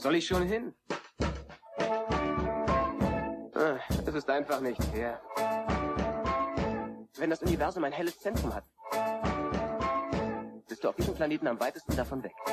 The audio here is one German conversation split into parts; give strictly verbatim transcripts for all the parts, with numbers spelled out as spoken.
soll ich schon hin? Ah, es ist einfach nicht fair. Wenn das Universum ein helles Zentrum hat, bist du auf diesem Planeten am weitesten davon weg.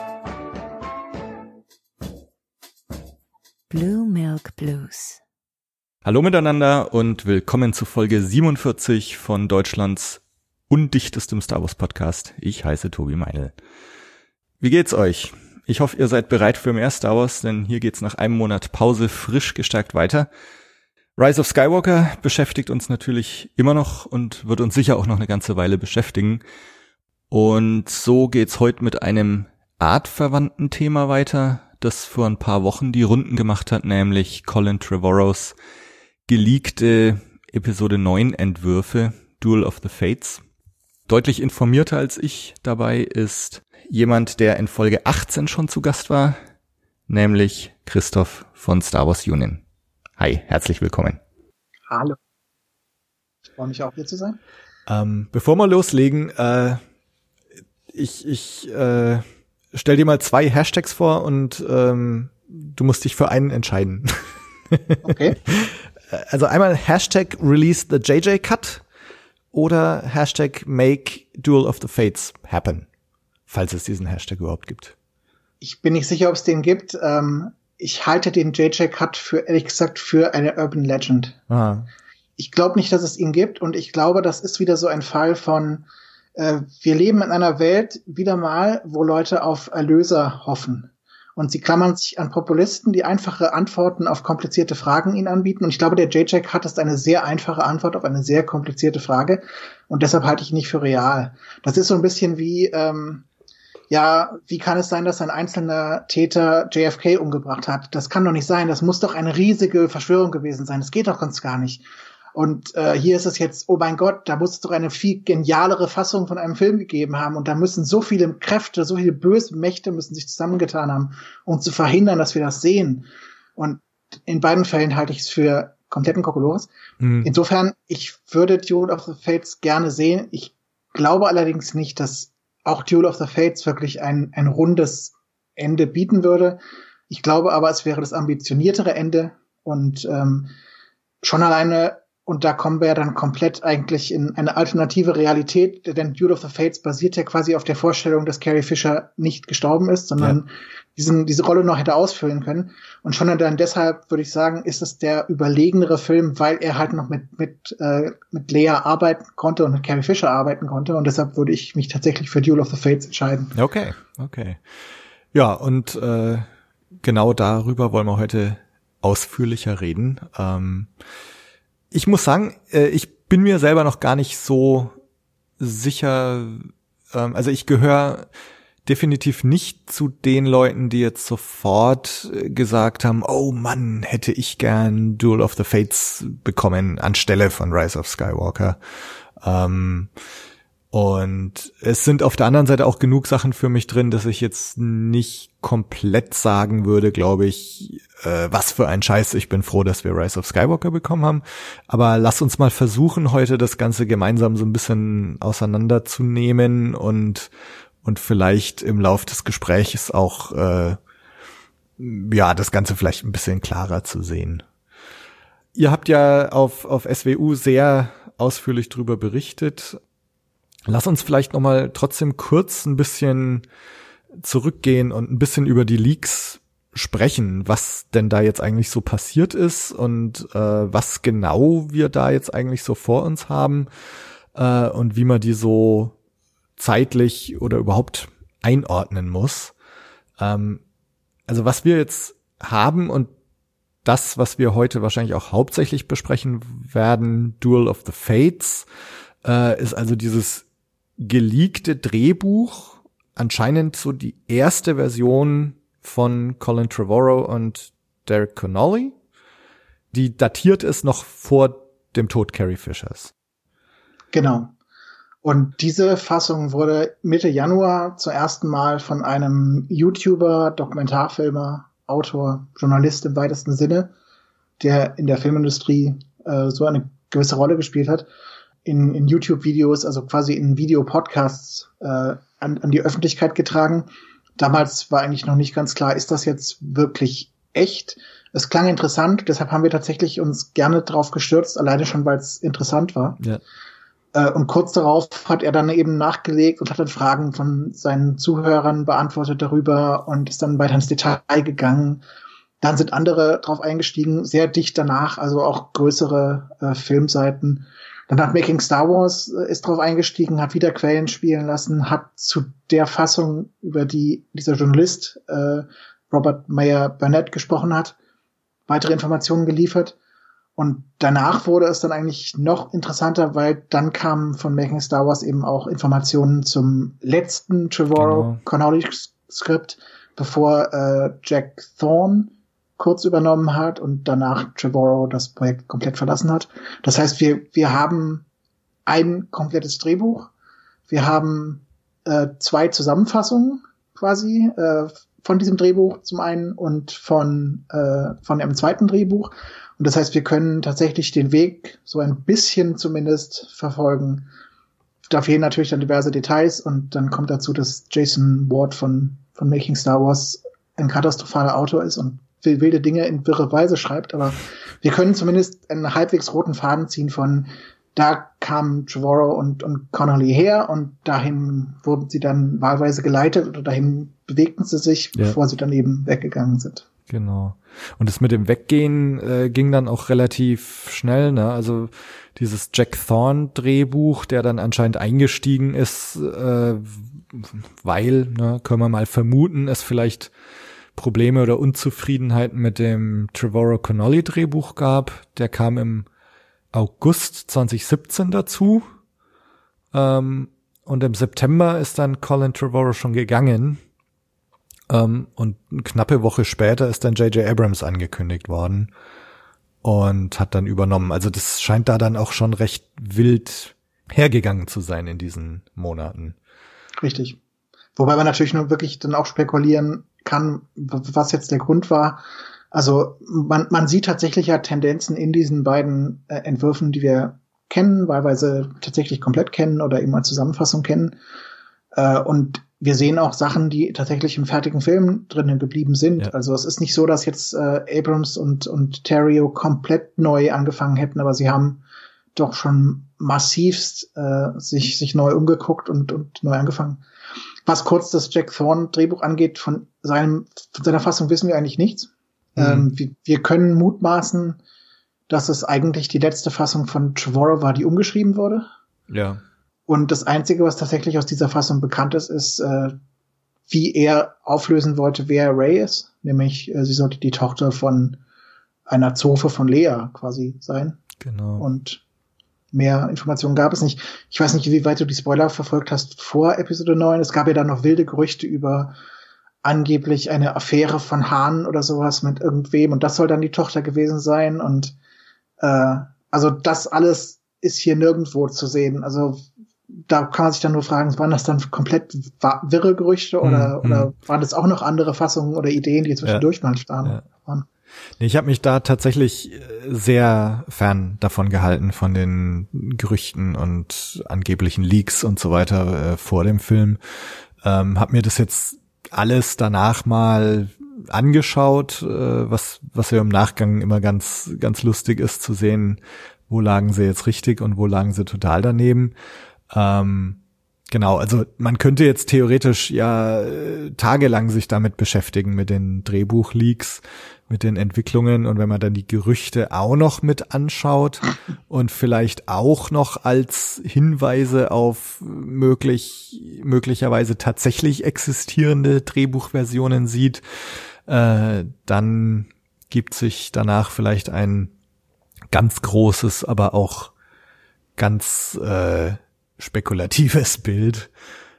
Blue Milk Blues. Hallo miteinander und willkommen zu Folge siebenundvierzig von Deutschlands undichtestem Star Wars Podcast. Ich heiße Tobi Meinl. Wie geht's euch? Ich hoffe, ihr seid bereit für mehr Star Wars, denn hier geht's nach einem Monat Pause frisch gestärkt weiter. Rise of Skywalker beschäftigt uns natürlich immer noch und wird uns sicher auch noch eine ganze Weile beschäftigen. Und so geht's heute mit einem artverwandten Thema weiter, das vor ein paar Wochen die Runden gemacht hat, nämlich Colin Trevorrows geleakte Episode neun Entwürfe, Duel of the Fates. Deutlich informierter als ich dabei ist jemand, der in Folge achtzehn schon zu Gast war, nämlich Christoph von Star Wars Union. Hi, herzlich willkommen. Hallo. Ich freue mich auch, hier zu sein. Ähm, bevor wir loslegen, äh, ich, ich äh, stell dir mal zwei Hashtags vor und ähm, du musst dich für einen entscheiden. Okay. Also einmal Hashtag Release the J J Cut oder Hashtag Make Duel of the Fates happen, falls es diesen Hashtag überhaupt gibt. Ich bin nicht sicher, ob es den gibt. Ähm, ich halte den J J Cut für, ehrlich gesagt, für eine Urban Legend. Ah. Ich glaube nicht, dass es ihn gibt und ich glaube, das ist wieder so ein Fall von äh, wir leben in einer Welt wieder mal, wo Leute auf Erlöser hoffen. Und sie klammern sich an Populisten, die einfache Antworten auf komplizierte Fragen ihnen anbieten. Und ich glaube, der J J Cut ist eine sehr einfache Antwort auf eine sehr komplizierte Frage. Und deshalb halte ich ihn nicht für real. Das ist so ein bisschen wie, ähm, ja, wie kann es sein, dass ein einzelner Täter J F K umgebracht hat? Das kann doch nicht sein. Das muss doch eine riesige Verschwörung gewesen sein. Das geht doch sonst gar nicht. Und äh, hier ist es jetzt, oh mein Gott, da muss es doch eine viel genialere Fassung von einem Film gegeben haben. Und da müssen so viele Kräfte, so viele böse Mächte müssen sich zusammengetan haben, um zu verhindern, dass wir das sehen. Und in beiden Fällen halte ich es für kompletten Kokolores. Mhm. Insofern, ich würde Duel of the Fates gerne sehen. Ich glaube allerdings nicht, dass auch Duel of the Fates wirklich ein, ein rundes Ende bieten würde. Ich glaube aber, es wäre das ambitioniertere Ende. Und ähm, schon alleine, und da kommen wir ja dann komplett eigentlich in eine alternative Realität, denn Duel of the Fates basiert ja quasi auf der Vorstellung, dass Carrie Fisher nicht gestorben ist, sondern ja. diesen, diese Rolle noch hätte ausfüllen können. Und schon dann deshalb würde ich sagen, ist es der überlegenere Film, weil er halt noch mit mit äh, mit Lea arbeiten konnte und mit Carrie Fisher arbeiten konnte. Und deshalb würde ich mich tatsächlich für Duel of the Fates entscheiden. Okay, okay. Ja, und äh, genau darüber wollen wir heute ausführlicher reden. Ähm, Ich muss sagen, ich bin mir selber noch gar nicht so sicher, also ich gehöre definitiv nicht zu den Leuten, die jetzt sofort gesagt haben, oh Mann, hätte ich gern Duel of the Fates bekommen anstelle von Rise of Skywalker. Und es sind auf der anderen Seite auch genug Sachen für mich drin, dass ich jetzt nicht komplett sagen würde, glaube ich, äh, was für ein Scheiß, ich bin froh, dass wir Rise of Skywalker bekommen haben. Aber lass uns mal versuchen, heute das Ganze gemeinsam so ein bisschen auseinanderzunehmen und und vielleicht im Lauf des Gesprächs auch äh, ja das Ganze vielleicht ein bisschen klarer zu sehen. Ihr habt ja auf auf S W U sehr ausführlich drüber berichtet. Lass uns vielleicht noch mal trotzdem kurz ein bisschen zurückgehen und ein bisschen über die Leaks sprechen, was denn da jetzt eigentlich so passiert ist und äh, was genau wir da jetzt eigentlich so vor uns haben äh, und wie man die so zeitlich oder überhaupt einordnen muss. Ähm, also was wir jetzt haben und das, was wir heute wahrscheinlich auch hauptsächlich besprechen werden, Duel of the Fates, äh, ist also dieses geleakte Drehbuch, anscheinend so die erste Version von Colin Trevorrow und Derek Connolly, die datiert ist noch vor dem Tod Carrie Fishers. Genau. Und diese Fassung wurde Mitte Januar zum ersten Mal von einem YouTuber, Dokumentarfilmer, Autor, Journalist im weitesten Sinne, der in der Filmindustrie äh, so eine gewisse Rolle gespielt hat, in, in YouTube-Videos, also quasi in Videopodcasts äh, an, an die Öffentlichkeit getragen. damals war eigentlich noch nicht ganz klar, ist das jetzt wirklich echt? Es klang interessant, deshalb haben wir tatsächlich uns gerne drauf gestürzt, alleine schon, weil es interessant war. Ja. Äh, und kurz darauf hat er dann eben nachgelegt und hat dann Fragen von seinen Zuhörern beantwortet darüber und ist dann weiter ins Detail gegangen. Dann sind andere drauf eingestiegen, sehr dicht danach, also auch größere äh, Filmseiten. Dann hat Making Star Wars äh, ist drauf eingestiegen, hat wieder Quellen spielen lassen, hat zu der Fassung, über die dieser Journalist äh, Robert Meyer Burnett gesprochen hat, weitere Informationen geliefert. Und danach wurde es dann eigentlich noch interessanter, weil dann kamen von Making Star Wars eben auch Informationen zum letzten Trevorrow-Connolly-Skript, bevor äh, Jack Thorne kurz übernommen hat und danach Trevorrow das Projekt komplett verlassen hat. Das heißt, wir wir haben ein komplettes Drehbuch, wir haben äh, zwei Zusammenfassungen quasi äh, von diesem Drehbuch zum einen und von äh, von dem zweiten Drehbuch. Und das heißt, wir können tatsächlich den Weg so ein bisschen zumindest verfolgen. Da fehlen natürlich dann diverse Details und dann kommt dazu, dass Jason Ward von von Making Star Wars ein katastrophaler Autor ist und wilde Dinge in wirre Weise schreibt, aber wir können zumindest einen halbwegs roten Faden ziehen von da kamen Trevorrow und, und Connolly her und dahin wurden sie dann wahlweise geleitet oder dahin bewegten sie sich, ja, bevor sie dann eben weggegangen sind. Genau. Und das mit dem Weggehen äh, ging dann auch relativ schnell, ne? Also dieses Jack Thorne Drehbuch, der dann anscheinend eingestiegen ist, äh, weil, ne, können wir mal vermuten, es vielleicht Probleme oder Unzufriedenheiten mit dem Trevorrow Connolly Drehbuch gab. Der kam im August zwanzig siebzehn dazu. Ähm, und im September ist dann Colin Trevorrow schon gegangen. Ähm, und eine knappe Woche später ist dann J J Abrams angekündigt worden und hat dann übernommen. Also das scheint da dann auch schon recht wild hergegangen zu sein in diesen Monaten. Richtig. Wobei man natürlich nur wirklich dann auch spekulieren kann, was jetzt der Grund war. Also man, man sieht tatsächlich ja Tendenzen in diesen beiden äh, Entwürfen, die wir kennen, wahlweise tatsächlich komplett kennen oder eben als Zusammenfassung kennen. Äh, und wir sehen auch Sachen, die tatsächlich im fertigen Film drinnen geblieben sind. Ja. Also es ist nicht so, dass jetzt äh, Abrams und, und Terrio komplett neu angefangen hätten, aber sie haben doch schon massivst äh, sich, sich neu umgeguckt und, und neu angefangen. Was kurz das Jack Thorne Drehbuch angeht, von seinem, von seiner Fassung wissen wir eigentlich nichts. Mhm. Ähm, wir, wir können mutmaßen, dass es eigentlich die letzte Fassung von Trevorrow war, die umgeschrieben wurde. Ja. Und das Einzige, was tatsächlich aus dieser Fassung bekannt ist, ist, äh, wie er auflösen wollte, wer Rey ist. Nämlich, äh, sie sollte die Tochter von einer Zofe von Lea quasi sein. Genau. Und mehr Informationen gab es nicht. Ich weiß nicht, wie weit du die Spoiler verfolgt hast vor Episode neun. Es gab ja dann noch wilde Gerüchte über angeblich eine Affäre von Han oder sowas mit irgendwem. Und das soll dann die Tochter gewesen sein. Und äh, also das alles ist hier nirgendwo zu sehen. Also da kann man sich dann nur fragen, waren das dann komplett wirre Gerüchte oder, mhm. oder waren das auch noch andere Fassungen oder Ideen, die zwischendurch ja. mal waren? Ja. Nee, ich habe mich da tatsächlich sehr fern davon gehalten, von den Gerüchten und angeblichen Leaks und so weiter äh, vor dem Film. Ähm, hab mir das jetzt alles danach mal angeschaut, äh, was was ja im Nachgang immer ganz ganz lustig ist zu sehen, wo lagen sie jetzt richtig und wo lagen sie total daneben. Ähm, genau, also man könnte jetzt theoretisch ja äh, tagelang sich damit beschäftigen, mit den Drehbuchleaks, mit den Entwicklungen, und wenn man dann die Gerüchte auch noch mit anschaut und vielleicht auch noch als Hinweise auf möglich möglicherweise tatsächlich existierende Drehbuchversionen sieht, äh, dann gibt sich danach vielleicht ein ganz großes, aber auch ganz äh, spekulatives Bild.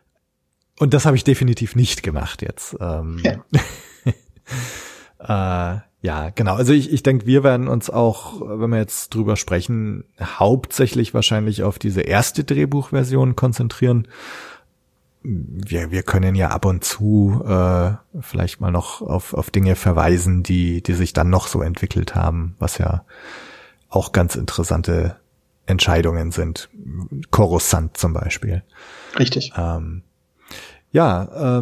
Und das habe ich definitiv nicht gemacht jetzt. Ähm, ja. äh, ja, genau. Also ich, ich denke, wir werden uns auch, wenn wir jetzt drüber sprechen, hauptsächlich wahrscheinlich auf diese erste Drehbuchversion konzentrieren. Wir, wir können ja ab und zu äh, vielleicht mal noch auf, auf Dinge verweisen, die, die sich dann noch so entwickelt haben, was ja auch ganz interessante Entscheidungen sind. Coruscant zum Beispiel. Richtig. Ähm, ja, ähm,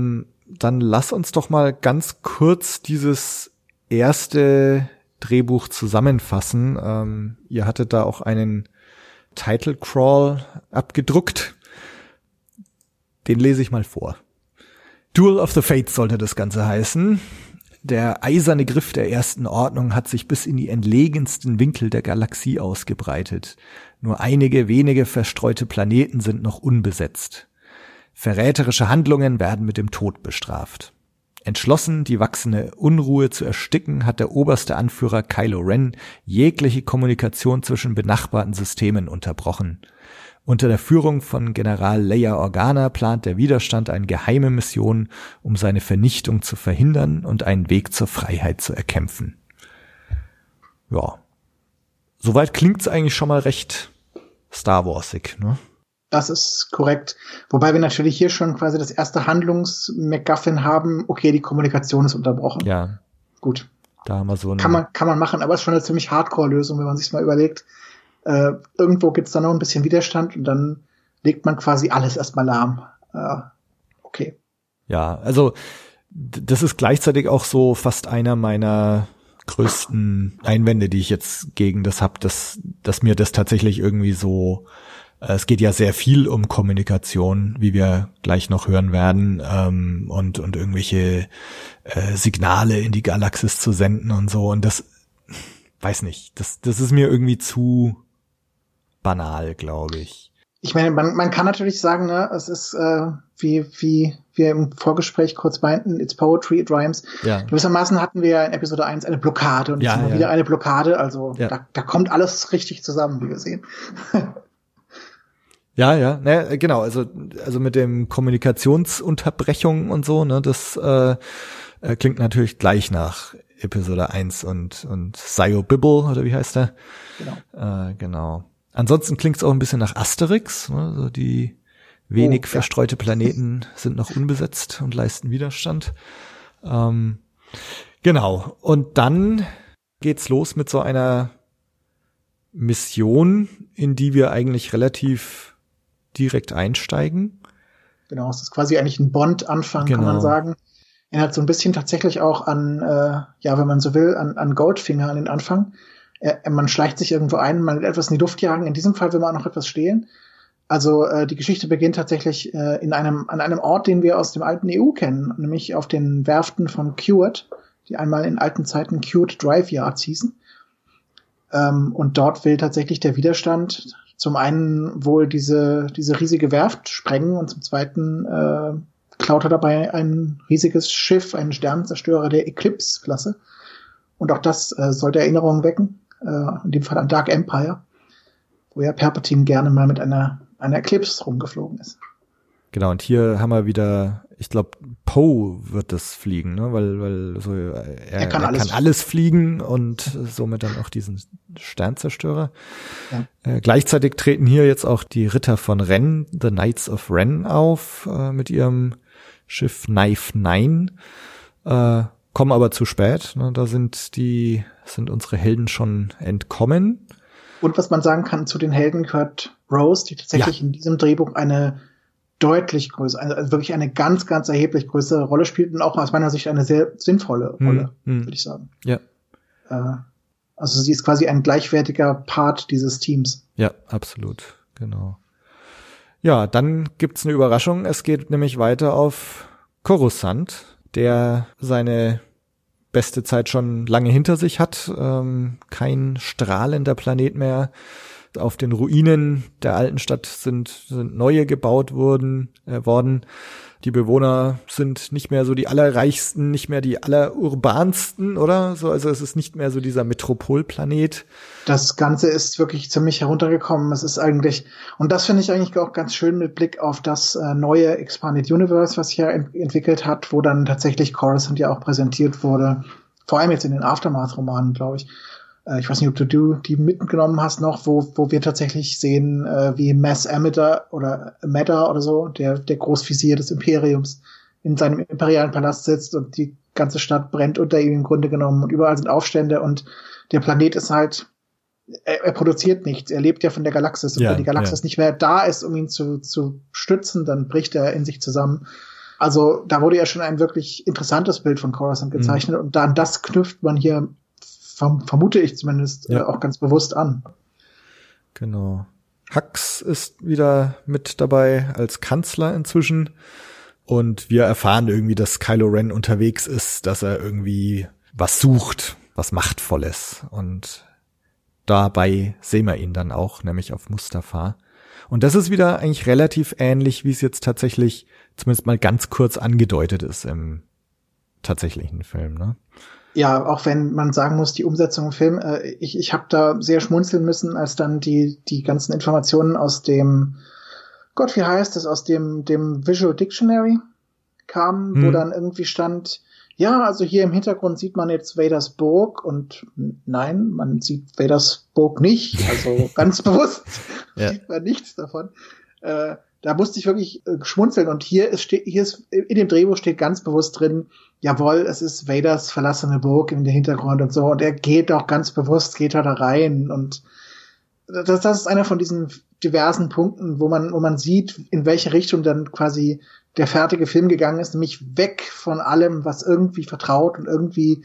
dann lass uns doch mal ganz kurz dieses erste Drehbuch zusammenfassen. Ähm, ihr hattet da auch einen Title Crawl abgedruckt. Den lese ich mal vor. Duel of the Fates sollte das Ganze heißen. Der eiserne Griff der ersten Ordnung hat sich bis in die entlegensten Winkel der Galaxie ausgebreitet. Nur einige wenige verstreute Planeten sind noch unbesetzt. Verräterische Handlungen werden mit dem Tod bestraft. Entschlossen, die wachsende Unruhe zu ersticken, hat der oberste Anführer Kylo Ren jegliche Kommunikation zwischen benachbarten Systemen unterbrochen. Unter der Führung von General Leia Organa plant der Widerstand eine geheime Mission, um seine Vernichtung zu verhindern und einen Weg zur Freiheit zu erkämpfen. Ja, soweit klingt's eigentlich schon mal recht Star Warsig, ne? Das ist korrekt. Wobei wir natürlich hier schon quasi das erste Handlungs-MacGuffin haben. Okay, die Kommunikation ist unterbrochen. Ja. Gut. Da haben wir so eine kann man kann man machen, aber es ist schon eine ziemlich Hardcore-Lösung, wenn man sich mal überlegt. Äh, irgendwo gibt's da noch ein bisschen Widerstand und dann legt man quasi alles erstmal lahm. Äh, okay. Ja, also d- das ist gleichzeitig auch so fast einer meiner größten Einwände, die ich jetzt gegen das hab, dass dass mir das tatsächlich irgendwie so, äh, es geht ja sehr viel um Kommunikation, wie wir gleich noch hören werden, ähm, und und irgendwelche äh, Signale in die Galaxis zu senden und so, und das, weiß nicht, das das ist mir irgendwie zu banal, glaube ich. Ich meine, man, man kann natürlich sagen, ne, es ist äh, wie wie wir im Vorgespräch kurz meinten, it's poetry, it rhymes. Ja. Gewissermaßen hatten wir in Episode eins eine Blockade und jetzt Ja, haben wir ja. wieder eine Blockade, also Ja. da, da kommt alles richtig zusammen, wie wir sehen. Ja, ja, ne, genau, also also mit dem Kommunikationsunterbrechung und so, ne, das äh, äh, klingt natürlich gleich nach Episode eins und und Sio Bibble, oder wie heißt der? Genau. Äh, genau. Ansonsten klingt es auch ein bisschen nach Asterix, ne, so die wenig Oh, ja. verstreute Planeten sind noch unbesetzt und leisten Widerstand. Ähm, genau, und dann geht's los mit so einer Mission, in die wir eigentlich relativ direkt einsteigen. Genau, es ist quasi eigentlich ein Bond-Anfang, Genau. kann man sagen. Erinnert so ein bisschen tatsächlich auch an, äh, ja, wenn man so will, an, an Goldfinger, an den Anfang. Äh, man schleicht sich irgendwo ein, man will etwas in die Luft jagen. In diesem Fall will man auch noch etwas stehlen. Also äh, die Geschichte beginnt tatsächlich äh, in einem an einem Ort, den wir aus dem alten E U kennen, nämlich auf den Werften von Kuat, die einmal in alten Zeiten Kuat Drive Yards hießen. Ähm, und dort will tatsächlich der Widerstand zum einen wohl diese diese riesige Werft sprengen und zum zweiten äh, klaut er dabei ein riesiges Schiff, einen Sternenzerstörer der Eclipse-Klasse. Und auch das äh, sollte Erinnerungen wecken, äh, in dem Fall an Dark Empire, wo ja Palpatine gerne mal mit einer einer Eclipse rumgeflogen ist. Genau, und hier haben wir wieder, ich glaube, Poe wird das fliegen, ne? Weil, weil so er, Er kann er alles. kann alles fliegen und somit dann auch diesen Sternzerstörer. Ja. Äh, gleichzeitig treten hier jetzt auch die Ritter von Ren, The Knights of Ren, auf äh, mit ihrem Schiff Knife Nine, äh, kommen aber zu spät. Ne? Da sind die sind unsere Helden schon entkommen. Und was man sagen kann, zu den Helden gehört Rose, die tatsächlich Ja. in diesem Drehbuch eine deutlich größere, also wirklich eine ganz, ganz erheblich größere Rolle spielt und auch aus meiner Sicht eine sehr sinnvolle Rolle, Hm, hm. würde ich sagen. Ja, Äh, also sie ist quasi ein gleichwertiger Part dieses Teams. ja, absolut, genau. Ja, dann gibt's eine Überraschung. Es geht nämlich weiter auf Coruscant, der seine beste Zeit schon lange hinter sich hat. Ähm, kein strahlender Planet mehr. Auf den Ruinen der alten Stadt sind, sind neue gebaut wurden, äh, worden. Die Bewohner sind nicht mehr so die allerreichsten, nicht mehr die allerurbansten, oder? So, also es ist nicht mehr so dieser Metropolplanet. Das Ganze ist wirklich ziemlich heruntergekommen. Es ist eigentlich, und das finde ich eigentlich auch ganz schön mit Blick auf das äh, neue Expanded Universe, was sich ja ent- entwickelt hat, wo dann tatsächlich Coruscant ja auch präsentiert wurde. Vor allem jetzt in den Aftermath-Romanen, glaube ich. Äh, ich weiß nicht, ob du, du die mitgenommen hast noch, wo, wo wir tatsächlich sehen, äh, wie Mas Amedda oder Amedda oder so, der, der Großvizier des Imperiums, in seinem imperialen Palast sitzt und die ganze Stadt brennt unter ihm im Grunde genommen und überall sind Aufstände und der Planet ist halt, er, er produziert nichts, er lebt ja von der Galaxis und Ja, wenn die Galaxis ja. nicht mehr da ist, um ihn zu, zu stützen, dann bricht er in sich zusammen. Also da wurde ja schon ein wirklich interessantes Bild von Coruscant gezeichnet mhm. und dann das knüpft man hier, verm- vermute ich zumindest, ja. äh, auch ganz bewusst an. Genau. Hux ist wieder mit dabei als Kanzler inzwischen und wir erfahren irgendwie, dass Kylo Ren unterwegs ist, dass er irgendwie was sucht, was Machtvolles und dabei sehen wir ihn dann auch, nämlich auf Mustafar. Und das ist wieder eigentlich relativ ähnlich, wie es jetzt tatsächlich zumindest mal ganz kurz angedeutet ist im tatsächlichen Film, ne? Ja, auch wenn man sagen muss, die Umsetzung im Film, äh, ich, ich habe da sehr schmunzeln müssen, als dann die die ganzen Informationen aus dem, Gott, wie heißt es, aus dem dem Visual Dictionary kamen, hm. wo dann irgendwie stand, ja, also hier im Hintergrund sieht man jetzt Vaders Burg und nein, man sieht Vaders Burg nicht, also ganz bewusst ja. sieht man nichts davon. Äh, da musste ich wirklich äh, schmunzeln und hier ist, steht, hier ist, in dem Drehbuch steht ganz bewusst drin, jawohl, es ist Vaders verlassene Burg in der Hintergrund und so und er geht auch ganz bewusst, geht er da rein und das, das ist einer von diesen diversen Punkten, wo man, wo man sieht, in welche Richtung dann quasi der fertige Film gegangen ist, nämlich weg von allem, was irgendwie vertraut und irgendwie,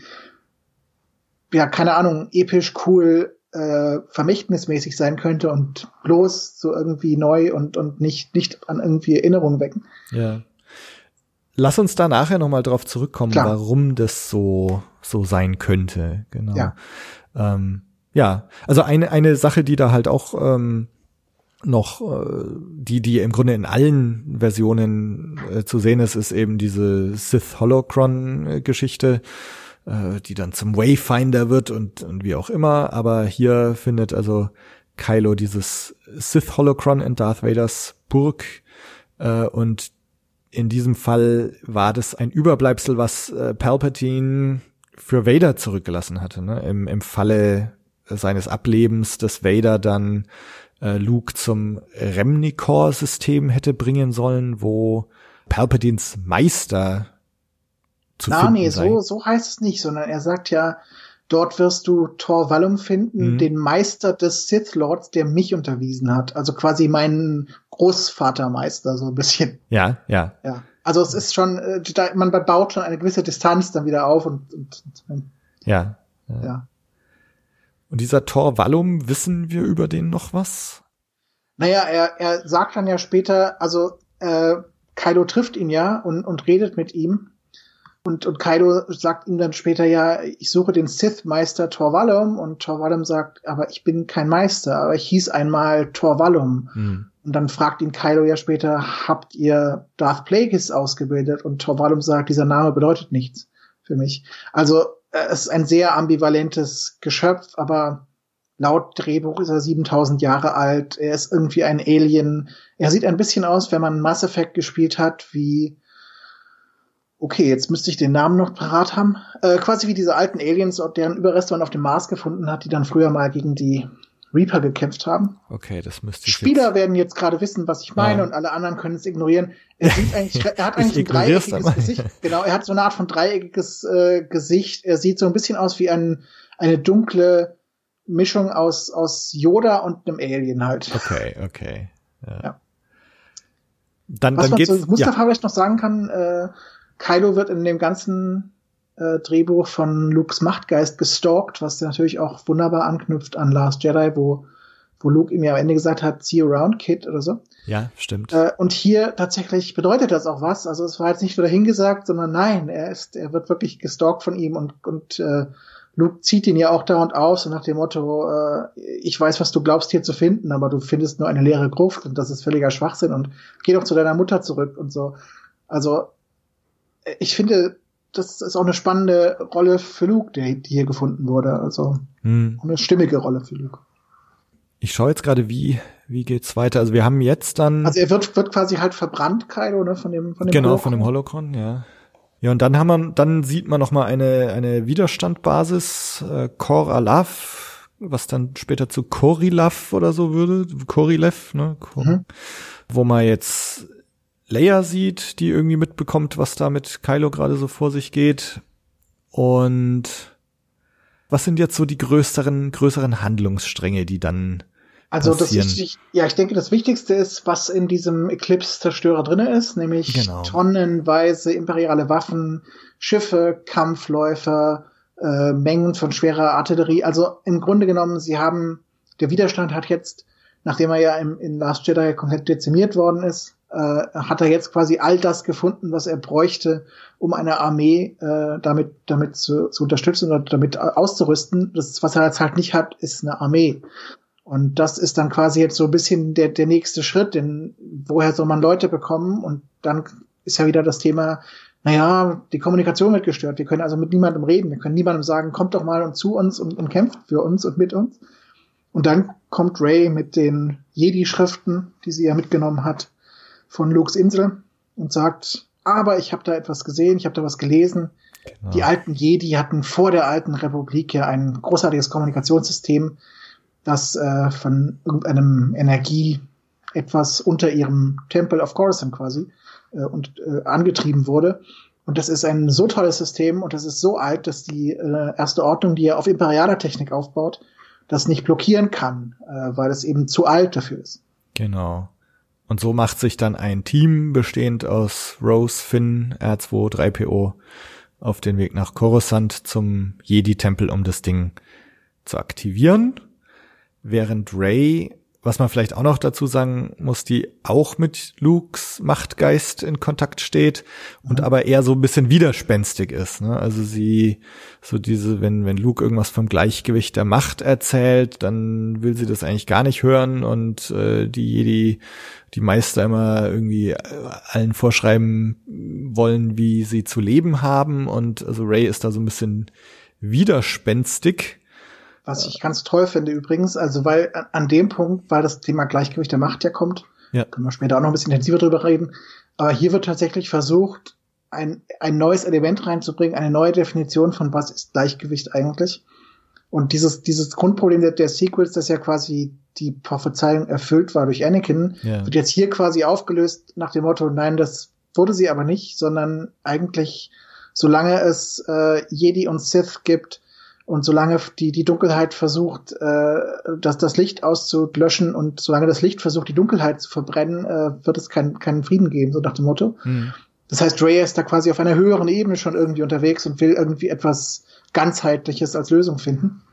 ja, keine Ahnung, episch, cool, äh, vermächtnismäßig sein könnte und bloß so irgendwie neu und und nicht nicht an irgendwie Erinnerungen wecken. Ja. Lass uns da nachher nochmal drauf zurückkommen, Klar. warum das so so sein könnte. Genau. Ja, ähm, ja. Also eine eine Sache, die da halt auch ähm, noch, äh, die die im Grunde in allen Versionen äh, zu sehen ist, ist eben diese Sith Holocron-Geschichte, äh, die dann zum Wayfinder wird und, und wie auch immer. Aber hier findet also Kylo dieses Sith Holocron in Darth Vaders Burg äh, und in diesem Fall war das ein Überbleibsel, was äh, Palpatine für Vader zurückgelassen hatte, ne? Im, im Falle seines Ablebens, dass Vader dann äh, Luke zum Remnicor-System hätte bringen sollen, wo Palpatines Meister zu Na, finden nee, sei. so, so heißt es nicht, sondern er sagt ja, dort wirst du Tor Vallum finden, mhm. den Meister des Sith Lords, der mich unterwiesen hat. Also quasi meinen Großvatermeister, so ein bisschen. Ja, ja. Ja. Also es ist schon, äh, man baut schon eine gewisse Distanz dann wieder auf und, und, und ja, ja. ja. Und dieser Tor Vallum, wissen wir über den noch was? Naja, er, er sagt dann ja später, also äh, Kylo trifft ihn ja und, und redet mit ihm. Und, und Kylo sagt ihm dann später, ja, ich suche den Sith-Meister Tor Vallum. Und Tor Vallum sagt, aber ich bin kein Meister, aber ich hieß einmal Tor Vallum. Hm. Und dann fragt ihn Kylo ja später, habt ihr Darth Plagueis ausgebildet? Und Tor Vallum sagt, dieser Name bedeutet nichts für mich. Also es ist ein sehr ambivalentes Geschöpf, aber laut Drehbuch ist er siebentausend Jahre alt. Er ist irgendwie ein Alien. Er sieht ein bisschen aus, wenn man Mass Effect gespielt hat, wie okay, jetzt müsste ich den Namen noch parat haben. Äh, quasi wie diese alten Aliens, deren Überreste man auf dem Mars gefunden hat, die dann früher mal gegen die Reaper gekämpft haben. Okay, das müsste ich Spieler jetzt. werden jetzt gerade wissen, was ich meine, ja. und alle anderen können es ignorieren. Er sieht eigentlich, er hat eigentlich ein dreieckiges Gesicht. Genau, er hat so eine Art von dreieckiges äh, Gesicht. Er sieht so ein bisschen aus wie ein, eine dunkle Mischung aus aus Yoda und einem Alien halt. Okay, okay. Ja. ja. Dann, was dann man geht's. zu Mustafa ja. vielleicht noch sagen kann, äh, Kylo wird in dem ganzen äh, Drehbuch von Lukes Machtgeist gestalkt, was natürlich auch wunderbar anknüpft an Last Jedi, wo wo Luke ihm ja am Ende gesagt hat, see you around, Kid, oder so. Ja, stimmt. Äh, und hier tatsächlich bedeutet das auch was. Also es war jetzt nicht nur dahingesagt, sondern nein, er ist, er wird wirklich gestalkt von ihm und und äh, Luke zieht ihn ja auch dauernd aus, so nach dem Motto, äh, ich weiß, was du glaubst hier zu finden, aber du findest nur eine leere Gruft und das ist völliger Schwachsinn und geh doch zu deiner Mutter zurück und so. Also ich finde, das ist auch eine spannende Rolle für Luke, die, die hier gefunden wurde. Also hm. eine stimmige Rolle für Luke. Ich schaue jetzt gerade, wie wie geht's weiter. Also wir haben jetzt dann. Also er wird wird quasi halt verbrannt, Kylo, ne, von dem von dem genau Holocron. von dem Holocron, ja. Ja, und dann haben wir, dann sieht man noch mal eine eine Widerstandbasis, äh, Kor Alaf, was dann später zu Korilav oder so würde, Korilev, ne, Kor, mhm. wo man jetzt Leia sieht, die irgendwie mitbekommt, was da mit Kylo gerade so vor sich geht. Und was sind jetzt so die größeren größeren Handlungsstränge, die dann Also das passieren. wichtig, ja, ich denke, das Wichtigste ist, was in diesem Eclipse-Zerstörer drinne ist, nämlich Genau. tonnenweise imperiale Waffen, Schiffe, Kampfläufer, äh, Mengen von schwerer Artillerie. Also im Grunde genommen, sie haben, der Widerstand hat jetzt, nachdem er ja im, in Last Jedi komplett dezimiert worden ist, äh, hat er jetzt quasi all das gefunden, was er bräuchte, um eine Armee äh, damit damit zu, zu unterstützen oder damit auszurüsten. Das, was er jetzt halt nicht hat, ist eine Armee. Und das ist dann quasi jetzt so ein bisschen der, der nächste Schritt, denn woher soll man Leute bekommen? Und dann ist ja wieder das Thema, naja, die Kommunikation wird gestört. Wir können also mit niemandem reden. Wir können niemandem sagen, kommt doch mal und zu uns und, und kämpft für uns und mit uns. Und dann kommt Rey mit den Jedi-Schriften, die sie ja mitgenommen hat, von Lukes Insel und sagt, aber ich habe da etwas gesehen, ich habe da was gelesen. Genau. Die alten Jedi hatten vor der alten Republik ja ein großartiges Kommunikationssystem, das äh, von irgendeinem Energie etwas unter ihrem Tempel of Coruscant quasi äh, und äh, angetrieben wurde. Und das ist ein so tolles System und das ist so alt, dass die äh, erste Ordnung, die ja auf imperialer Technik aufbaut, das nicht blockieren kann, äh, weil es eben zu alt dafür ist. Genau. Und so macht sich dann ein Team bestehend aus Rose, Finn, R zwei, drei P O auf den Weg nach Coruscant zum Jedi-Tempel, um das Ding zu aktivieren. Während Rey, was man vielleicht auch noch dazu sagen muss, die auch mit Lukes Machtgeist in Kontakt steht und mhm. aber eher so ein bisschen widerspenstig ist, ne? Also sie, so diese, wenn, wenn Luke irgendwas vom Gleichgewicht der Macht erzählt, dann will sie das eigentlich gar nicht hören und äh, die Jedi, die Meister immer irgendwie allen vorschreiben wollen, wie sie zu leben haben und also Rey ist da so ein bisschen widerspenstig. Was ich ganz toll finde übrigens, also weil an dem Punkt, weil das Thema Gleichgewicht der Macht ja kommt, ja. können wir später auch noch ein bisschen intensiver drüber reden, aber hier wird tatsächlich versucht, ein, ein neues Element reinzubringen, eine neue Definition von was ist Gleichgewicht eigentlich. Und dieses, dieses Grundproblem der, der Sequels, dass ja quasi die Prophezeiung erfüllt war durch Anakin, ja. wird jetzt hier quasi aufgelöst nach dem Motto, nein, das wurde sie aber nicht, sondern eigentlich, solange es äh, Jedi und Sith gibt, und solange die, die Dunkelheit versucht, äh, das, das Licht auszulöschen und solange das Licht versucht, die Dunkelheit zu verbrennen, äh, wird es keinen keinen Frieden geben, so nach dem Motto. Mhm. Das heißt, Rey ist da quasi auf einer höheren Ebene schon irgendwie unterwegs und will irgendwie etwas Ganzheitliches als Lösung finden.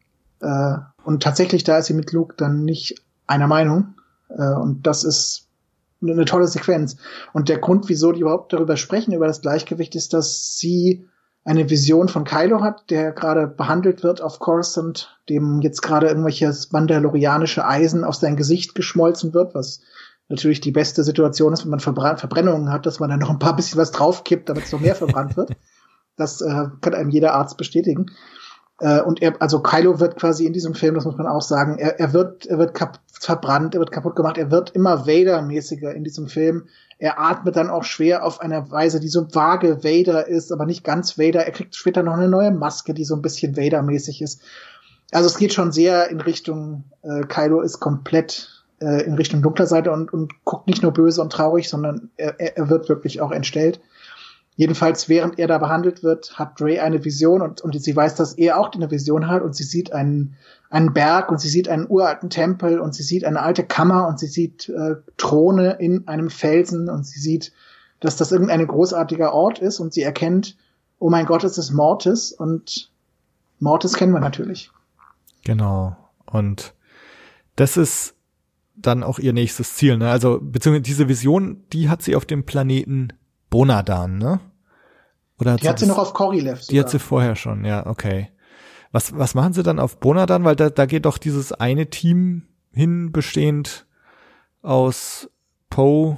Äh, und tatsächlich, da ist sie mit Luke dann nicht einer Meinung. Äh, und das ist eine, eine tolle Sequenz. Und der Grund, wieso die überhaupt darüber sprechen, über das Gleichgewicht, ist, dass sie eine Vision von Kylo hat, der gerade behandelt wird auf Coruscant, dem jetzt gerade irgendwelches mandalorianische Eisen auf sein Gesicht geschmolzen wird, was natürlich die beste Situation ist, wenn man Verbra- Verbrennungen hat, dass man dann noch ein paar bisschen was draufkippt, damit es noch mehr verbrannt wird. Das äh, kann einem jeder Arzt bestätigen. Äh, und er, also Kylo wird quasi in diesem Film, das muss man auch sagen, er, er wird, er wird kap- verbrannt, er wird kaputt gemacht, er wird immer Vader-mäßiger in diesem Film. Er atmet dann auch schwer auf einer Weise, die so vage Vader ist, aber nicht ganz Vader. Er kriegt später noch eine neue Maske, die so ein bisschen Vader-mäßig ist. Also es geht schon sehr in Richtung, äh, Kylo ist komplett äh, in Richtung dunkler Seite und, und guckt nicht nur böse und traurig, sondern er, er wird wirklich auch entstellt. Jedenfalls, während er da behandelt wird, hat Rey eine Vision und, und sie weiß, dass er auch eine Vision hat und sie sieht einen, einen Berg und sie sieht einen uralten Tempel und sie sieht eine alte Kammer und sie sieht äh, Throne in einem Felsen und sie sieht, dass das irgendein großartiger Ort ist und sie erkennt, oh mein Gott, es ist Mortis und Mortis kennen wir natürlich. Genau. Und das ist dann auch ihr nächstes Ziel, ne? Also, beziehungsweise diese Vision, die hat sie auf dem Planeten Bonadan, ne? Oder hat die hat sie, sie noch auf Korilev sogar. Die hat sie vorher schon, ja, okay. Was, was machen sie dann auf Bonadan? Weil da, da geht doch dieses eine Team hin, bestehend aus Poe,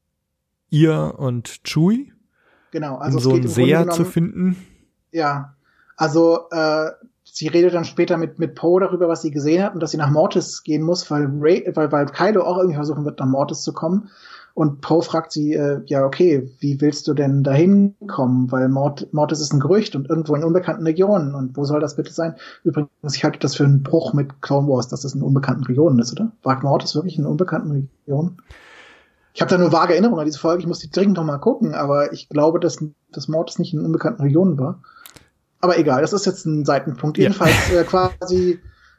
ihr und Chewie. Genau, also um so einen Seher zu finden. Ja, also äh, sie redet dann später mit mit Poe darüber, was sie gesehen hat und dass sie nach Mortis gehen muss, weil Rey, weil, weil Kylo auch irgendwie versuchen wird, nach Mortis zu kommen. Und Poe fragt sie, äh, ja, okay, wie willst du denn da hinkommen? Weil Mort, Mortis ist ein Gerücht und irgendwo in unbekannten Regionen. Und wo soll das bitte sein? Übrigens, ich halte das für einen Bruch mit Clone Wars, dass das in unbekannten Regionen ist, oder? War Mortis wirklich in unbekannten Regionen? Ich habe da nur vage Erinnerungen an diese Folge, ich muss die dringend noch mal gucken, aber ich glaube, dass, dass Mortis nicht in unbekannten Regionen war. Aber egal, das ist jetzt ein Seitenpunkt. Ja. Jedenfalls äh, quasi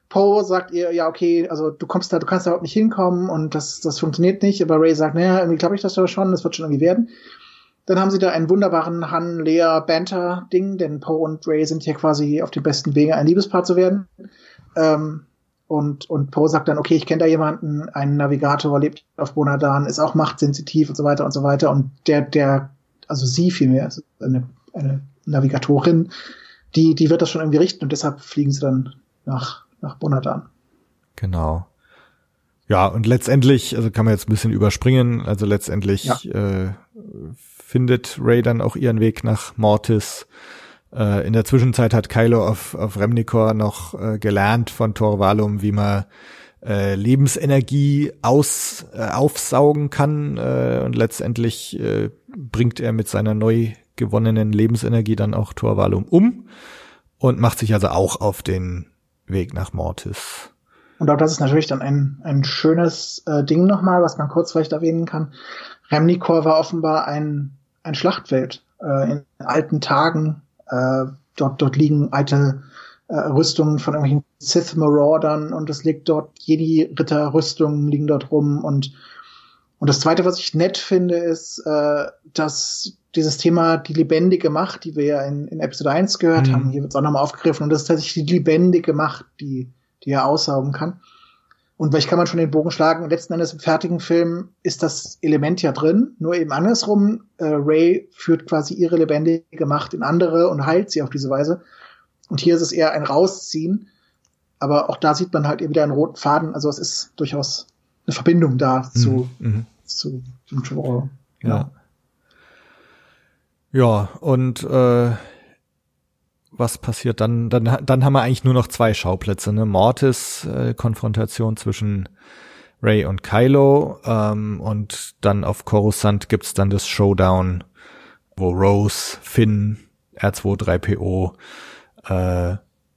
Poe sagt ihr, ja, okay, also du kommst da, du kannst da überhaupt nicht hinkommen und das, das funktioniert nicht, aber Rey sagt, naja, irgendwie glaube ich das doch schon, das wird schon irgendwie werden. Dann haben sie da einen wunderbaren Han-Leia-Banter-Ding, denn Poe und Rey sind hier quasi auf dem besten Wege, ein Liebespaar zu werden. Ähm, und, und Poe sagt dann, okay, ich kenne da jemanden, einen Navigator, lebt auf Bonadan, ist auch machtsensitiv und so weiter und so weiter. Und der, der, also sie vielmehr, ist eine, eine Navigatorin, die, die wird das schon irgendwie richten und deshalb fliegen sie dann nach nach Bonadan. Genau. Ja, und letztendlich, also kann man jetzt ein bisschen überspringen, also letztendlich ja. äh, findet Rey dann auch ihren Weg nach Mortis. Äh, in der Zwischenzeit hat Kylo auf, auf Remnicor noch äh, gelernt von Tor Valum, wie man äh, Lebensenergie aus äh, aufsaugen kann äh, und letztendlich äh, bringt er mit seiner neu gewonnenen Lebensenergie dann auch Tor Valum um und macht sich also auch auf den Weg nach Mortis. Und auch das ist natürlich dann ein ein schönes äh, Ding nochmal, was man kurz vielleicht erwähnen kann. Remnicor war offenbar ein ein Schlachtfeld äh, in alten Tagen. Äh, dort dort liegen alte äh, Rüstungen von irgendwelchen Sith-Maraudern und es liegt dort, Jedi-Ritter-Rüstungen liegen dort rum. Und und das Zweite, was ich nett finde, ist, äh, dass dieses Thema die lebendige Macht, die wir ja in, in Episode eins gehört mhm. haben, hier wird es auch nochmal aufgegriffen und das ist tatsächlich die lebendige Macht, die die er aussaugen kann. Und vielleicht kann man schon den Bogen schlagen, letzten Endes im fertigen Film ist das Element ja drin, nur eben andersrum, äh, Rey führt quasi ihre lebendige Macht in andere und heilt sie auf diese Weise. Und hier ist es eher ein Rausziehen, aber auch da sieht man halt eben wieder einen roten Faden, also es ist durchaus eine Verbindung da mhm. zu, mhm. zu dem Trevorrow. Ja. ja. Ja, und äh, was passiert dann? Dann dann haben wir eigentlich nur noch zwei Schauplätze, ne? Mortis, äh, Konfrontation zwischen Rey und Kylo, ähm, und dann auf Coruscant gibt's dann das Showdown, wo Rose, Finn, R zwei drei P O äh,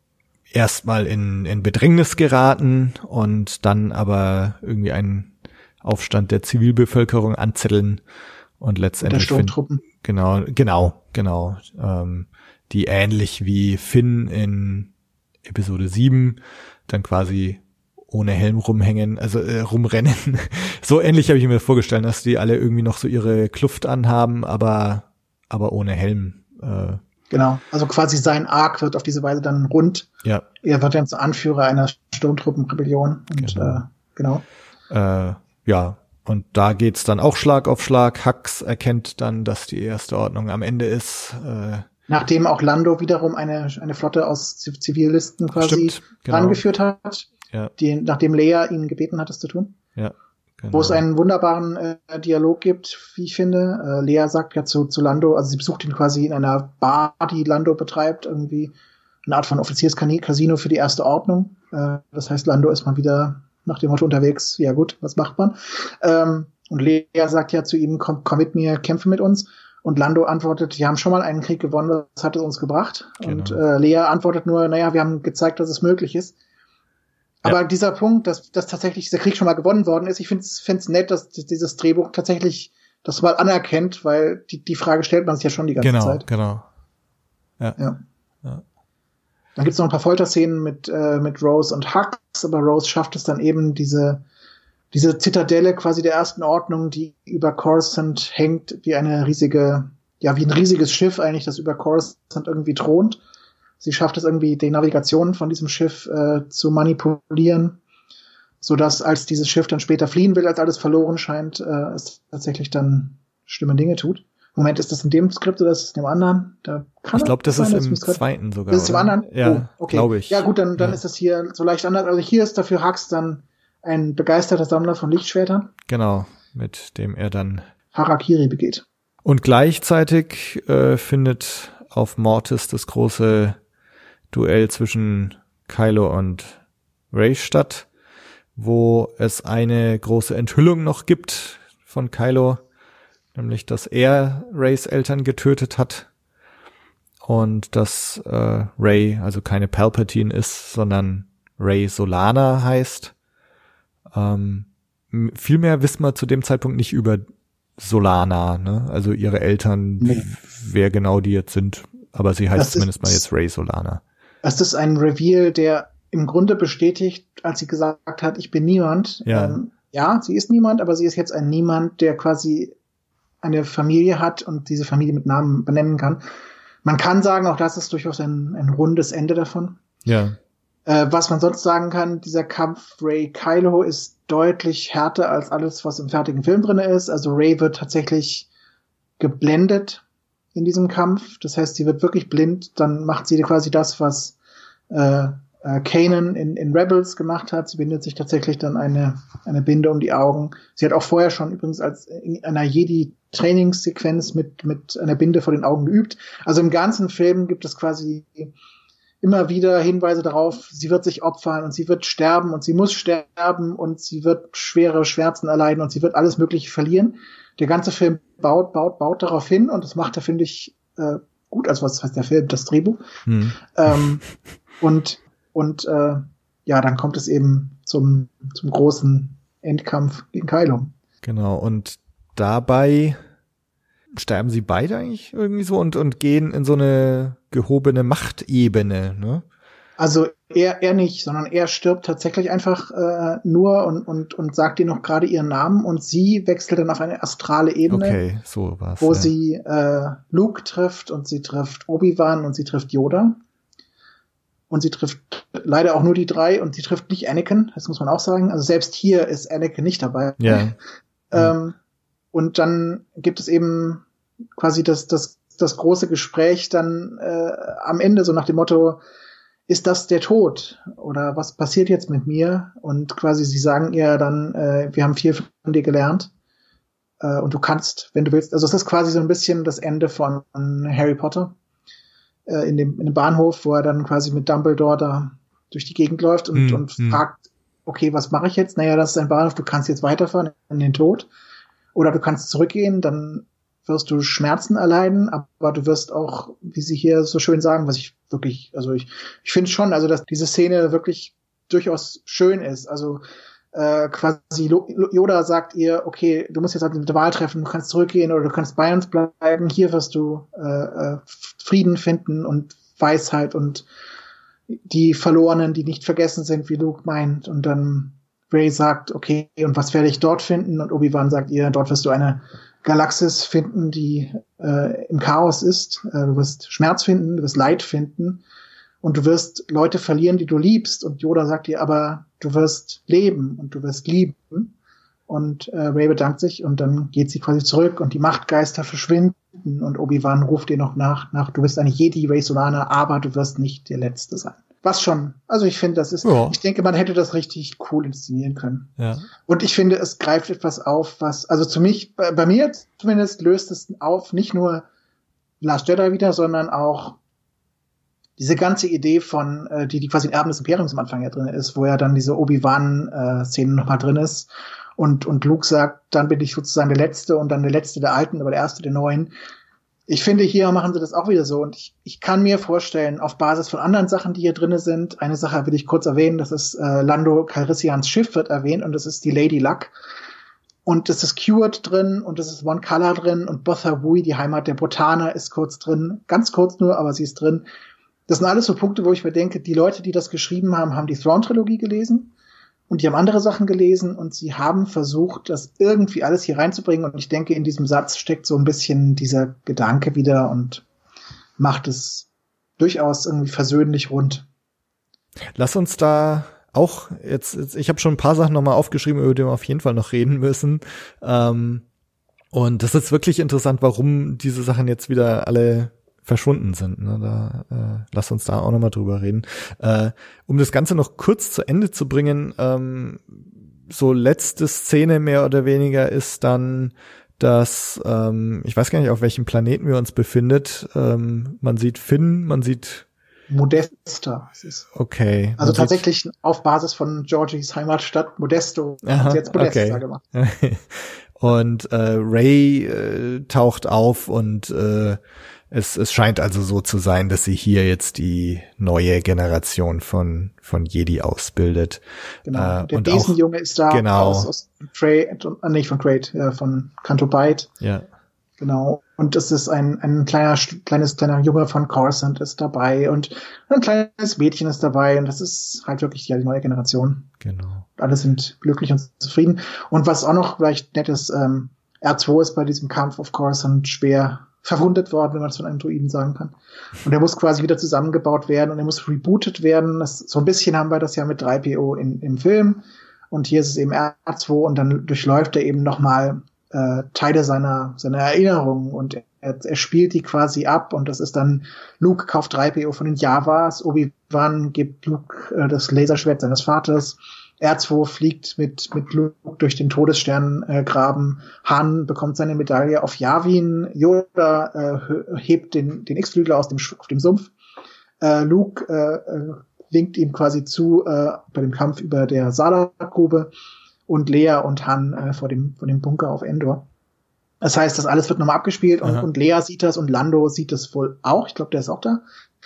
erstmal in in Bedrängnis geraten und dann aber irgendwie einen Aufstand der Zivilbevölkerung anzetteln und letztendlich der Sturmtruppen. Genau, genau, genau. Ähm, die ähnlich wie Finn in Episode sieben dann quasi ohne Helm rumhängen, also äh, rumrennen. So ähnlich habe ich mir vorgestellt, dass die alle irgendwie noch so ihre Kluft anhaben, aber aber ohne Helm. Äh. Genau, also quasi sein Arc wird auf diese Weise dann rund. Ja. Er wird dann zum Anführer einer Sturmtruppenrebellion. Und genau. Äh, genau. Äh, ja. Und da geht's dann auch Schlag auf Schlag. Hux erkennt dann, dass die Erste Ordnung am Ende ist. Äh, Nachdem auch Lando wiederum eine eine Flotte aus Zivilisten quasi Stimmt, genau. rangeführt hat, ja. die, nachdem Leia ihn gebeten hat, das zu tun. Ja, genau. Wo es einen wunderbaren äh, Dialog gibt, wie ich finde. Äh, Leia sagt ja zu, zu Lando, also sie besucht ihn quasi in einer Bar, die Lando betreibt, irgendwie eine Art von Offizierscasino für die Erste Ordnung. Äh, das heißt, Lando ist mal wieder nach dem Motto unterwegs, ja gut, was macht man? Ähm, und Leia sagt ja zu ihm, komm, komm mit mir, kämpfe mit uns. Und Lando antwortet, wir haben schon mal einen Krieg gewonnen, was hat es uns gebracht? Genau. Und äh, Leia antwortet nur, naja, wir haben gezeigt, dass es möglich ist. Aber ja. dieser Punkt, dass, dass tatsächlich dieser Krieg schon mal gewonnen worden ist, ich finde es nett, dass dieses Drehbuch tatsächlich das mal anerkennt, weil die, die Frage stellt man sich ja schon die ganze genau, Zeit. Genau, genau. Ja. ja. Dann gibt's noch ein paar Folterszenen mit äh, mit Rose und Hux, aber Rose schafft es dann eben, diese diese Zitadelle quasi der Ersten Ordnung, die über Coruscant hängt, wie eine riesige, ja, wie ein riesiges Schiff eigentlich, das über Coruscant irgendwie thront. Sie schafft es irgendwie, die Navigation von diesem Schiff äh, zu manipulieren, so dass als dieses Schiff dann später fliehen will, als alles verloren scheint, äh, es tatsächlich dann schlimme Dinge tut. Moment, ist das in dem Skript oder ist es in dem anderen? Da kann ich glaube, das sein, ist im zweiten sogar. Das ist im anderen? Ja, oh, okay. glaube ich. Ja gut, dann, dann ja. ist es hier so leicht anders. Also hier ist dafür Hux dann ein begeisterter Sammler von Lichtschwertern. Genau, mit dem er dann Harakiri begeht. Und gleichzeitig äh, findet auf Mortis das große Duell zwischen Kylo und Rey statt, wo es eine große Enthüllung noch gibt von Kylo, nämlich dass er Reys Eltern getötet hat und dass äh, Rey also keine Palpatine ist, sondern Rey Solana heißt. Ähm, viel mehr wissen wir zu dem Zeitpunkt nicht über Solana, ne? Also ihre Eltern, nee. wer genau die jetzt sind, aber sie heißt zumindest mal jetzt Rey Solana. Das ist ein Reveal, der im Grunde bestätigt, als sie gesagt hat, ich bin niemand. Ja. Ähm, ja, sie ist niemand, aber sie ist jetzt ein Niemand, der quasi eine Familie hat und diese Familie mit Namen benennen kann. Man kann sagen, auch das ist durchaus ein, ein rundes Ende davon. Ja. Äh, was man sonst sagen kann, dieser Kampf Rey-Kylo ist deutlich härter als alles, was im fertigen Film drin ist. Also Rey wird tatsächlich geblendet in diesem Kampf. Das heißt, sie wird wirklich blind. Dann macht sie quasi das, was äh, äh, Kanan in, in Rebels gemacht hat. Sie bindet sich tatsächlich dann eine, eine Binde um die Augen. Sie hat auch vorher schon übrigens als in einer Jedi-Trainingssequenz mit, mit einer Binde vor den Augen geübt. Also im ganzen Film gibt es quasi immer wieder Hinweise darauf, sie wird sich opfern und sie wird sterben und sie muss sterben und sie wird schwere Schmerzen erleiden und sie wird alles Mögliche verlieren. Der ganze Film baut, baut, baut darauf hin und das macht er, finde ich, äh, gut. Also was heißt der Film? Das Drehbuch. Hm. Ähm, und und äh, ja, dann kommt es eben zum zum großen Endkampf gegen Kylo. Genau, und dabei sterben sie beide eigentlich irgendwie so und und gehen in so eine gehobene Machtebene, ne? Also er er nicht, sondern er stirbt tatsächlich einfach äh, nur und und und sagt ihr noch gerade ihren Namen und sie wechselt dann auf eine astrale Ebene, okay, so war's, wo ja. sie äh, Luke trifft und sie trifft Obi-Wan und sie trifft Yoda und sie trifft leider auch nur die drei und sie trifft nicht Anakin, das muss man auch sagen. Also selbst hier ist Anakin nicht dabei. Ja. ähm, und dann gibt es eben quasi das das das große Gespräch dann äh, am Ende so nach dem Motto, ist das der Tod? Oder was passiert jetzt mit mir? Und quasi sie sagen ihr dann, äh, wir haben viel von dir gelernt äh, und du kannst, wenn du willst. Also es ist quasi so ein bisschen das Ende von Harry Potter äh, in dem in dem Bahnhof, wo er dann quasi mit Dumbledore da durch die Gegend läuft und, mm, und mm. fragt, okay, was mache ich jetzt? Naja, das ist ein Bahnhof, du kannst jetzt weiterfahren in den Tod. Oder du kannst zurückgehen, dann wirst du Schmerzen erleiden, aber du wirst auch, wie sie hier so schön sagen, was ich wirklich, also ich, ich finde schon, also dass diese Szene wirklich durchaus schön ist. Also äh, quasi Yoda sagt ihr, okay, du musst jetzt halt eine Wahl treffen, du kannst zurückgehen oder du kannst bei uns bleiben. Hier wirst du äh, Frieden finden und Weisheit und die Verlorenen, die nicht vergessen sind, wie Luke meint. Und dann Rey sagt, okay, und was werde ich dort finden? Und Obi-Wan sagt ihr, dort wirst du eine Galaxis finden, die äh, im Chaos ist. Äh, du wirst Schmerz finden, du wirst Leid finden und du wirst Leute verlieren, die du liebst. Und Yoda sagt dir, aber du wirst leben und du wirst lieben. Und äh, Rey bedankt sich und dann geht sie quasi zurück und die Machtgeister verschwinden und Obi-Wan ruft ihr noch nach, nach du bist eine Jedi, Rey Solana, aber du wirst nicht der Letzte sein. Was schon. Also ich finde, das ist, ja. Ich denke, man hätte das richtig cool inszenieren können. Ja. Und ich finde, es greift etwas auf, was, also zu mich, bei, bei mir zumindest löst es auf, nicht nur Last Jedi wieder, sondern auch diese ganze Idee von, äh, die, die quasi in Erben des Imperiums am Anfang ja drin ist, wo ja dann diese Obi-Wan-Szene nochmal drin ist und, und Luke sagt, dann bin ich sozusagen der Letzte und dann der Letzte der Alten, aber der Erste der Neuen. Ich finde, hier machen sie das auch wieder so. Und ich, ich kann mir vorstellen, auf Basis von anderen Sachen, die hier drinne sind, eine Sache will ich kurz erwähnen, das ist äh, Lando Calrissians Schiff wird erwähnt und das ist die Lady Luck. Und es ist Qort drin und es ist Mon Cala drin und Botha Bui, die Heimat der Botaner, ist kurz drin. Ganz kurz nur, aber sie ist drin. Das sind alles so Punkte, wo ich mir denke, die Leute, die das geschrieben haben, haben die Thrawn-Trilogie gelesen. Und die haben andere Sachen gelesen und sie haben versucht, das irgendwie alles hier reinzubringen. Und ich denke, in diesem Satz steckt so ein bisschen dieser Gedanke wieder und macht es durchaus irgendwie versöhnlich rund. Lass uns da auch jetzt, jetzt ich habe schon ein paar Sachen nochmal aufgeschrieben, über die wir auf jeden Fall noch reden müssen. Ähm, und das ist wirklich interessant, warum diese Sachen jetzt wieder alle verschwunden sind. Ne? Da äh, lass uns da auch nochmal drüber reden. Äh, um das Ganze noch kurz zu Ende zu bringen, ähm, so letzte Szene mehr oder weniger ist dann, dass, ähm, ich weiß gar nicht, auf welchem Planeten wir uns befindet. Ähm, man sieht Finn, man sieht Modesta. Es ist okay. Also tatsächlich auf Basis von Georgies Heimatstadt Modesto. Aha, hat sie jetzt Modesta okay. gemacht. Und äh, Rey äh, taucht auf und äh, Es, es scheint also so zu sein, dass sie hier jetzt die neue Generation von von Jedi ausbildet. Genau. Äh, der und Besenjunge ist da genau. aus, aus Trey, äh, nicht von Crate, äh, von Canto Bight. Ja. Genau. Und es ist ein, ein kleiner, kleines, kleiner Junge von Coruscant ist dabei und ein kleines Mädchen ist dabei und das ist halt wirklich die neue Generation. Genau. Alle sind glücklich und zufrieden. Und was auch noch vielleicht nett ist, ähm, R zwei ist bei diesem Kampf auf Coruscant schwer verwundet worden, wenn man das von einem Druiden sagen kann. Und er muss quasi wieder zusammengebaut werden und er muss rebootet werden. Das, so ein bisschen haben wir das ja mit drei P O in, im Film. Und hier ist es eben R zwei und dann durchläuft er eben nochmal äh, Teile seiner seiner Erinnerungen und er, er spielt die quasi ab und das ist dann, Luke kauft drei P O von den Javas, Obi-Wan gibt Luke äh, das Laserschwert seines Vaters, R zwei fliegt mit mit Luke durch den Todessterngraben, äh, Han bekommt seine Medaille auf Yavin, Yoda äh, hebt den den X-Flügler aus dem auf dem Sumpf, äh, Luke äh, winkt ihm quasi zu äh, bei dem Kampf über der Sarlacc-Grube und Leia und Han äh, vor dem vor dem Bunker auf Endor. Das heißt, das alles wird nochmal abgespielt und, und Leia sieht das und Lando sieht das wohl auch. Ich glaube, der ist auch da.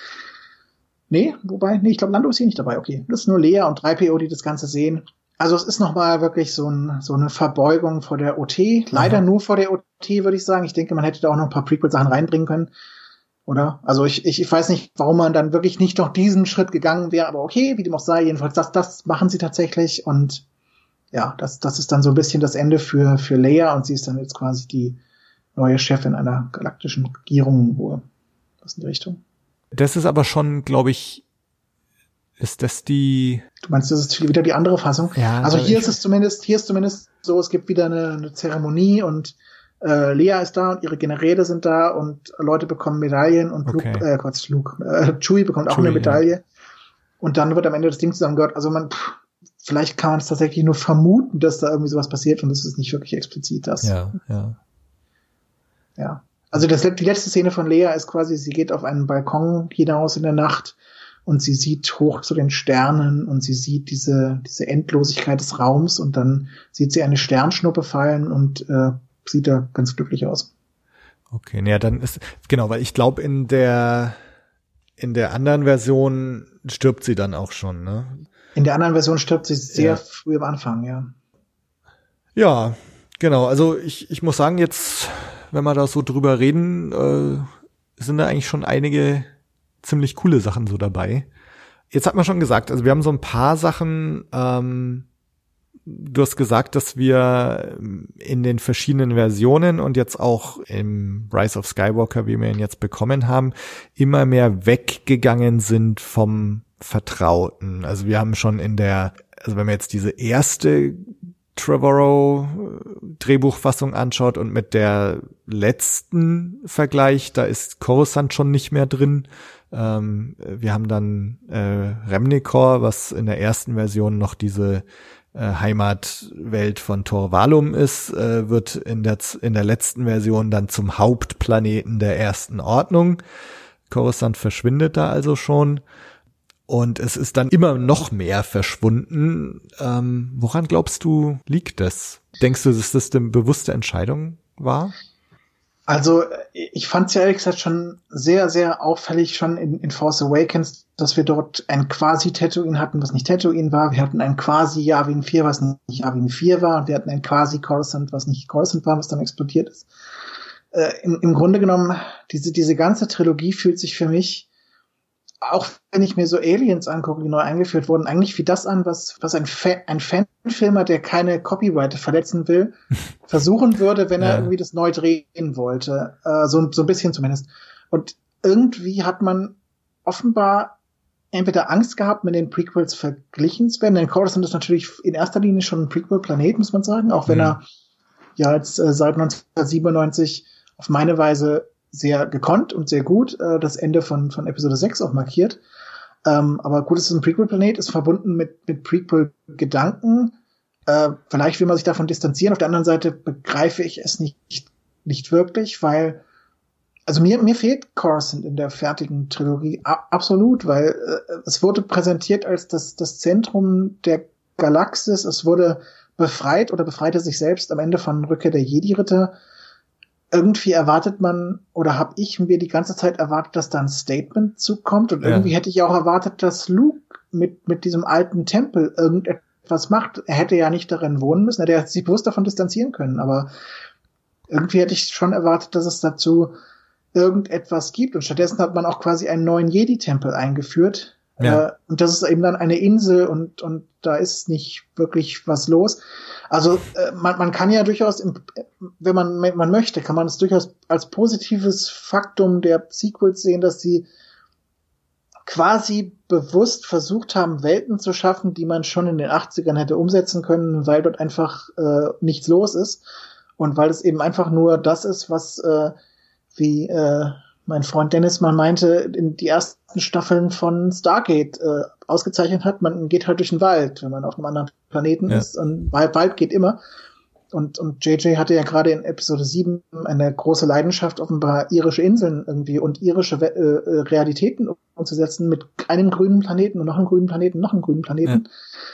Nee, wobei, nee, ich glaube, Lando ist hier nicht dabei. Okay, das ist nur Leia und drei P O, die das Ganze sehen. Also es ist nochmal wirklich so, ein, so eine Verbeugung vor der O T. Leider Aha. nur vor der O T, würde ich sagen. Ich denke, man hätte da auch noch ein paar Prequel-Sachen reinbringen können. Oder? Also ich, ich, ich weiß nicht, warum man dann wirklich nicht noch diesen Schritt gegangen wäre, aber okay, wie dem auch sei, jedenfalls das, das machen sie tatsächlich und ja, das, das ist dann so ein bisschen das Ende für, für Leia und sie ist dann jetzt quasi die neue Chefin einer galaktischen Regierung, wo, was in die Richtung. Das ist aber schon, glaube ich, ist das die... Du meinst, das ist wieder die andere Fassung? Ja. Also hier ist es zumindest, hier ist zumindest so, es gibt wieder eine, eine Zeremonie und äh, Leia ist da und ihre Generäle sind da und Leute bekommen Medaillen und okay. Luke, äh, Quatsch, Luke, äh, Chewie bekommt auch Chewie, eine Medaille. Ja. Und dann wird am Ende das Ding zusammengehört. Also man, pff, vielleicht kann man es tatsächlich nur vermuten, dass da irgendwie sowas passiert und das ist nicht wirklich explizit das. Ja, ja. Ja. Also das, die letzte Szene von Leia ist quasi, sie geht auf einen Balkon hinaus in der Nacht und sie sieht hoch zu den Sternen und sie sieht diese, diese Endlosigkeit des Raums und dann sieht sie eine Sternschnuppe fallen und äh, sieht da ganz glücklich aus. Okay, naja, dann ist, genau, weil ich glaube, in der, in der anderen Version stirbt sie dann auch schon, ne? In der anderen Version stirbt sie sehr ja. früh am Anfang, ja. Ja, genau. Also ich, ich muss sagen, jetzt, wenn wir da so drüber reden, äh, sind da eigentlich schon einige ziemlich coole Sachen so dabei. Jetzt hat man schon gesagt, also wir haben so ein paar Sachen, ähm, du hast gesagt, dass wir in den verschiedenen Versionen und jetzt auch im Rise of Skywalker, wie wir ihn jetzt bekommen haben, immer mehr weggegangen sind vom Vertrauten. Also wir haben schon in der, also wenn man jetzt diese erste Trevorrow Drehbuchfassung anschaut und mit der letzten Vergleich, da ist Coruscant schon nicht mehr drin. Ähm, wir haben dann äh, Remnicor, was in der ersten Version noch diese äh, Heimatwelt von Tor Valum ist, äh, wird in der in der letzten Version dann zum Hauptplaneten der Ersten Ordnung. Coruscant verschwindet da also schon. Und es ist dann immer noch mehr verschwunden. Ähm, woran glaubst du, liegt das? Denkst du, dass das eine bewusste Entscheidung war? Also ich fand es ja ehrlich gesagt schon sehr, sehr auffällig schon in, in Force Awakens, dass wir dort ein Quasi-Tatooine hatten, was nicht Tatooine war. Wir hatten ein Quasi-Yavin vier, was nicht Yavin vier war. Und wir hatten ein Quasi-Coruscant, was nicht Coruscant war, was dann explodiert ist. Äh, im, Im Grunde genommen, diese, diese ganze Trilogie fühlt sich für mich, auch wenn ich mir so Aliens angucke, die neu eingeführt wurden, eigentlich wie das an, was, was ein, Fan, ein Fanfilmer, der keine Copyright verletzen will, versuchen würde, wenn er ja. irgendwie das neu drehen wollte. Äh, so, so ein bisschen zumindest. Und irgendwie hat man offenbar entweder Angst gehabt, mit den Prequels verglichen zu werden. Denn Coruscant ist natürlich in erster Linie schon ein Prequel-Planet, muss man sagen. Auch wenn mhm. er ja jetzt äh, seit neunzehnhundertsiebenundneunzig auf meine Weise sehr gekonnt und sehr gut äh, das Ende von von Episode sechs auch markiert. Ähm, aber gut, es ist ein Prequel-Planet, ist verbunden mit mit Prequel-Gedanken. Äh, vielleicht will man sich davon distanzieren. Auf der anderen Seite begreife ich es nicht nicht wirklich, weil also mir mir fehlt Coruscant in der fertigen Trilogie a- absolut, weil äh, es wurde präsentiert als das das Zentrum der Galaxis. Es wurde befreit oder befreite sich selbst am Ende von Rückkehr der Jedi-Ritter. Irgendwie erwartet man, oder habe ich mir die ganze Zeit erwartet, dass da ein Statement zukommt. Und ja. irgendwie hätte ich auch erwartet, dass Luke mit mit diesem alten Tempel irgendetwas macht. Er hätte ja nicht darin wohnen müssen. Er hätte sich bewusst davon distanzieren können. Aber irgendwie hätte ich schon erwartet, dass es dazu irgendetwas gibt. Und stattdessen hat man auch quasi einen neuen Jedi-Tempel eingeführt. Ja. Äh, und das ist eben dann eine Insel und, und da ist nicht wirklich was los. Also äh, man, man kann ja durchaus, im, wenn man, man möchte, kann man es durchaus als positives Faktum der Sequels sehen, dass sie quasi bewusst versucht haben, Welten zu schaffen, die man schon in den achtzigern hätte umsetzen können, weil dort einfach äh, nichts los ist und weil es eben einfach nur das ist, was äh, wie äh, mein Freund Dennis mal meinte, in die ersten Staffeln von Stargate äh, ausgezeichnet hat. Man geht halt durch den Wald, wenn man auf einem anderen Planeten ja. ist. Und Wald geht immer. Und, und J J hatte ja gerade in Episode sieben eine große Leidenschaft, offenbar irische Inseln irgendwie und irische äh, Realitäten umzusetzen mit einem grünen Planeten und noch einem grünen Planeten, noch einem grünen Planeten. Ja.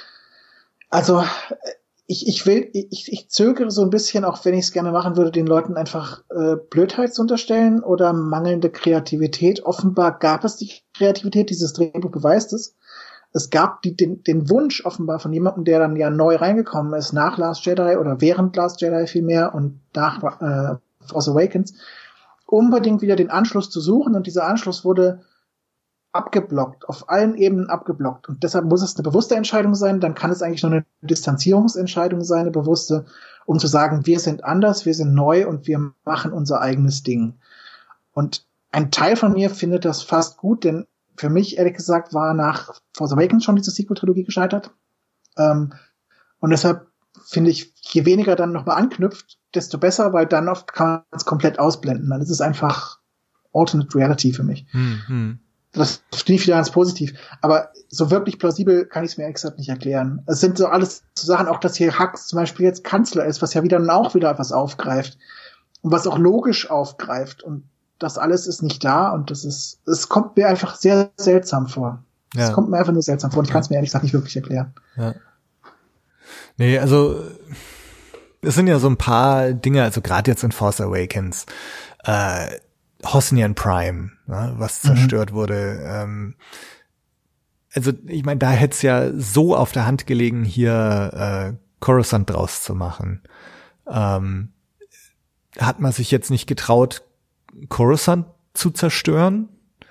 Also ich, ich will, ich, ich zögere so ein bisschen, auch wenn ich es gerne machen würde, den Leuten einfach äh, Blödheit zu unterstellen oder mangelnde Kreativität. Offenbar gab es die Kreativität, dieses Drehbuch beweist es. Es gab die, den, den Wunsch offenbar von jemandem, der dann ja neu reingekommen ist, nach Last Jedi oder während Last Jedi vielmehr und nach äh, Force Awakens, unbedingt wieder den Anschluss zu suchen. Und dieser Anschluss wurde abgeblockt, auf allen Ebenen abgeblockt. Und deshalb muss es eine bewusste Entscheidung sein. Dann kann es eigentlich nur eine Distanzierungsentscheidung sein, eine bewusste, um zu sagen, wir sind anders, wir sind neu und wir machen unser eigenes Ding. Und ein Teil von mir findet das fast gut, denn für mich, ehrlich gesagt, war nach Force Awakens schon diese Sequel-Trilogie gescheitert. Ähm, und deshalb finde ich, je weniger dann nochmal anknüpft, desto besser, weil dann oft kann man es komplett ausblenden. Dann ist es einfach Alternate Reality für mich. Hm, Das finde ich wieder ganz positiv. Aber so wirklich plausibel kann ich es mir ehrlich gesagt nicht erklären. Es sind so alles so Sachen, auch dass hier Hux zum Beispiel jetzt Kanzler ist, was ja wieder auch wieder etwas aufgreift. Und was auch logisch aufgreift. Und das alles ist nicht da und das ist, es kommt mir einfach sehr seltsam vor. Es ja. kommt mir einfach nur seltsam vor und ich kann es mir ehrlich gesagt nicht wirklich erklären. Ja. Nee, also es sind ja so ein paar Dinge, also gerade jetzt in Force Awakens, äh, Hosnian Prime, ne, was zerstört mhm. wurde. Ähm, also ich meine, da hätte es ja so auf der Hand gelegen, hier äh, Coruscant draus zu machen. Ähm, hat man sich jetzt nicht getraut, Coruscant zu zerstören?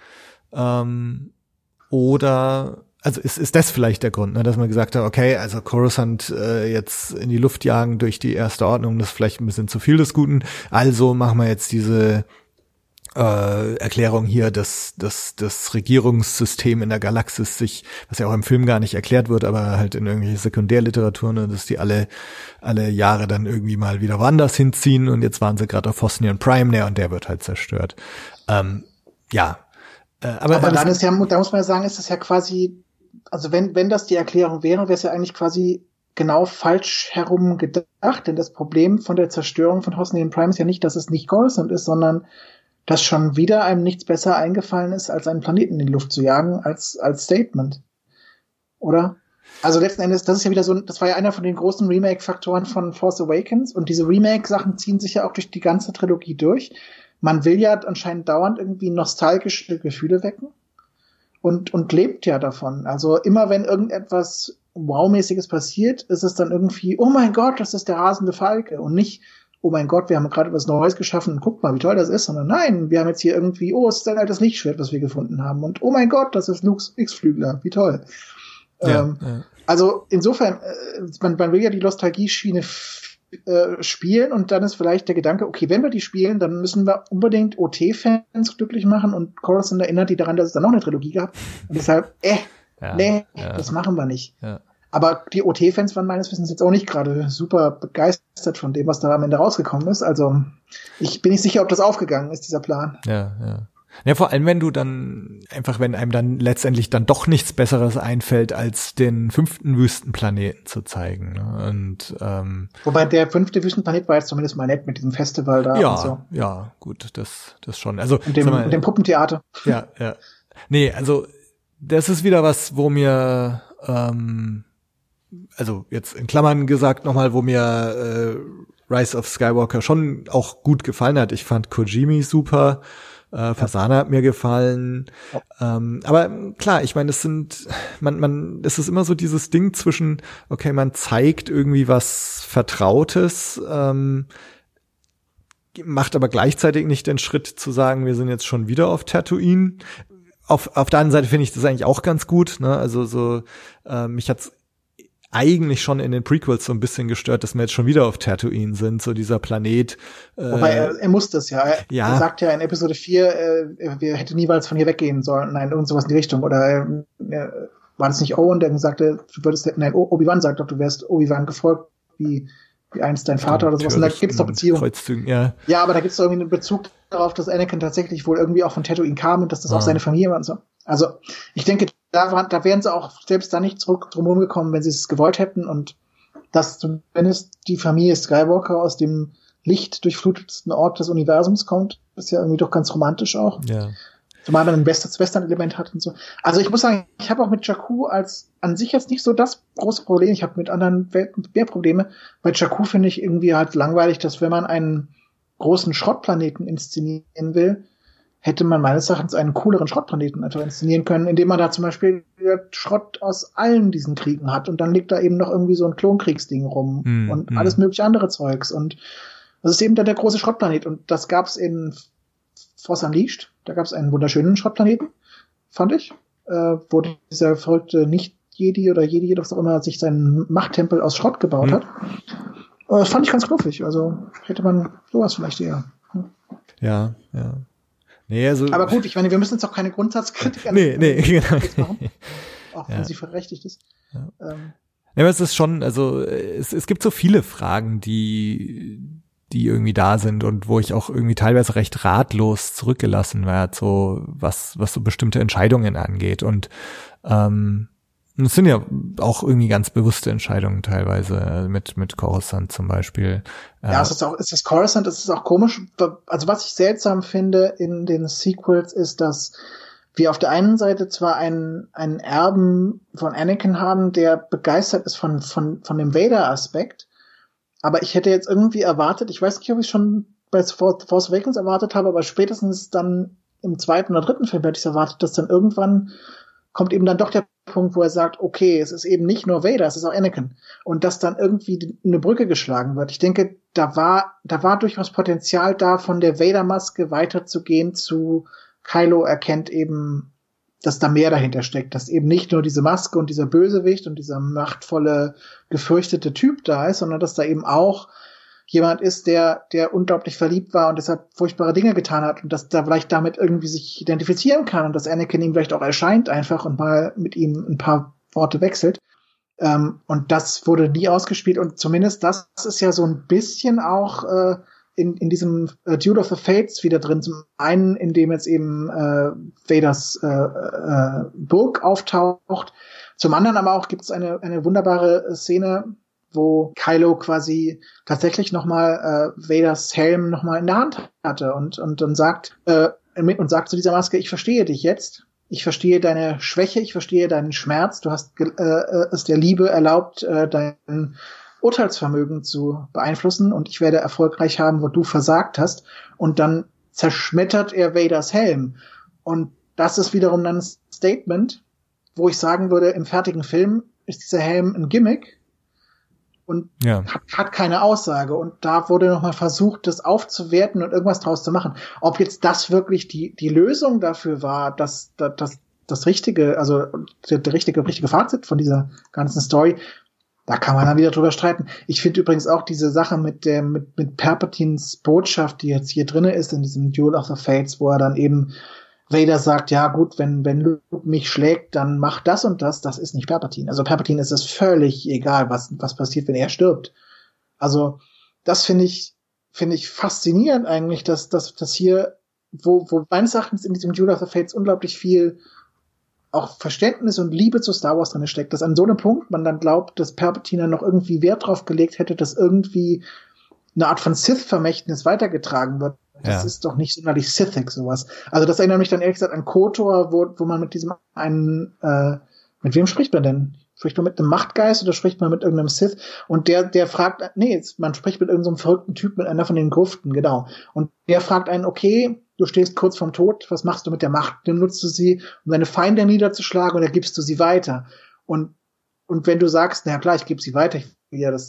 Ähm, oder, also ist, ist das vielleicht der Grund, ne, dass man gesagt hat, okay, also Coruscant äh, jetzt in die Luft jagen durch die Erste Ordnung, das ist vielleicht ein bisschen zu viel des Guten, also machen wir jetzt diese äh, Erklärung hier, dass, dass das Regierungssystem in der Galaxis sich, was ja auch im Film gar nicht erklärt wird, aber halt in irgendwelche Sekundärliteratur, ne, dass die alle alle Jahre dann irgendwie mal wieder woanders hinziehen und jetzt waren sie gerade auf Hosnian Prime, ne, und der wird halt zerstört. Ähm, ja. Äh, aber aber dann ist ja, da muss man ja sagen, ist das ja quasi, also wenn wenn das die Erklärung wäre, wäre es ja eigentlich quasi genau falsch herum gedacht, denn das Problem von der Zerstörung von Hosnian Prime ist ja nicht, dass es nicht Coruscant ist, sondern dass schon wieder einem nichts besser eingefallen ist, als einen Planeten in die Luft zu jagen, als, als Statement. Oder? Also letzten Endes, das ist ja wieder so, das war ja einer von den großen Remake-Faktoren von Force Awakens und diese Remake-Sachen ziehen sich ja auch durch die ganze Trilogie durch. Man will ja anscheinend dauernd irgendwie nostalgische Gefühle wecken und, und lebt ja davon. Also immer wenn irgendetwas Wow-mäßiges passiert, ist es dann irgendwie, oh mein Gott, das ist der rasende Falke und nicht, oh mein Gott, wir haben gerade was Neues geschaffen und guckt mal, wie toll das ist, sondern nein, wir haben jetzt hier irgendwie, oh, es ist ein altes Lichtschwert, was wir gefunden haben und oh mein Gott, das ist Lukes X-Flügler, wie toll. Ja, ähm, ja. Also insofern, äh, man, man will ja die Nostalgie-Schiene f- äh, spielen und dann ist vielleicht der Gedanke, okay, wenn wir die spielen, dann müssen wir unbedingt O T-Fans glücklich machen und Coruscant erinnert die daran, dass es da noch eine Trilogie gab und deshalb, äh, Ja, nee, ja. das machen wir nicht. Ja. Aber die O T-Fans waren meines Wissens jetzt auch nicht gerade super begeistert von dem, was da am Ende rausgekommen ist. Also ich bin nicht sicher, ob das aufgegangen ist, dieser Plan. Ja, ja. Ja, vor allem, wenn du dann, einfach wenn einem dann letztendlich dann doch nichts Besseres einfällt, als den fünften Wüstenplaneten zu zeigen. Ne? Und ähm, wobei der fünfte Wüstenplanet war jetzt zumindest mal nett mit diesem Festival da ja, und so. Ja, gut, das das schon. Also und dem, sag mal, und dem Puppentheater. Ja, ja. Nee, also das ist wieder was, wo mir ähm, also jetzt in Klammern gesagt nochmal, wo mir äh, Rise of Skywalker schon auch gut gefallen hat. Ich fand Kojimi super, äh, Fasana hat mir gefallen. Ja. Ähm, aber klar, ich meine, es sind, man, man, es ist immer so dieses Ding zwischen, okay, man zeigt irgendwie was Vertrautes, ähm, macht aber gleichzeitig nicht den Schritt zu sagen, wir sind jetzt schon wieder auf Tatooine. Auf, auf der anderen Seite finde ich das eigentlich auch ganz gut, ne? Also so, äh, mich hat's eigentlich schon in den Prequels so ein bisschen gestört, dass wir jetzt schon wieder auf Tatooine sind, so dieser Planet. Äh, Wobei er, er muss das ja. Er, ja. er sagt ja in Episode vier, äh, wir hätten niemals von hier weggehen sollen. Nein, irgend sowas in die Richtung. Oder äh, war das nicht Owen, der sagte, du würdest, nein, Obi-Wan sagt doch, du wärst Obi-Wan gefolgt, wie, wie einst dein Vater oder sowas. Und da gibt's doch Beziehungen. Kreuzzügen, ja. Ja, aber da gibt's doch irgendwie einen Bezug darauf, dass Anakin tatsächlich wohl irgendwie auch von Tatooine kam und dass das ah. auch seine Familie war und so. Also, ich denke, da, war, da wären sie auch selbst da nicht zurück drum gekommen, wenn sie es gewollt hätten und dass zumindest die Familie Skywalker aus dem lichtdurchflutetsten Ort des Universums kommt, ist ja irgendwie doch ganz romantisch auch. Ja. Zumal man ein bestes Western-Element hat und so. Also ich muss sagen, ich habe auch mit Jakku als an sich jetzt nicht so das große Problem. Ich habe mit anderen Welten mehr Probleme. Bei Jakku finde ich irgendwie halt langweilig, dass wenn man einen großen Schrottplaneten inszenieren will, hätte man meines Erachtens einen cooleren Schrottplaneten einfach inszenieren können, indem man da zum Beispiel Schrott aus allen diesen Kriegen hat und dann liegt da eben noch irgendwie so ein Klonkriegsding rum mm, und mm. alles mögliche andere Zeugs und das ist eben dann der große Schrottplanet und das gab's in Force Unleashed, da gab's einen wunderschönen Schrottplaneten, fand ich, äh, wo dieser verrückte Nicht-Jedi oder Jedi, was auch immer, sich seinen Machttempel aus Schrott gebaut mm. hat. Äh, das fand ich ganz knuffig, also hätte man sowas vielleicht eher. Hm. Ja, ja. Nee, also aber gut, ich meine, wir müssen jetzt auch keine Grundsatzkritik an nee, nee, genau. machen, auch wenn ja. sie berechtigt ist. Ja. Ähm. Ja, aber es ist schon, also es, es gibt so viele Fragen, die die irgendwie da sind und wo ich auch irgendwie teilweise recht ratlos zurückgelassen werde, so was was so bestimmte Entscheidungen angeht und ähm, es sind ja auch irgendwie ganz bewusste Entscheidungen teilweise mit mit Coruscant zum Beispiel. Ja, es ist auch, ist das Coruscant, es ist auch komisch. Also was ich seltsam finde in den Sequels ist, dass wir auf der einen Seite zwar einen einen Erben von Anakin haben, der begeistert ist von von von dem Vader-Aspekt, aber ich hätte jetzt irgendwie erwartet, ich weiß nicht, ob ich schon bei Force Awakens erwartet habe, aber spätestens dann im zweiten oder dritten Film hätte ich erwartet, dass dann irgendwann kommt eben dann doch der Punkt, wo er sagt, okay, es ist eben nicht nur Vader, es ist auch Anakin. Und dass dann irgendwie eine Brücke geschlagen wird. Ich denke, da war, da war durchaus Potenzial da, von der Vader-Maske weiterzugehen zu Kylo erkennt eben, dass da mehr dahinter steckt, dass eben nicht nur diese Maske und dieser Bösewicht und dieser machtvolle, gefürchtete Typ da ist, sondern dass da eben auch jemand ist, der, der unglaublich verliebt war und deshalb furchtbare Dinge getan hat und dass da vielleicht damit irgendwie sich identifizieren kann und dass Anakin ihm vielleicht auch erscheint einfach und mal mit ihm ein paar Worte wechselt. Ähm, und das wurde nie ausgespielt und zumindest das ist ja so ein bisschen auch äh, in, in diesem äh, Duel of the Fates wieder drin. Zum einen, in dem jetzt eben äh, Vaders äh, äh, Burg auftaucht. Zum anderen aber auch gibt es eine, eine wunderbare Szene, wo Kylo quasi tatsächlich nochmal äh, Vaders Helm nochmal in der Hand hatte und und dann sagt äh, und sagt zu dieser Maske, ich verstehe dich jetzt, ich verstehe deine Schwäche, ich verstehe deinen Schmerz, du hast äh, es der Liebe erlaubt, äh, dein Urteilsvermögen zu beeinflussen und ich werde erfolgreich haben, wo du versagt hast und dann zerschmettert er Vaders Helm und das ist wiederum dann ein Statement, wo ich sagen würde, im fertigen Film ist dieser Helm ein Gimmick und ja. hat, hat keine Aussage. Und da wurde nochmal versucht, das aufzuwerten und irgendwas draus zu machen. Ob jetzt das wirklich die die Lösung dafür war, dass das, das, das richtige, also der, der richtige, richtige Fazit von dieser ganzen Story, da kann man dann wieder drüber streiten. Ich finde übrigens auch diese Sache mit der mit mit Palpatines Botschaft, die jetzt hier drinne ist in diesem Duel of the Fates, wo er dann eben Vader sagt, ja gut, wenn wenn Luke mich schlägt, dann mach das und das, das ist nicht Palpatine. Also Palpatine ist es völlig egal, was was passiert, wenn er stirbt. Also das finde ich finde ich faszinierend eigentlich, dass dass dass hier, wo wo meines Erachtens in diesem Duel of the Fates unglaublich viel auch Verständnis und Liebe zu Star Wars drin steckt, dass an so einem Punkt man dann glaubt, dass Palpatine noch irgendwie Wert drauf gelegt hätte, dass irgendwie eine Art von Sith-Vermächtnis weitergetragen wird. Das ja. ist doch nicht sonderlich Sithig, sowas. Also das erinnert mich dann ehrlich gesagt an KOTOR, wo, wo man mit diesem einen, äh, mit wem spricht man denn? Spricht man mit einem Machtgeist oder spricht man mit irgendeinem Sith? Und der, der fragt, nee, man spricht mit irgendeinem so verrückten Typ, mit einer von den Gruften, genau. Und der fragt einen, okay, du stehst kurz vorm Tod, was machst du mit der Macht? Dann nutzt du sie, um deine Feinde niederzuschlagen oder gibst du sie weiter? Und, und wenn du sagst, na ja, klar, ich gebe sie weiter, ich will ja, dass das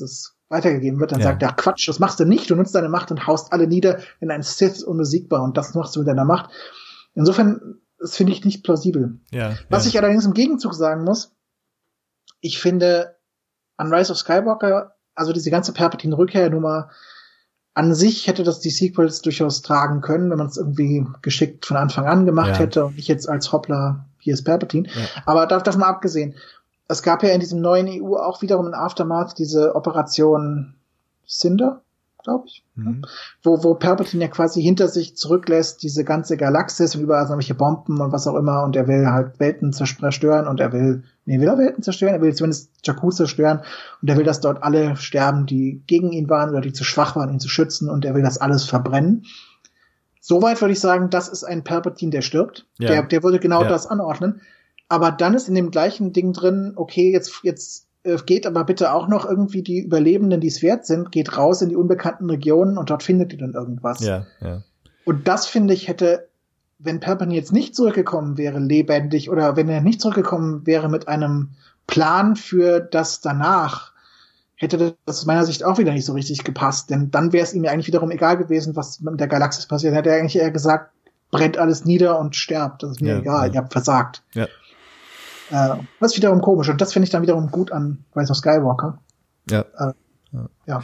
weitergegeben wird, dann ja. sagt er, Quatsch, das machst du nicht, du nutzt deine Macht und haust alle nieder in einen Sith unbesiegbar und das machst du mit deiner Macht. Insofern, das finde ich nicht plausibel. Ja, Was ja. ich allerdings im Gegenzug sagen muss, ich finde an Rise of Skywalker, also diese ganze Palpatine-Rückkehr-Nummer an sich hätte das die Sequels durchaus tragen können, wenn man es irgendwie geschickt von Anfang an gemacht ja. hätte und nicht jetzt als Hoppla, hier ist Palpatine. Ja. Aber davon mal abgesehen, es gab ja in diesem neuen E U auch wiederum in Aftermath diese Operation Cinder, glaube ich, Mhm. wo, wo Palpatine ja quasi hinter sich zurücklässt, diese ganze Galaxis und überall so irgendwelche Bomben und was auch immer und er will halt Welten zerstören und er will, nee, will er Welten zerstören? Er will zumindest Jakku zerstören und er will, dass dort alle sterben, die gegen ihn waren oder die zu schwach waren, ihn zu schützen und er will das alles verbrennen. Soweit würde ich sagen, das ist ein Palpatine, der stirbt. Ja. Der, der würde genau Ja. das anordnen. Aber dann ist in dem gleichen Ding drin, okay, jetzt, jetzt äh, geht aber bitte auch noch irgendwie die Überlebenden, die es wert sind, geht raus in die unbekannten Regionen und dort findet ihr dann irgendwas. Ja, ja. Und das, finde ich, hätte, wenn Palpatine jetzt nicht zurückgekommen wäre, lebendig, oder wenn er nicht zurückgekommen wäre mit einem Plan für das danach, hätte das aus meiner Sicht auch wieder nicht so richtig gepasst. Denn dann wäre es ihm ja eigentlich wiederum egal gewesen, was mit der Galaxis passiert. Dann hätte er eigentlich eher gesagt, brennt alles nieder und sterbt. Das ist mir Ja, egal, ja. ihr habt versagt. Ja. Äh, das ist wiederum komisch. Und das finde ich dann wiederum gut an Rise of Skywalker. Ja. Äh, ja.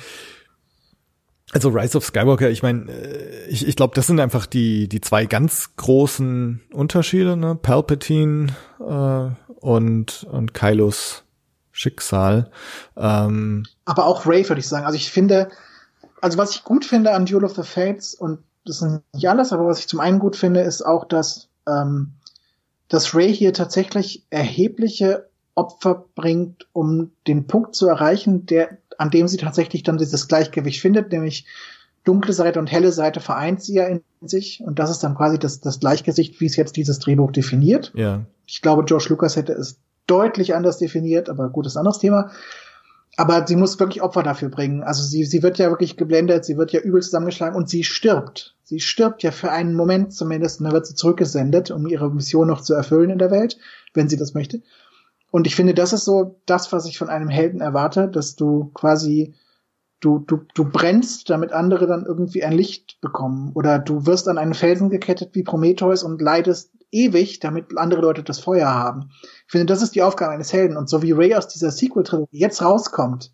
Also Rise of Skywalker, ich meine, ich, ich glaube, das sind einfach die die zwei ganz großen Unterschiede, ne? Palpatine äh, und und Kylos Schicksal. Ähm, Aber auch Rey, würde ich sagen. Also ich finde, also was ich gut finde an Duel of the Fates, und das ist nicht alles, aber was ich zum einen gut finde, ist auch, dass, ähm, dass Rey hier tatsächlich erhebliche Opfer bringt, um den Punkt zu erreichen, der, an dem sie tatsächlich dann dieses Gleichgewicht findet, nämlich dunkle Seite und helle Seite vereint sie ja in sich, und das ist dann quasi das, das Gleichgewicht, wie es jetzt dieses Drehbuch definiert. ja. Ich glaube, George Lucas hätte es deutlich anders definiert, aber gut, das ist ein anderes Thema. Aber sie muss wirklich Opfer dafür bringen. Also sie, sie wird ja wirklich geblendet, sie wird ja übel zusammengeschlagen und sie stirbt. Sie stirbt ja für einen Moment zumindest, und dann wird sie zurückgesendet, um ihre Mission noch zu erfüllen in der Welt, wenn sie das möchte. Und ich finde, das ist so das, was ich von einem Helden erwarte, dass du quasi, du, du, du brennst, damit andere dann irgendwie ein Licht bekommen. Oder du wirst an einen Felsen gekettet wie Prometheus und leidest ewig, damit andere Leute das Feuer haben. Ich finde, das ist die Aufgabe eines Helden. Und so wie Rey aus dieser Sequel-Trilogie jetzt rauskommt,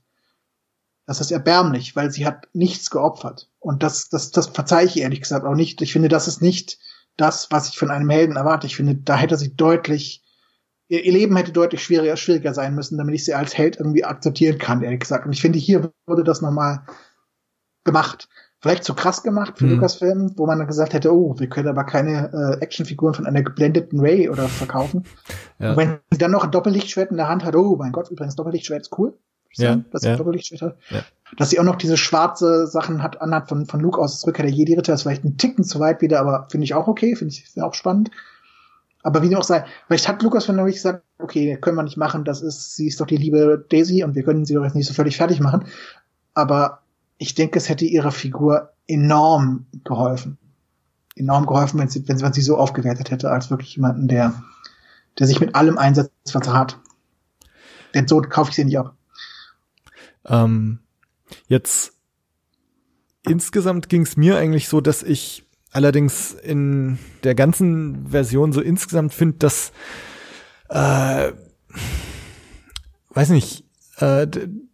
das ist erbärmlich, weil sie hat nichts geopfert. Und das, das, das verzeihe ich ihr ehrlich gesagt auch nicht. Ich finde, das ist nicht das, was ich von einem Helden erwarte. Ich finde, da hätte sie deutlich, ihr, ihr Leben hätte deutlich schwieriger, schwieriger sein müssen, damit ich sie als Held irgendwie akzeptieren kann, ehrlich gesagt. Und ich finde, hier wurde das nochmal gemacht. Vielleicht zu krass gemacht für Hm. Lucasfilm, wo man dann gesagt hätte, oh, wir können aber keine äh, Actionfiguren von einer geblendeten Rey oder verkaufen. Ja. Und wenn sie dann noch ein Doppellichtschwert in der Hand hat, oh mein Gott, übrigens, Doppellichtschwert ist cool. Ja, Sagen, dass sie ja. ein Doppellichtschwert hat. Ja. Dass sie auch noch diese schwarze Sachen hat, anhat von, von Luke aus Rückkehr der Jedi-Ritter, ist vielleicht ein Ticken zu weit wieder, aber finde ich auch okay, finde ich auch spannend. Aber wie dem auch sei, vielleicht hat Lukas von nämlich gesagt, okay, können wir nicht machen, das ist, sie ist doch die liebe Daisy und wir können sie doch jetzt nicht so völlig fertig machen. Aber ich denke, es hätte ihrer Figur enorm geholfen. Enorm geholfen, wenn sie, wenn sie, wenn sie so aufgewertet hätte, als wirklich jemanden, der, der sich mit allem einsetzt, was er hat. Denn so kaufe ich sie nicht ab. Ähm, jetzt insgesamt ging es mir eigentlich so, dass ich allerdings in der ganzen Version so insgesamt finde, dass äh, weiß nicht, äh,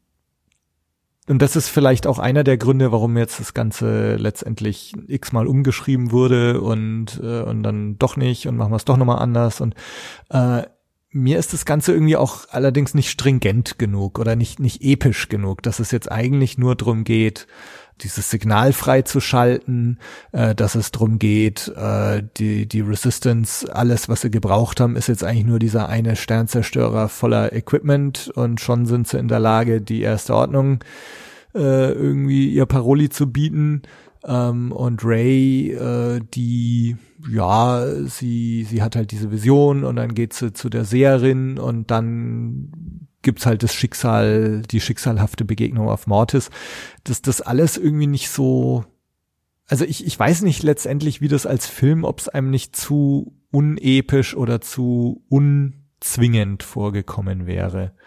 und das ist vielleicht auch einer der Gründe, warum jetzt das Ganze letztendlich x-mal umgeschrieben wurde und äh, und dann doch nicht und machen wir es doch nochmal anders. Und äh, mir ist das Ganze irgendwie auch allerdings nicht stringent genug oder nicht nicht episch genug, dass es jetzt eigentlich nur drum geht, dieses Signal freizuschalten, äh, dass es drum geht, äh, die die Resistance, alles, was sie gebraucht haben, ist jetzt eigentlich nur dieser eine Sternzerstörer voller Equipment und schon sind sie in der Lage, die Erste Ordnung äh, irgendwie ihr Paroli zu bieten. Ähm, und Rey, äh, die, ja, sie sie hat halt diese Vision und dann geht sie zu der Seherin und dann gibt's halt das Schicksal, die schicksalhafte Begegnung auf Mortis, dass das alles irgendwie nicht so, also ich ich weiß nicht letztendlich, wie das als Film, ob es einem nicht zu unepisch oder zu unzwingend vorgekommen wäre.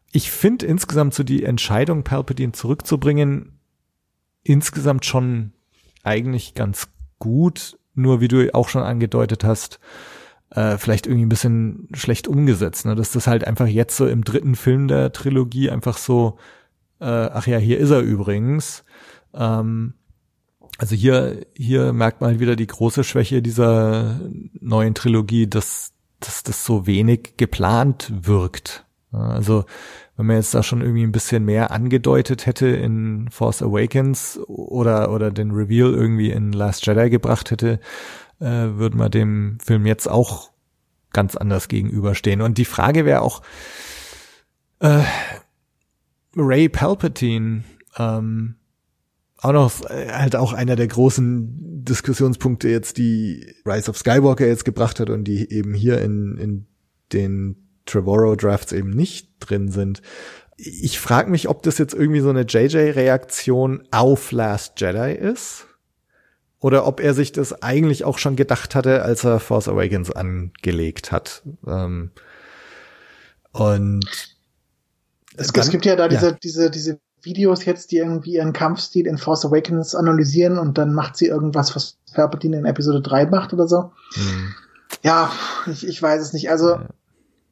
ich finde insgesamt so die Entscheidung, Palpatine zurückzubringen, insgesamt schon eigentlich ganz gut. Nur wie du auch schon angedeutet hast, äh, vielleicht irgendwie ein bisschen schlecht umgesetzt. Ne? Dass das halt einfach jetzt so im dritten Film der Trilogie einfach so, äh, ach ja, hier ist er übrigens. Ähm, also hier hier merkt man halt wieder die große Schwäche dieser neuen Trilogie, dass, dass das so wenig geplant wirkt. Also wenn man jetzt da schon irgendwie ein bisschen mehr angedeutet hätte in Force Awakens oder oder den Reveal irgendwie in Last Jedi gebracht hätte, äh, würde man dem Film jetzt auch ganz anders gegenüberstehen. Und die Frage wäre auch, äh, Rey Palpatine, ähm, auch noch äh, halt auch einer der großen Diskussionspunkte jetzt, die Rise of Skywalker jetzt gebracht hat und die eben hier in in den Trevorrow Drafts eben nicht drin sind. Ich frage mich, ob das jetzt irgendwie so eine J J-Reaktion auf Last Jedi ist oder ob er sich das eigentlich auch schon gedacht hatte, als er Force Awakens angelegt hat. Ähm, und es, dann, es gibt ja da diese, ja. diese, diese Videos jetzt, die irgendwie ihren Kampfstil in Force Awakens analysieren und dann macht sie irgendwas, was Palpatine in Episode drei macht oder so. Hm. Ja, ich, ich weiß es nicht. Also, ja.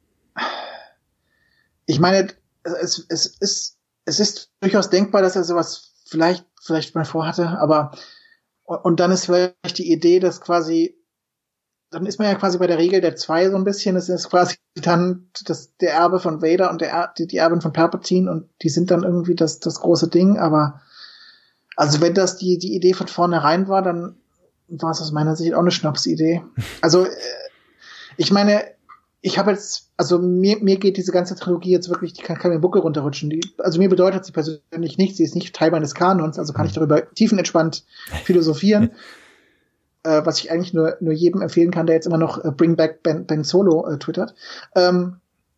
Ich meine, es, es ist, es ist durchaus denkbar, dass er sowas vielleicht, vielleicht mal vorhatte, aber, und dann ist vielleicht die Idee, dass quasi, dann ist man ja quasi bei der Regel der zwei so ein bisschen, es ist quasi dann das, der Erbe von Vader und der, die, die Erbin von Palpatine und die sind dann irgendwie das, das große Ding, aber, also wenn das die, die Idee von vornherein war, dann war es aus meiner Sicht auch eine Schnapsidee. Also, ich meine, ich habe jetzt, also mir, mir geht diese ganze Trilogie jetzt wirklich, die kann, kann mir den Buckel runterrutschen. Die, also mir bedeutet sie persönlich nichts, sie ist nicht Teil meines Kanons, also kann ich darüber tiefenentspannt philosophieren. äh, was ich eigentlich nur, nur jedem empfehlen kann, der jetzt immer noch äh, Bring Back Ben, Ben Solo äh, twittert. Ähm,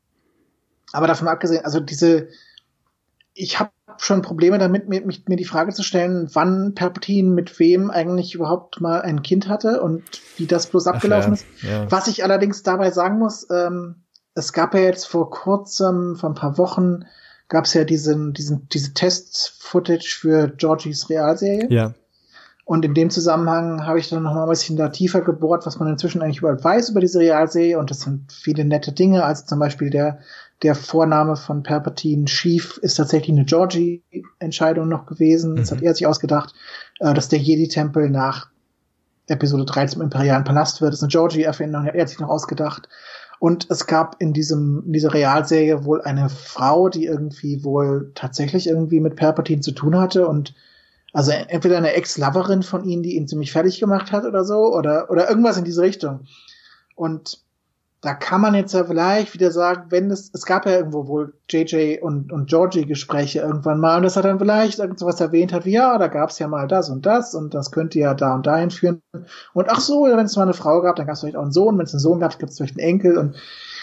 aber davon abgesehen, also diese, ich habe schon Probleme damit, mir, mich, mir die Frage zu stellen, wann Palpatine mit wem eigentlich überhaupt mal ein Kind hatte und wie das bloß abgelaufen Ach, ja, ist. ja. Was ich allerdings dabei sagen muss, ähm, es gab ja jetzt vor kurzem, vor ein paar Wochen, gab es ja diesen, diesen, diese Test-Footage für Georgies Realserie. Ja. Und in dem Zusammenhang habe ich dann noch mal ein bisschen da tiefer gebohrt, was man inzwischen eigentlich überhaupt weiß über diese Realserie. Und das sind viele nette Dinge. Also zum Beispiel der, der Vorname von Palpatine, Sheev, ist tatsächlich eine Georgie-Entscheidung noch gewesen. Das mhm. hat er sich ausgedacht. Äh, dass der Jedi-Tempel nach Episode drei zum imperialen Palast wird, ist eine Georgie-Erfindung. Hat er sich noch ausgedacht. Und es gab in diesem, in dieser Realserie wohl eine Frau, die irgendwie wohl tatsächlich irgendwie mit Palpatine zu tun hatte und also entweder eine Ex-Loverin von ihm, die ihn ziemlich fertig gemacht hat oder so, oder, oder irgendwas in diese Richtung. Und da kann man jetzt ja vielleicht wieder sagen, wenn es, es gab ja irgendwo wohl J J und, und Georgie Gespräche irgendwann mal, und dass er dann vielleicht irgendwas erwähnt hat, wie ja, da gab's ja mal das und das, und das könnte ja da und dahin führen. Und ach so, wenn es mal eine Frau gab, dann gab's vielleicht auch einen Sohn, wenn es einen Sohn gab, gibt's vielleicht einen Enkel, und,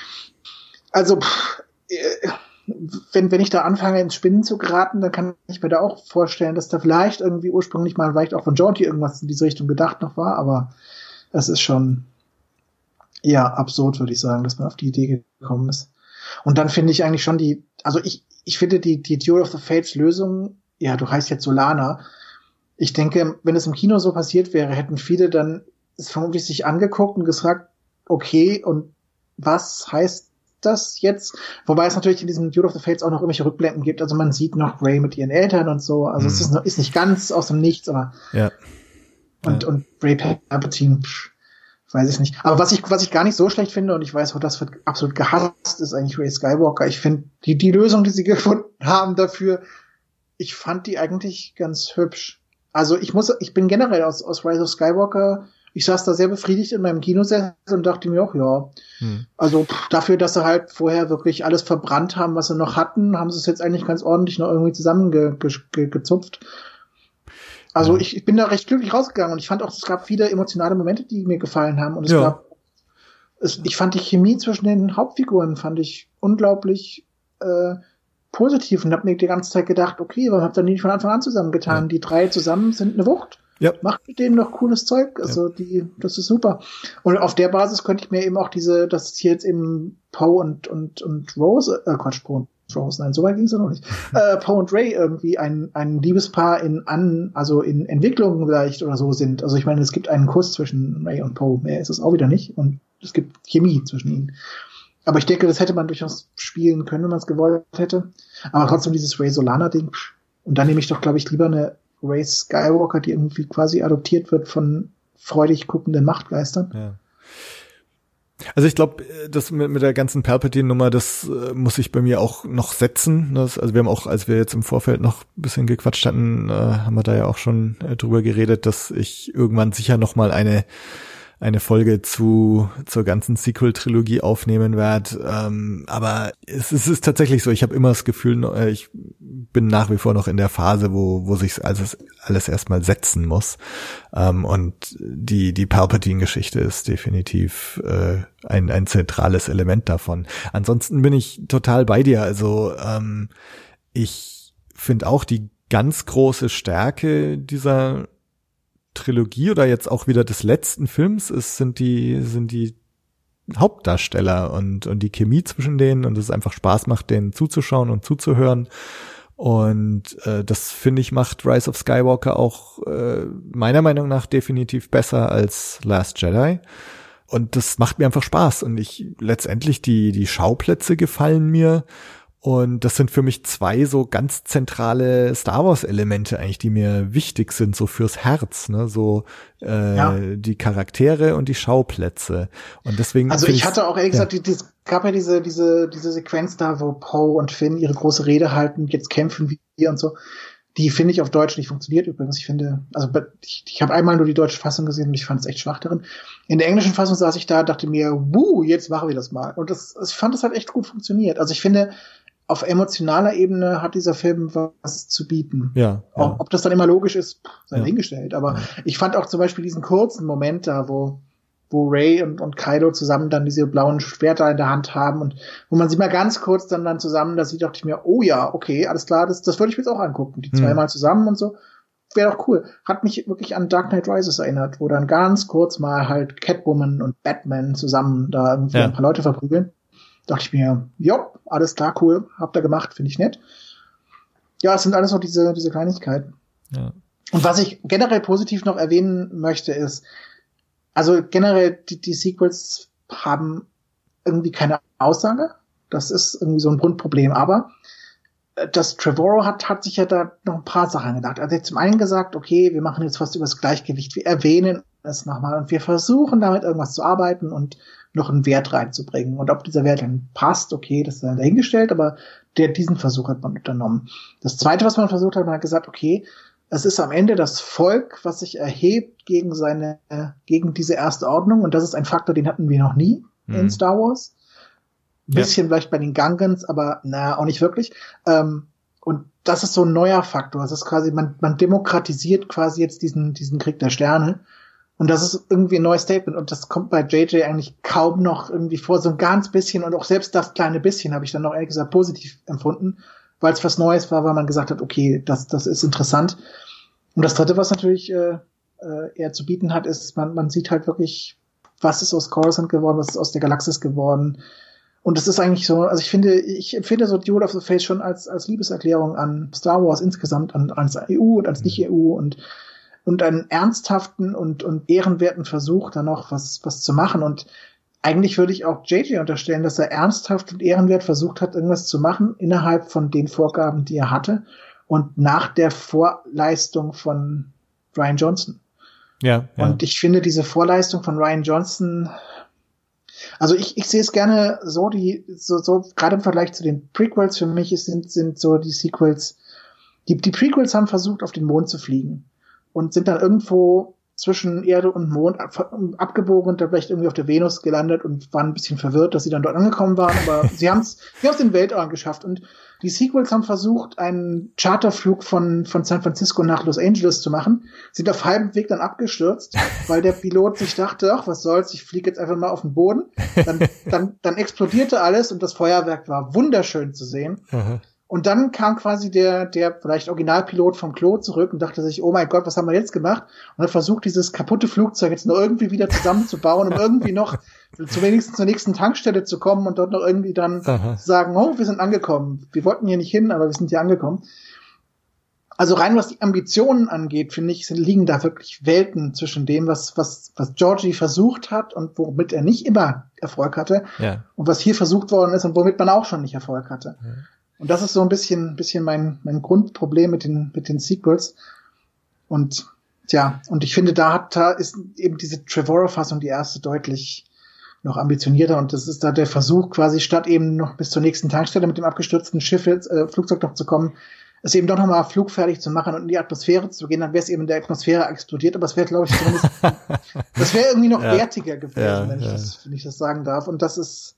also, pff, äh, Wenn, wenn ich da anfange, ins Spinnen zu geraten, dann kann ich mir da auch vorstellen, dass da vielleicht irgendwie ursprünglich mal vielleicht auch von Georgie irgendwas in diese Richtung gedacht noch war, aber es ist schon eher absurd, würde ich sagen, dass man auf die Idee gekommen ist. Und dann finde ich eigentlich schon die, also ich, ich finde die, die Duel of the Fates Lösung, ja, du heißt jetzt Solana. Ich denke, wenn es im Kino so passiert wäre, hätten viele dann es vermutlich sich angeguckt und gesagt, okay, und was heißt das jetzt? Wobei es natürlich in diesem Duel of the Fates auch noch irgendwelche Rückblenden gibt. Also man sieht noch Rey mit ihren Eltern und so. Also mhm. es ist, noch, ist nicht ganz aus dem Nichts, aber ja. und, ja. und Rey Palpatine, pff, weiß ich nicht. Aber was ich, was ich gar nicht so schlecht finde, und ich weiß, das wird absolut gehasst, ist eigentlich Rey Skywalker. Ich finde, die, die Lösung, die sie gefunden haben dafür, ich fand die eigentlich ganz hübsch. Also ich muss, ich bin generell aus, aus Rise of Skywalker, ich saß da sehr befriedigt in meinem Kinosessel und dachte mir auch, ja, hm. also pff, dafür, dass sie halt vorher wirklich alles verbrannt haben, was sie noch hatten, haben sie es jetzt eigentlich ganz ordentlich noch irgendwie zusammengezupft. Also ja. ich, ich bin da recht glücklich rausgegangen und ich fand auch, es gab viele emotionale Momente, die mir gefallen haben, und es ja. gab, es, ich fand die Chemie zwischen den Hauptfiguren, fand ich unglaublich äh, positiv und hab mir die ganze Zeit gedacht, okay, warum habt ihr nicht von Anfang an zusammengetan? Ja. Die drei zusammen sind eine Wucht. Ja. Macht mit denen noch cooles Zeug, also ja. die, das ist super. Und auf der Basis könnte ich mir eben auch diese, das ist hier jetzt eben Poe und, und, und Rose, äh, Quatsch, Poe, Rose, nein, so weit ging es ja noch nicht. äh, Poe und Rey irgendwie ein, ein Liebespaar in an, also in Entwicklung vielleicht oder so sind. Also ich meine, es gibt einen Kuss zwischen Rey und Poe, mehr ist es auch wieder nicht. Und es gibt Chemie zwischen ihnen. Aber ich denke, das hätte man durchaus spielen können, wenn man es gewollt hätte. Aber trotzdem dieses Rey-Solana-Ding. Und dann nehme ich doch, glaube ich, lieber eine Rey Skywalker, die irgendwie quasi adoptiert wird von freudig guckenden Machtgeistern. Ja. Also ich glaube, das mit, mit der ganzen Palpatine-Nummer, das äh, muss ich bei mir auch noch setzen. Das, also wir haben auch, als wir jetzt im Vorfeld noch ein bisschen gequatscht hatten, äh, haben wir da ja auch schon äh, drüber geredet, dass ich irgendwann sicher noch mal eine eine Folge zu zur ganzen Sequel-Trilogie aufnehmen werde. Ähm, aber es, es ist tatsächlich so, ich habe immer das Gefühl, äh, ich bin nach wie vor noch in der Phase, wo wo sich alles alles erstmal setzen muss. Ähm, und die die Palpatine-Geschichte ist definitiv äh, ein ein zentrales Element davon. Ansonsten bin ich total bei dir. Also ähm, ich finde auch die ganz große Stärke dieser Trilogie oder jetzt auch wieder des letzten Films ist, sind die, sind die Hauptdarsteller und, und die Chemie zwischen denen und es einfach Spaß macht, denen zuzuschauen und zuzuhören. Und äh, das, finde ich, macht Rise of Skywalker auch äh, meiner Meinung nach definitiv besser als Last Jedi. Und das macht mir einfach Spaß. Und ich letztendlich, die, die Schauplätze gefallen mir. Und das sind für mich zwei so ganz zentrale Star Wars Elemente eigentlich, die mir wichtig sind, so fürs Herz, ne, so äh, ja. Die Charaktere und die Schauplätze. Und deswegen. Also ich hatte auch ehrlich ja. gesagt, es gab ja diese diese diese Sequenz da, wo Poe und Finn ihre große Rede halten, jetzt kämpfen wir und so. Die finde ich auf Deutsch nicht funktioniert übrigens. Ich finde, also ich, ich habe einmal nur die deutsche Fassung gesehen und ich fand es echt schwach darin. In der englischen Fassung saß ich da, dachte mir, wuh, jetzt machen wir das mal. Und das, ich fand, das hat echt gut funktioniert. Also ich finde, auf emotionaler Ebene hat dieser Film was zu bieten. Ja, ja. Ob, ob das dann immer logisch ist, sei ja. hingestellt. Aber ja. ich fand auch zum Beispiel diesen kurzen Moment da, wo wo Rey und, und Kylo zusammen dann diese blauen Schwerter in der Hand haben und wo man sie mal ganz kurz dann dann zusammen, da sieht, dachte ich mir, oh ja, okay, alles klar, das das würde ich mir jetzt auch angucken. Die zweimal mhm. zusammen und so. Wäre doch cool. Hat mich wirklich an Dark Knight Rises erinnert, wo dann ganz kurz mal halt Catwoman und Batman zusammen da irgendwie ja. ein paar Leute verprügeln. Dachte ich mir, ja, alles klar, cool, habt ihr gemacht, finde ich nett. Ja, es sind alles noch diese diese Kleinigkeiten. Ja. Und was ich generell positiv noch erwähnen möchte, ist, also generell die, die Sequels haben irgendwie keine Aussage. Das ist irgendwie so ein Grundproblem. Aber das Trevorrow hat hat sich ja da noch ein paar Sachen gedacht. Also er hat zum einen gesagt, okay, wir machen jetzt was über das Gleichgewicht, wir erwähnen es nochmal und wir versuchen damit irgendwas zu arbeiten und noch einen Wert reinzubringen. Und ob dieser Wert dann passt, okay, das ist dann dahingestellt, aber der, diesen Versuch hat man unternommen. Das Zweite, was man versucht hat, man hat gesagt, okay, es ist am Ende das Volk, was sich erhebt gegen seine, äh, gegen diese erste Ordnung. Und das ist ein Faktor, den hatten wir noch nie mhm. in Star Wars. Ein bisschen ja. vielleicht bei den Gungans, aber na auch nicht wirklich. Ähm, und das ist so ein neuer Faktor. Das ist quasi, man, man demokratisiert quasi jetzt diesen, diesen Krieg der Sterne. Und das ist irgendwie ein neues Statement. Und das kommt bei J J eigentlich kaum noch irgendwie vor. So ein ganz bisschen. Und auch selbst das kleine bisschen habe ich dann noch ehrlich gesagt positiv empfunden, weil es was Neues war, weil man gesagt hat, okay, das, das ist interessant. Und das Dritte, was natürlich äh, äh, er zu bieten hat, ist, man, man sieht halt wirklich, was ist aus Coruscant geworden, was ist aus der Galaxis geworden. Und das ist eigentlich so, also ich finde, ich empfinde so Duel of the Fates schon als als Liebeserklärung an Star Wars insgesamt, an ans E U und ans Nicht-E U und und einen ernsthaften und und ehrenwerten Versuch, da noch was was zu machen. Und eigentlich würde ich auch J J unterstellen, dass er ernsthaft und ehrenwert versucht hat, irgendwas zu machen innerhalb von den Vorgaben, die er hatte und nach der Vorleistung von Rian Johnson. Ja, ja. Und ich finde diese Vorleistung von Rian Johnson, also ich, ich sehe es gerne so, die so, so gerade im Vergleich zu den Prequels, für mich sind sind so die Sequels, die die Prequels haben versucht, auf den Mond zu fliegen und sind dann irgendwo zwischen Erde und Mond ab, abgebogen und dann vielleicht irgendwie auf der Venus gelandet und waren ein bisschen verwirrt, dass sie dann dort angekommen waren, aber sie haben es sie haben es in den Weltraum geschafft. Und die Sequels haben versucht, einen Charterflug von von San Francisco nach Los Angeles zu machen, sind auf halbem Weg dann abgestürzt, weil der Pilot sich dachte, ach, was soll's, ich fliege jetzt einfach mal auf den Boden. Dann dann dann explodierte alles und das Feuerwerk war wunderschön zu sehen. Mhm. Und dann kam quasi der, der vielleicht Originalpilot vom Klo zurück und dachte sich, oh mein Gott, was haben wir jetzt gemacht? Und hat versucht, dieses kaputte Flugzeug jetzt noch irgendwie wieder zusammenzubauen, um irgendwie noch zu wenigstens zur nächsten Tankstelle zu kommen und dort noch irgendwie dann Aha. sagen, oh, wir sind angekommen. Wir wollten hier nicht hin, aber wir sind hier angekommen. Also rein was die Ambitionen angeht, finde ich, liegen da wirklich Welten zwischen dem, was, was, was Georgie versucht hat und womit er nicht immer Erfolg hatte. Ja. Und was hier versucht worden ist und womit man auch schon nicht Erfolg hatte. Ja. Und das ist so ein bisschen, bisschen mein, mein Grundproblem mit den, mit den Sequels. Und, tja, und ich finde, da hat, da ist eben diese Trevorrow-Fassung die erste deutlich noch ambitionierter. Und das ist da der Versuch, quasi statt eben noch bis zur nächsten Tankstelle mit dem abgestürzten Schiff, äh, Flugzeug noch zu kommen, es eben doch nochmal flugfertig zu machen und in die Atmosphäre zu gehen, dann wäre es eben in der Atmosphäre explodiert, aber es wäre, glaube ich, zumindest, das wäre irgendwie noch ja. wertiger gewesen, ja, wenn, ich ja. das, wenn ich das sagen darf. Und das ist,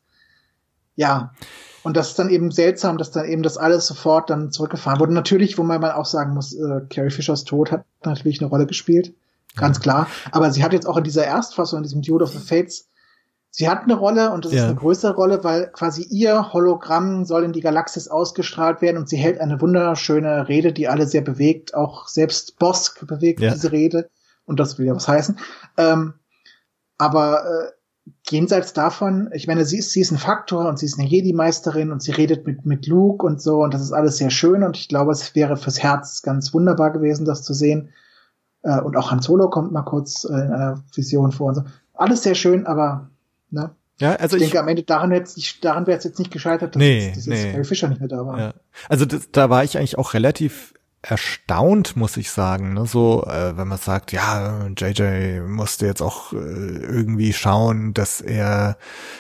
ja, und das ist dann eben seltsam, dass dann eben das alles sofort dann zurückgefahren wurde. Natürlich, wo man auch sagen muss, äh, Carrie Fishers Tod hat natürlich eine Rolle gespielt, ganz ja. klar. Aber sie hat jetzt auch in dieser Erstfassung, in diesem Duel of the Fates, sie hat eine Rolle und das ja. ist eine größere Rolle, weil quasi ihr Hologramm soll in die Galaxis ausgestrahlt werden und sie hält eine wunderschöne Rede, die alle sehr bewegt, auch selbst Bosk bewegt ja. diese Rede und das will ja was heißen. Ähm, aber äh, jenseits davon, ich meine, sie ist, sie ist ein Faktor und sie ist eine Jedi-Meisterin und sie redet mit, mit Luke und so und das ist alles sehr schön und ich glaube, es wäre fürs Herz ganz wunderbar gewesen, das zu sehen. Äh, und auch Han Solo kommt mal kurz äh, in einer Vision vor und so. Alles sehr schön, aber ne? Ja, also ich ich denke, am Ende daran wäre es daran wäre es jetzt nicht gescheitert, dass nee, jetzt dieses nee. Carrie Fisher nicht mehr da war. Ja. Also das, da war ich eigentlich auch relativ erstaunt, muss ich sagen, ne? So, äh, wenn man sagt, ja, J J musste jetzt auch äh, irgendwie schauen, dass er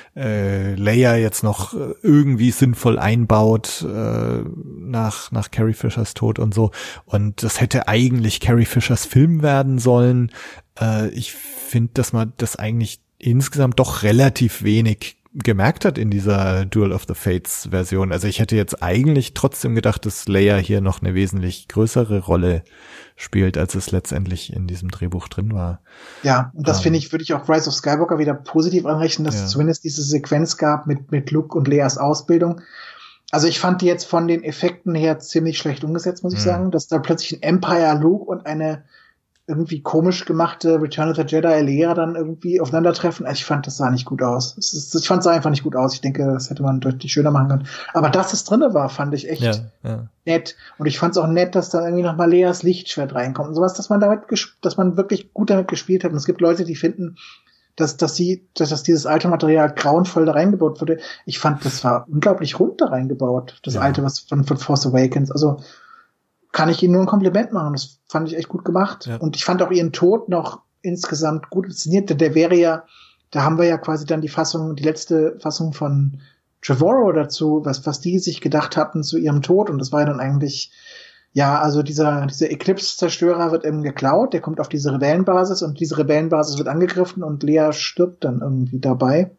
äh, Leia jetzt noch äh, irgendwie sinnvoll einbaut äh, nach nach Carrie Fishers Tod und so. Und das hätte eigentlich Carrie Fishers Film werden sollen. Äh, ich finde, dass man das eigentlich insgesamt doch relativ wenig gemerkt hat in dieser Duel of the Fates Version. Also ich hätte jetzt eigentlich trotzdem gedacht, dass Leia hier noch eine wesentlich größere Rolle spielt, als es letztendlich in diesem Drehbuch drin war. Ja, und das um, finde ich, würde ich auch Rise of Skywalker wieder positiv anrechnen, dass ja. es zumindest diese Sequenz gab mit, mit Luke und Leias Ausbildung. Also ich fand die jetzt von den Effekten her ziemlich schlecht umgesetzt, muss ich mhm. sagen, dass da plötzlich ein Empire Luke und eine irgendwie komisch gemachte Return of the Jedi Leia dann irgendwie aufeinandertreffen. Ich fand, das sah nicht gut aus. Es ist, ich fand es sah einfach nicht gut aus. Ich denke, das hätte man deutlich schöner machen können. Aber dass es drinne war, fand ich echt ja, ja. nett. Und ich fand es auch nett, dass da irgendwie nochmal Leias Lichtschwert reinkommt und sowas, dass man damit, dass man wirklich gut damit gespielt hat. Und es gibt Leute, die finden, dass, dass sie, dass, dass dieses alte Material grauenvoll da reingebaut wurde. Ich fand, das war unglaublich rund da reingebaut. Das ja. alte, was von, von Force Awakens. Also, kann ich Ihnen nur ein Kompliment machen. Das fand ich echt gut gemacht. Ja. Und ich fand auch Ihren Tod noch insgesamt gut inszeniert. Denn der wäre ja, da haben wir ja quasi dann die Fassung, die letzte Fassung von Trevorrow dazu, was, was die sich gedacht hatten zu ihrem Tod. Und das war ja dann eigentlich, ja, also dieser, dieser Eclipse-Zerstörer wird eben geklaut. Der kommt auf diese Rebellenbasis und diese Rebellenbasis wird angegriffen und Leia stirbt dann irgendwie dabei.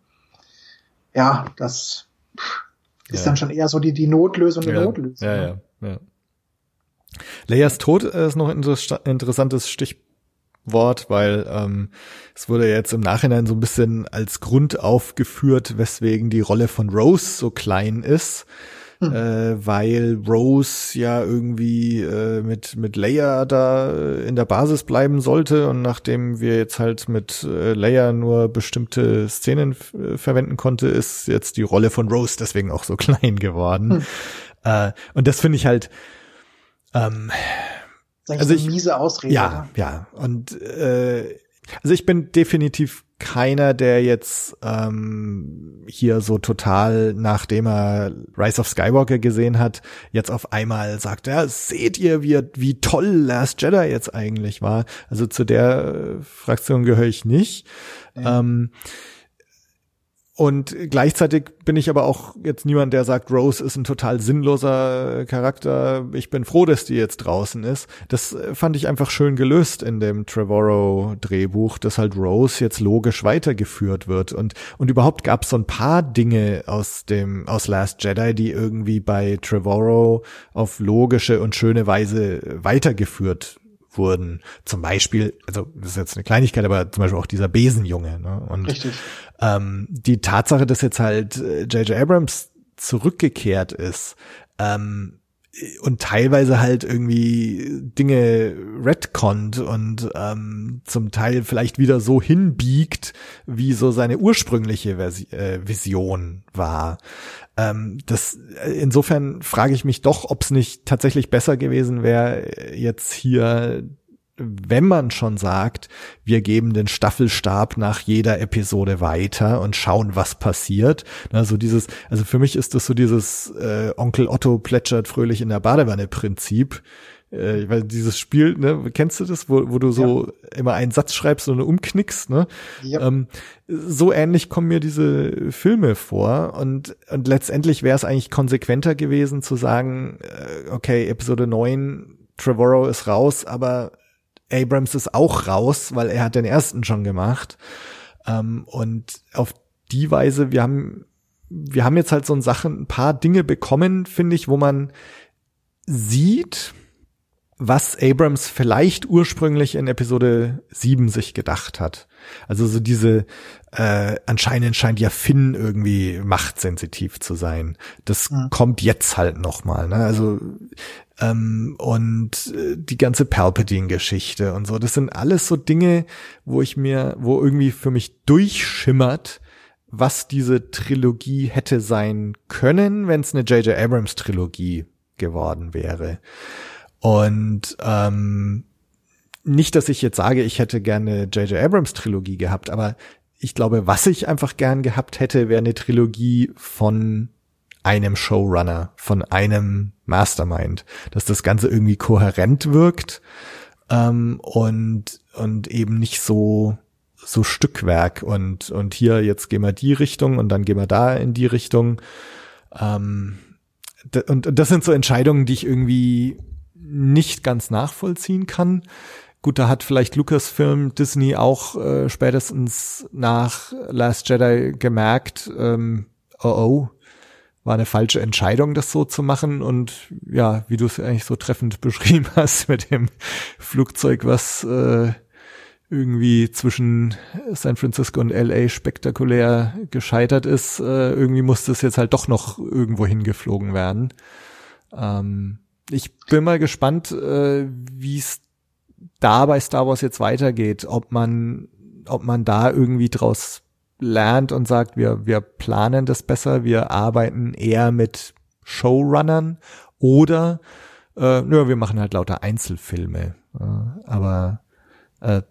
Ja, das ist ja. dann schon eher so die, die Notlösung der ja. Notlösung. Ja, ja, ja. Leias Tod ist noch ein interessantes Stichwort, weil ähm, es wurde jetzt im Nachhinein so ein bisschen als Grund aufgeführt, weswegen die Rolle von Rose so klein ist, hm. äh, weil Rose ja irgendwie äh, mit mit Leia da in der Basis bleiben sollte und nachdem wir jetzt halt mit äh, Leia nur bestimmte Szenen f- verwenden konnte, ist jetzt die Rolle von Rose deswegen auch so klein geworden. Hm. Äh, und das finde ich halt Ähm, also ich, eine miese Ausrede. Ja, oder? ja. Und äh, also ich bin definitiv keiner, der jetzt ähm, hier so total, nachdem er Rise of Skywalker gesehen hat, jetzt auf einmal sagt, ja, seht ihr, wie, wie toll Last Jedi jetzt eigentlich war. Also zu der äh, Fraktion gehöre ich nicht. Ja. Ähm, Und gleichzeitig bin ich aber auch jetzt niemand, der sagt, Rose ist ein total sinnloser Charakter. Ich bin froh, dass die jetzt draußen ist. Das fand ich einfach schön gelöst in dem Trevorrow-Drehbuch, dass halt Rose jetzt logisch weitergeführt wird. Und und überhaupt gab es so ein paar Dinge aus dem aus Last Jedi, die irgendwie bei Trevorrow auf logische und schöne Weise weitergeführt wurden. Zum Beispiel, also das ist jetzt eine Kleinigkeit, aber zum Beispiel auch dieser Besenjunge. Ne? Und Richtig. Ähm, die Tatsache, dass jetzt halt J J Abrams zurückgekehrt ist, ähm, und teilweise halt irgendwie Dinge retconnt und ähm, zum Teil vielleicht wieder so hinbiegt, wie so seine ursprüngliche Versi- äh, Vision war. Ähm, das insofern frage ich mich doch, ob es nicht tatsächlich besser gewesen wäre, jetzt hier, wenn man schon sagt, wir geben den Staffelstab nach jeder Episode weiter und schauen, was passiert. Also dieses, also für mich ist das so dieses äh, Onkel Otto plätschert fröhlich in der Badewanne Prinzip. Äh, weil dieses Spiel, ne, kennst du das, wo, wo du so ja. immer einen Satz schreibst und umknickst, ne? Ja. Ähm, so ähnlich kommen mir diese Filme vor und und letztendlich wäre es eigentlich konsequenter gewesen zu sagen, äh, okay, Episode neun, Trevorrow ist raus, aber Abrams ist auch raus, weil er hat den ersten schon gemacht. Ähm, und auf die Weise, wir haben, wir haben jetzt halt so in Sachen ein paar Dinge bekommen, finde ich, wo man sieht, was Abrams vielleicht ursprünglich in Episode sieben sich gedacht hat. Also so diese, äh, anscheinend scheint ja Finn irgendwie machtsensitiv zu sein. Das mhm. kommt jetzt halt nochmal, ne? Also, ähm, und äh, die ganze Palpatine-Geschichte und so, das sind alles so Dinge, wo ich mir, wo irgendwie für mich durchschimmert, was diese Trilogie hätte sein können, wenn es eine J J. Abrams-Trilogie geworden wäre. Und ähm, nicht, dass ich jetzt sage, ich hätte gerne J J. Abrams Trilogie gehabt, aber ich glaube, was ich einfach gern gehabt hätte, wäre eine Trilogie von einem Showrunner, von einem Mastermind, dass das Ganze irgendwie kohärent wirkt ähm, und und eben nicht so so Stückwerk und und hier jetzt gehen wir die Richtung und dann gehen wir da in die Richtung. Ähm, d- und, und das sind so Entscheidungen, die ich irgendwie nicht ganz nachvollziehen kann. Gut, da hat vielleicht Lucasfilm, Disney auch äh, spätestens nach Last Jedi gemerkt, ähm, oh oh, war eine falsche Entscheidung, das so zu machen. Und ja, wie du es eigentlich so treffend beschrieben hast mit dem Flugzeug, was äh, irgendwie zwischen San Francisco und L A spektakulär gescheitert ist, äh, irgendwie musste es jetzt halt doch noch irgendwo hingeflogen werden. Ähm, Ich bin mal gespannt, äh, wie es da bei Star Wars jetzt weitergeht, ob man, ob man da irgendwie draus lernt und sagt, wir, wir planen das besser, wir arbeiten eher mit Showrunnern oder, äh, nö, wir machen halt lauter Einzelfilme. Äh, aber äh,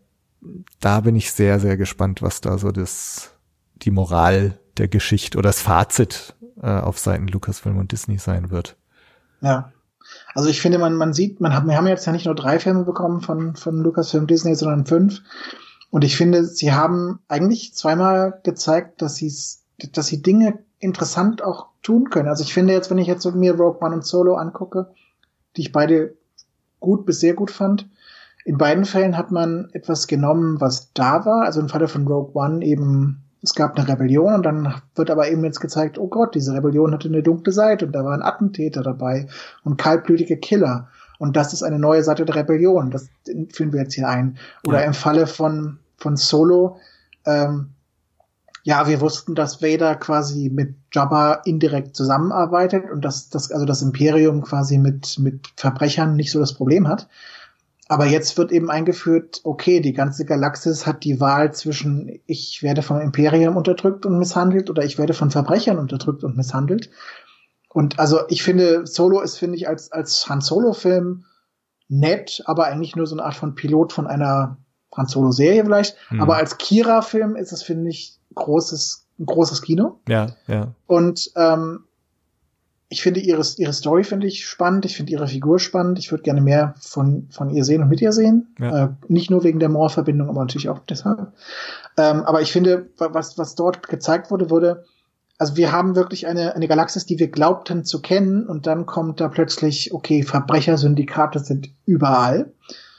da bin ich sehr, sehr gespannt, was da so das, die Moral der Geschichte oder das Fazit äh, auf Seiten Lucasfilm und Disney sein wird. Ja. Also ich finde, man, man sieht, man hat, wir haben jetzt ja nicht nur drei Filme bekommen von, von Lucasfilm Disney, sondern fünf. Und ich finde, sie haben eigentlich zweimal gezeigt, dass sie dass sie Dinge interessant auch tun können. Also ich finde jetzt, wenn ich jetzt so mir Rogue One und Solo angucke, die ich beide gut bis sehr gut fand, in beiden Fällen hat man etwas genommen, was da war. Also im Falle von Rogue One eben, es gab eine Rebellion und dann wird aber eben jetzt gezeigt, oh Gott, diese Rebellion hatte eine dunkle Seite und da waren Attentäter dabei und kaltblütige Killer. Und das ist eine neue Seite der Rebellion. Das führen wir jetzt hier ein. Oder ja. Im Falle von, von Solo, ähm, ja, wir wussten, dass Vader quasi mit Jabba indirekt zusammenarbeitet und dass das, also das Imperium quasi mit, mit Verbrechern nicht so das Problem hat. Aber jetzt wird eben eingeführt, okay, die ganze Galaxis hat die Wahl zwischen, ich werde vom Imperium unterdrückt und misshandelt oder ich werde von Verbrechern unterdrückt und misshandelt. Und also ich finde, Solo ist, finde ich, als, als Han Solo-Film nett, aber eigentlich nur so eine Art von Pilot von einer Han Solo-Serie vielleicht. Hm. Aber als Kira-Film ist es, finde ich, großes, ein großes Kino. Ja, ja. Und ähm, ich finde ihre, ihre Story finde ich spannend. Ich finde ihre Figur spannend. Ich würde gerne mehr von, von ihr sehen und mit ihr sehen. Ja. Äh, nicht nur wegen der Maul-Verbindung, aber natürlich auch deshalb. Ähm, aber ich finde, was, was dort gezeigt wurde, wurde, also wir haben wirklich eine, eine Galaxis, die wir glaubten zu kennen. Und dann kommt da plötzlich, okay, Verbrechersyndikate sind überall.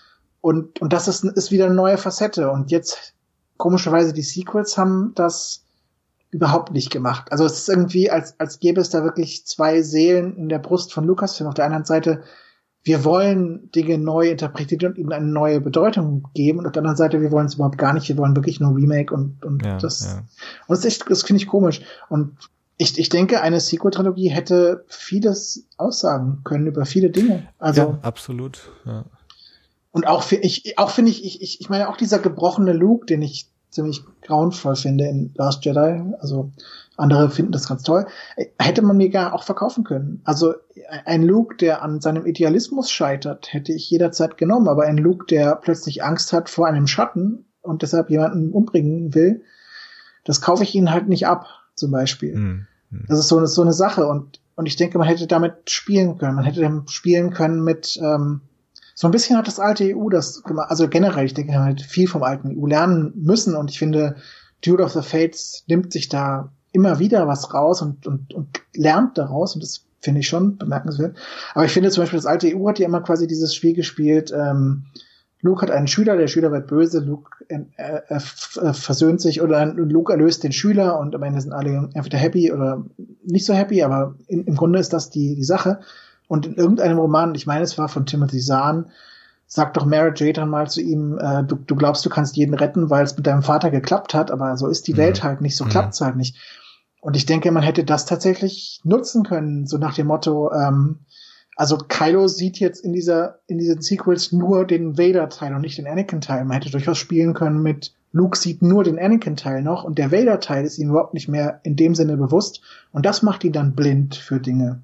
Und, und das ist, ist wieder eine neue Facette. Und jetzt, komischerweise, die Sequels haben das überhaupt nicht gemacht. Also es ist irgendwie, als, als gäbe es da wirklich zwei Seelen in der Brust von Lucasfilm. Auf der einen Seite, wir wollen Dinge neu interpretieren und ihnen eine neue Bedeutung geben. Und auf der anderen Seite, wir wollen es überhaupt gar nicht. Wir wollen wirklich nur Remake und, und ja, das. Ja. Und das ist echt, das finde ich komisch. Und Ich, ich denke, eine Sequel-Trilogie hätte vieles aussagen können über viele Dinge. Also ja, absolut. Ja. Und auch für ich, auch finde ich, ich, ich, ich meine auch dieser gebrochene Luke, den ich ziemlich grauenvoll finde in Last Jedi. Also andere finden das ganz toll. Hätte man mir gar auch verkaufen können. Also ein Luke, der an seinem Idealismus scheitert, hätte ich jederzeit genommen. Aber ein Luke, der plötzlich Angst hat vor einem Schatten und deshalb jemanden umbringen will, das kaufe ich ihnen halt nicht ab, zum Beispiel. Mhm. Das ist so eine, so eine Sache. Und, und ich denke, man hätte damit spielen können. Man hätte damit spielen können mit, ähm, so ein bisschen hat das alte E U das gemacht. Also generell, ich denke, man hätte viel vom alten E U lernen müssen. Und ich finde, Duel of the Fates nimmt sich da immer wieder was raus und, und, und lernt daraus. Und das finde ich schon bemerkenswert. Aber ich finde zum Beispiel, das alte E U hat ja immer quasi dieses Spiel gespielt, ähm, Luke hat einen Schüler, der Schüler wird böse, Luke äh, äh, äh, versöhnt sich oder Luke erlöst den Schüler und am Ende sind alle entweder happy oder nicht so happy, aber in, im Grunde ist das die die Sache. Und in irgendeinem Roman, ich meine, es war von Timothy Zahn, sagt doch Mara Jade dann mal zu ihm, äh, du, du glaubst, du kannst jeden retten, weil es mit deinem Vater geklappt hat, aber so ist die mhm. Welt halt nicht, so mhm. klappt's halt nicht. Und ich denke, man hätte das tatsächlich nutzen können, so nach dem Motto, ähm, also Kylo sieht jetzt in dieser in diesen Sequels nur den Vader-Teil und nicht den Anakin-Teil. Man hätte durchaus spielen können mit Luke sieht nur den Anakin-Teil noch und der Vader-Teil ist ihm überhaupt nicht mehr in dem Sinne bewusst und das macht ihn dann blind für Dinge.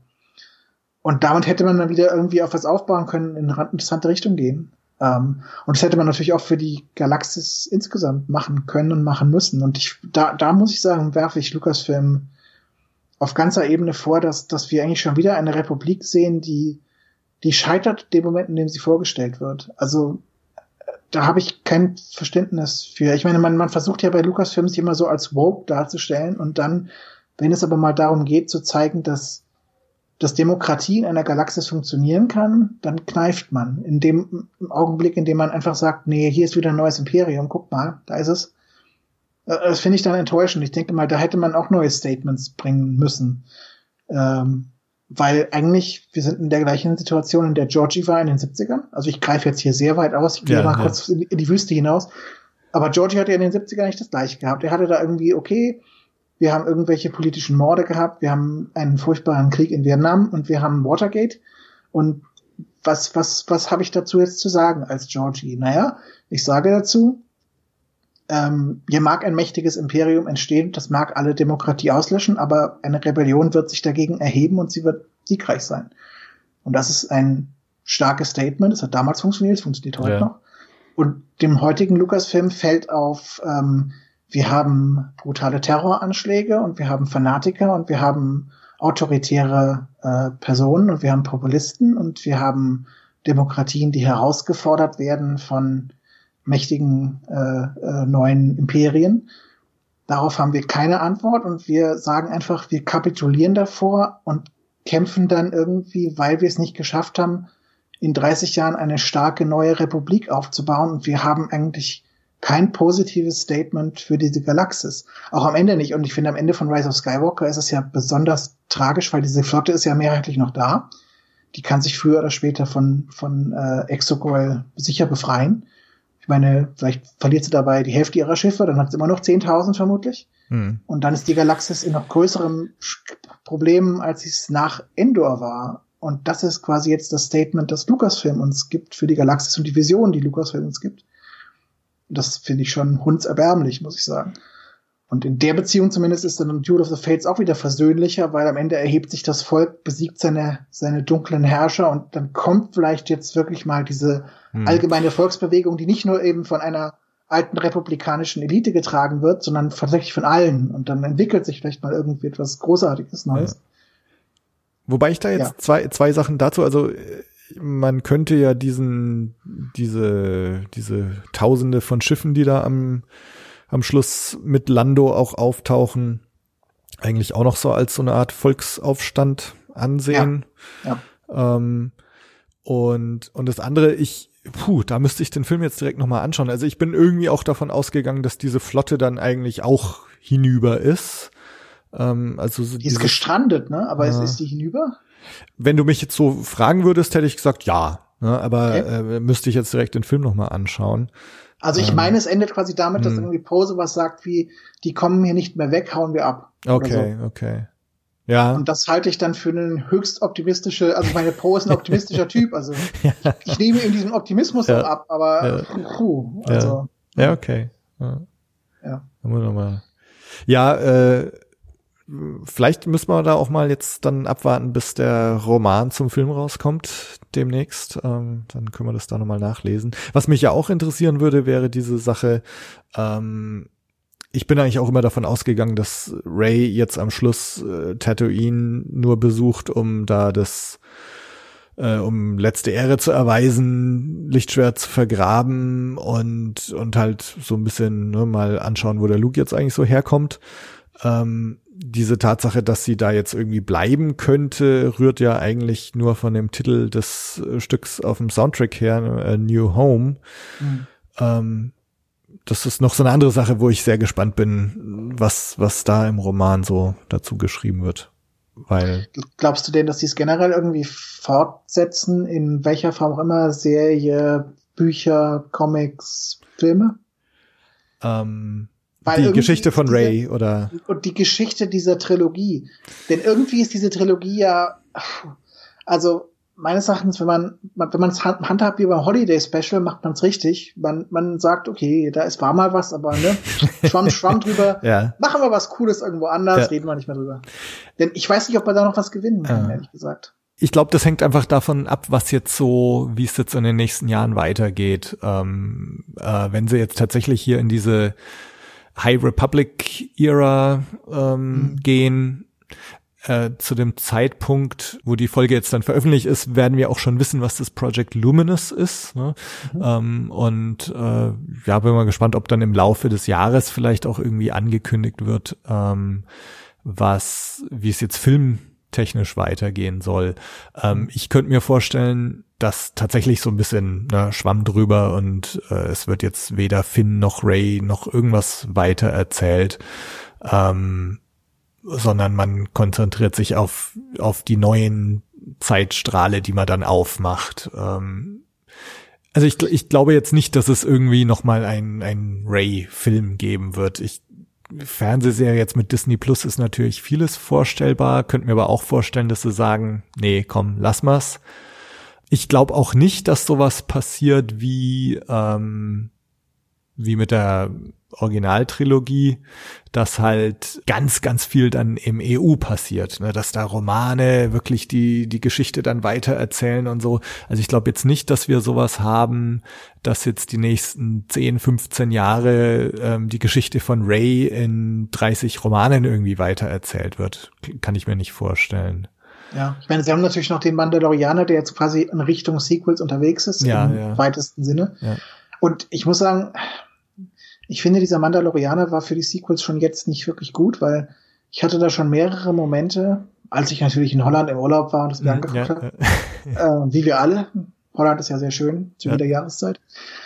Und damit hätte man dann wieder irgendwie auf was aufbauen können, in eine interessante Richtung gehen. Ähm, und das hätte man natürlich auch für die Galaxis insgesamt machen können und machen müssen. Und ich da da muss ich sagen, werfe ich Lucasfilm auf ganzer Ebene vor, dass, dass wir eigentlich schon wieder eine Republik sehen, die, die scheitert dem Moment, in dem sie vorgestellt wird. Also, da habe ich kein Verständnis für. Ich meine, man, man versucht ja bei Lucasfilms sich immer so als woke darzustellen und dann, wenn es aber mal darum geht, zu zeigen, dass, dass Demokratie in einer Galaxis funktionieren kann, dann kneift man. In dem im Augenblick, in dem man einfach sagt, nee, hier ist wieder ein neues Imperium, guck mal, da ist es. Das finde ich dann enttäuschend. Ich denke mal, da hätte man auch neue Statements bringen müssen. Ähm, weil eigentlich, wir sind in der gleichen Situation, in der Georgie war in den siebzigern. Also ich greife jetzt hier sehr weit aus. Ich gehe ja, mal ja. kurz in die, in die Wüste hinaus. Aber Georgie hatte ja in den siebzigern nicht das Gleiche gehabt. Er hatte da irgendwie, okay, wir haben irgendwelche politischen Morde gehabt, wir haben einen furchtbaren Krieg in Vietnam und wir haben Watergate. Und was, was, was habe ich dazu jetzt zu sagen als Georgie? Naja, ich sage dazu, Ähm, hier mag ein mächtiges Imperium entstehen, das mag alle Demokratie auslöschen, aber eine Rebellion wird sich dagegen erheben und sie wird siegreich sein. Und das ist ein starkes Statement, das hat damals funktioniert, es funktioniert heute ja. noch. Und dem heutigen Lucasfilm fällt auf, ähm, wir haben brutale Terroranschläge und wir haben Fanatiker und wir haben autoritäre äh, Personen und wir haben Populisten und wir haben Demokratien, die herausgefordert werden von mächtigen äh, äh, neuen Imperien. Darauf haben wir keine Antwort und wir sagen einfach, wir kapitulieren davor und kämpfen dann irgendwie, weil wir es nicht geschafft haben, in dreißig Jahren eine starke neue Republik aufzubauen und wir haben eigentlich kein positives Statement für diese Galaxis. Auch am Ende nicht. Und ich finde, am Ende von Rise of Skywalker ist es ja besonders tragisch, weil diese Flotte ist ja mehrheitlich noch da. Die kann sich früher oder später von von äh, Exegol sicher befreien. Ich meine, vielleicht verliert sie dabei die Hälfte ihrer Schiffe, dann hat sie immer noch zehntausend vermutlich. Hm. Und dann ist die Galaxis in noch größerem Problem, als sie es nach Endor war. Und das ist quasi jetzt das Statement, das Lucasfilm uns gibt für die Galaxis und die Vision, die Lucasfilm uns gibt. Das finde ich schon hundserbärmlich, muss ich sagen. Und in der Beziehung zumindest ist dann Duel of the Fates auch wieder versöhnlicher, weil am Ende erhebt sich das Volk, besiegt seine seine dunklen Herrscher und dann kommt vielleicht jetzt wirklich mal diese hm. allgemeine Volksbewegung, die nicht nur eben von einer alten republikanischen Elite getragen wird, sondern tatsächlich von allen. Und dann entwickelt sich vielleicht mal irgendwie etwas Großartiges Neues. Ja. Wobei ich da jetzt ja. zwei zwei Sachen dazu, also man könnte ja diesen diese diese Tausende von Schiffen, die da am am Schluss mit Lando auch auftauchen, eigentlich auch noch so als so eine Art Volksaufstand ansehen. Ja. Ja. Ähm, und, und das andere, ich, puh, da müsste ich den Film jetzt direkt nochmal anschauen. Also ich bin irgendwie auch davon ausgegangen, dass diese Flotte dann eigentlich auch hinüber ist. Ähm, also so die ist gestrandet, ne? Aber äh, ist, ist die hinüber? Wenn du mich jetzt so fragen würdest, hätte ich gesagt, ja. Ne? Aber okay. äh, müsste ich jetzt direkt den Film nochmal anschauen. Also ich meine, es endet quasi damit, dass irgendwie Poe was sagt wie, die kommen hier nicht mehr weg, hauen wir ab. Okay, so. okay. Ja. Und das halte ich dann für einen höchst optimistische, also meine Poe ist ein optimistischer Typ, also ja. ich, ich nehme ihm diesen Optimismus ja. auch ab, aber ja. puh, also. Ja, ja okay. Ja. Ja. Haben wir noch mal. Ja, äh, vielleicht müssen wir da auch mal jetzt dann abwarten, bis der Roman zum Film rauskommt demnächst. Ähm, dann können wir das da nochmal nachlesen. Was mich ja auch interessieren würde, wäre diese Sache, ähm, ich bin eigentlich auch immer davon ausgegangen, dass Rey jetzt am Schluss äh, Tatooine nur besucht, um da das äh, um letzte Ehre zu erweisen, Lichtschwert zu vergraben und und halt so ein bisschen ne, mal anschauen, wo der Luke jetzt eigentlich so herkommt. Ähm, diese Tatsache, dass sie da jetzt irgendwie bleiben könnte, rührt ja eigentlich nur von dem Titel des äh, Stücks auf dem Soundtrack her, A New Home. Mhm. Ähm, das ist noch so eine andere Sache, wo ich sehr gespannt bin, was was da im Roman so dazu geschrieben wird. Weil glaubst du denn, dass die es generell irgendwie fortsetzen, in welcher Form auch immer, Serie, Bücher, Comics, Filme? Ähm Weil die Geschichte von diese, Rey oder und die Geschichte dieser Trilogie. Denn irgendwie ist diese Trilogie ja, also meines Erachtens, wenn man wenn man es handhabt wie beim Holiday Special, macht man es richtig. Man man sagt, okay, da ist war mal was, aber ne, schwamm schwamm drüber. ja. Machen wir was Cooles irgendwo anders, ja. reden wir nicht mehr drüber. Denn ich weiß nicht, ob wir da noch was gewinnen können, ja. ehrlich gesagt. Ich glaube, das hängt einfach davon ab, was jetzt so, wie es jetzt in den nächsten Jahren weitergeht. Ähm, äh, wenn sie jetzt tatsächlich hier in diese High Republic Ära ähm, mhm. gehen. Äh, zu dem Zeitpunkt, wo die Folge jetzt dann veröffentlicht ist, werden wir auch schon wissen, was das Project Luminous ist. Ne? Mhm. Ähm, und äh, ja, bin mal gespannt, ob dann im Laufe des Jahres vielleicht auch irgendwie angekündigt wird, ähm, was, wie es jetzt filmtechnisch weitergehen soll. Ähm, ich könnte mir vorstellen, dass tatsächlich so ein bisschen ne, Schwamm drüber und äh, es wird jetzt weder Finn noch Rey noch irgendwas weiter erzählt, ähm, sondern man konzentriert sich auf auf die neuen Zeitstrahle, die man dann aufmacht. Ähm, also ich ich glaube jetzt nicht, dass es irgendwie noch mal ein ein Rey-Film geben wird. Ich Fernsehserie jetzt mit Disney Plus ist natürlich vieles vorstellbar, könnte mir aber auch vorstellen, dass sie sagen, nee, komm, lass mal's. Ich glaube auch nicht, dass sowas passiert wie ähm, wie mit der Originaltrilogie, dass halt ganz, ganz viel dann im E U passiert, ne, dass da Romane wirklich die die Geschichte dann weiter erzählen und so. Also ich glaube jetzt nicht, dass wir sowas haben, dass jetzt die nächsten zehn, fünfzehn Jahre ähm, die Geschichte von Rey in dreißig Romanen irgendwie weiter erzählt wird. Kann ich mir nicht vorstellen. Ja, ich meine, sie haben natürlich noch den Mandalorianer, der jetzt quasi in Richtung Sequels unterwegs ist, ja, im ja. weitesten Sinne. Ja. Und ich muss sagen, ich finde, dieser Mandalorianer war für die Sequels schon jetzt nicht wirklich gut, weil ich hatte da schon mehrere Momente, als ich natürlich in Holland im Urlaub war und es mir mhm, angeguckt ja, habe, ja. äh, wie wir alle. Holland ist ja sehr schön zu jeder ja. Jahreszeit.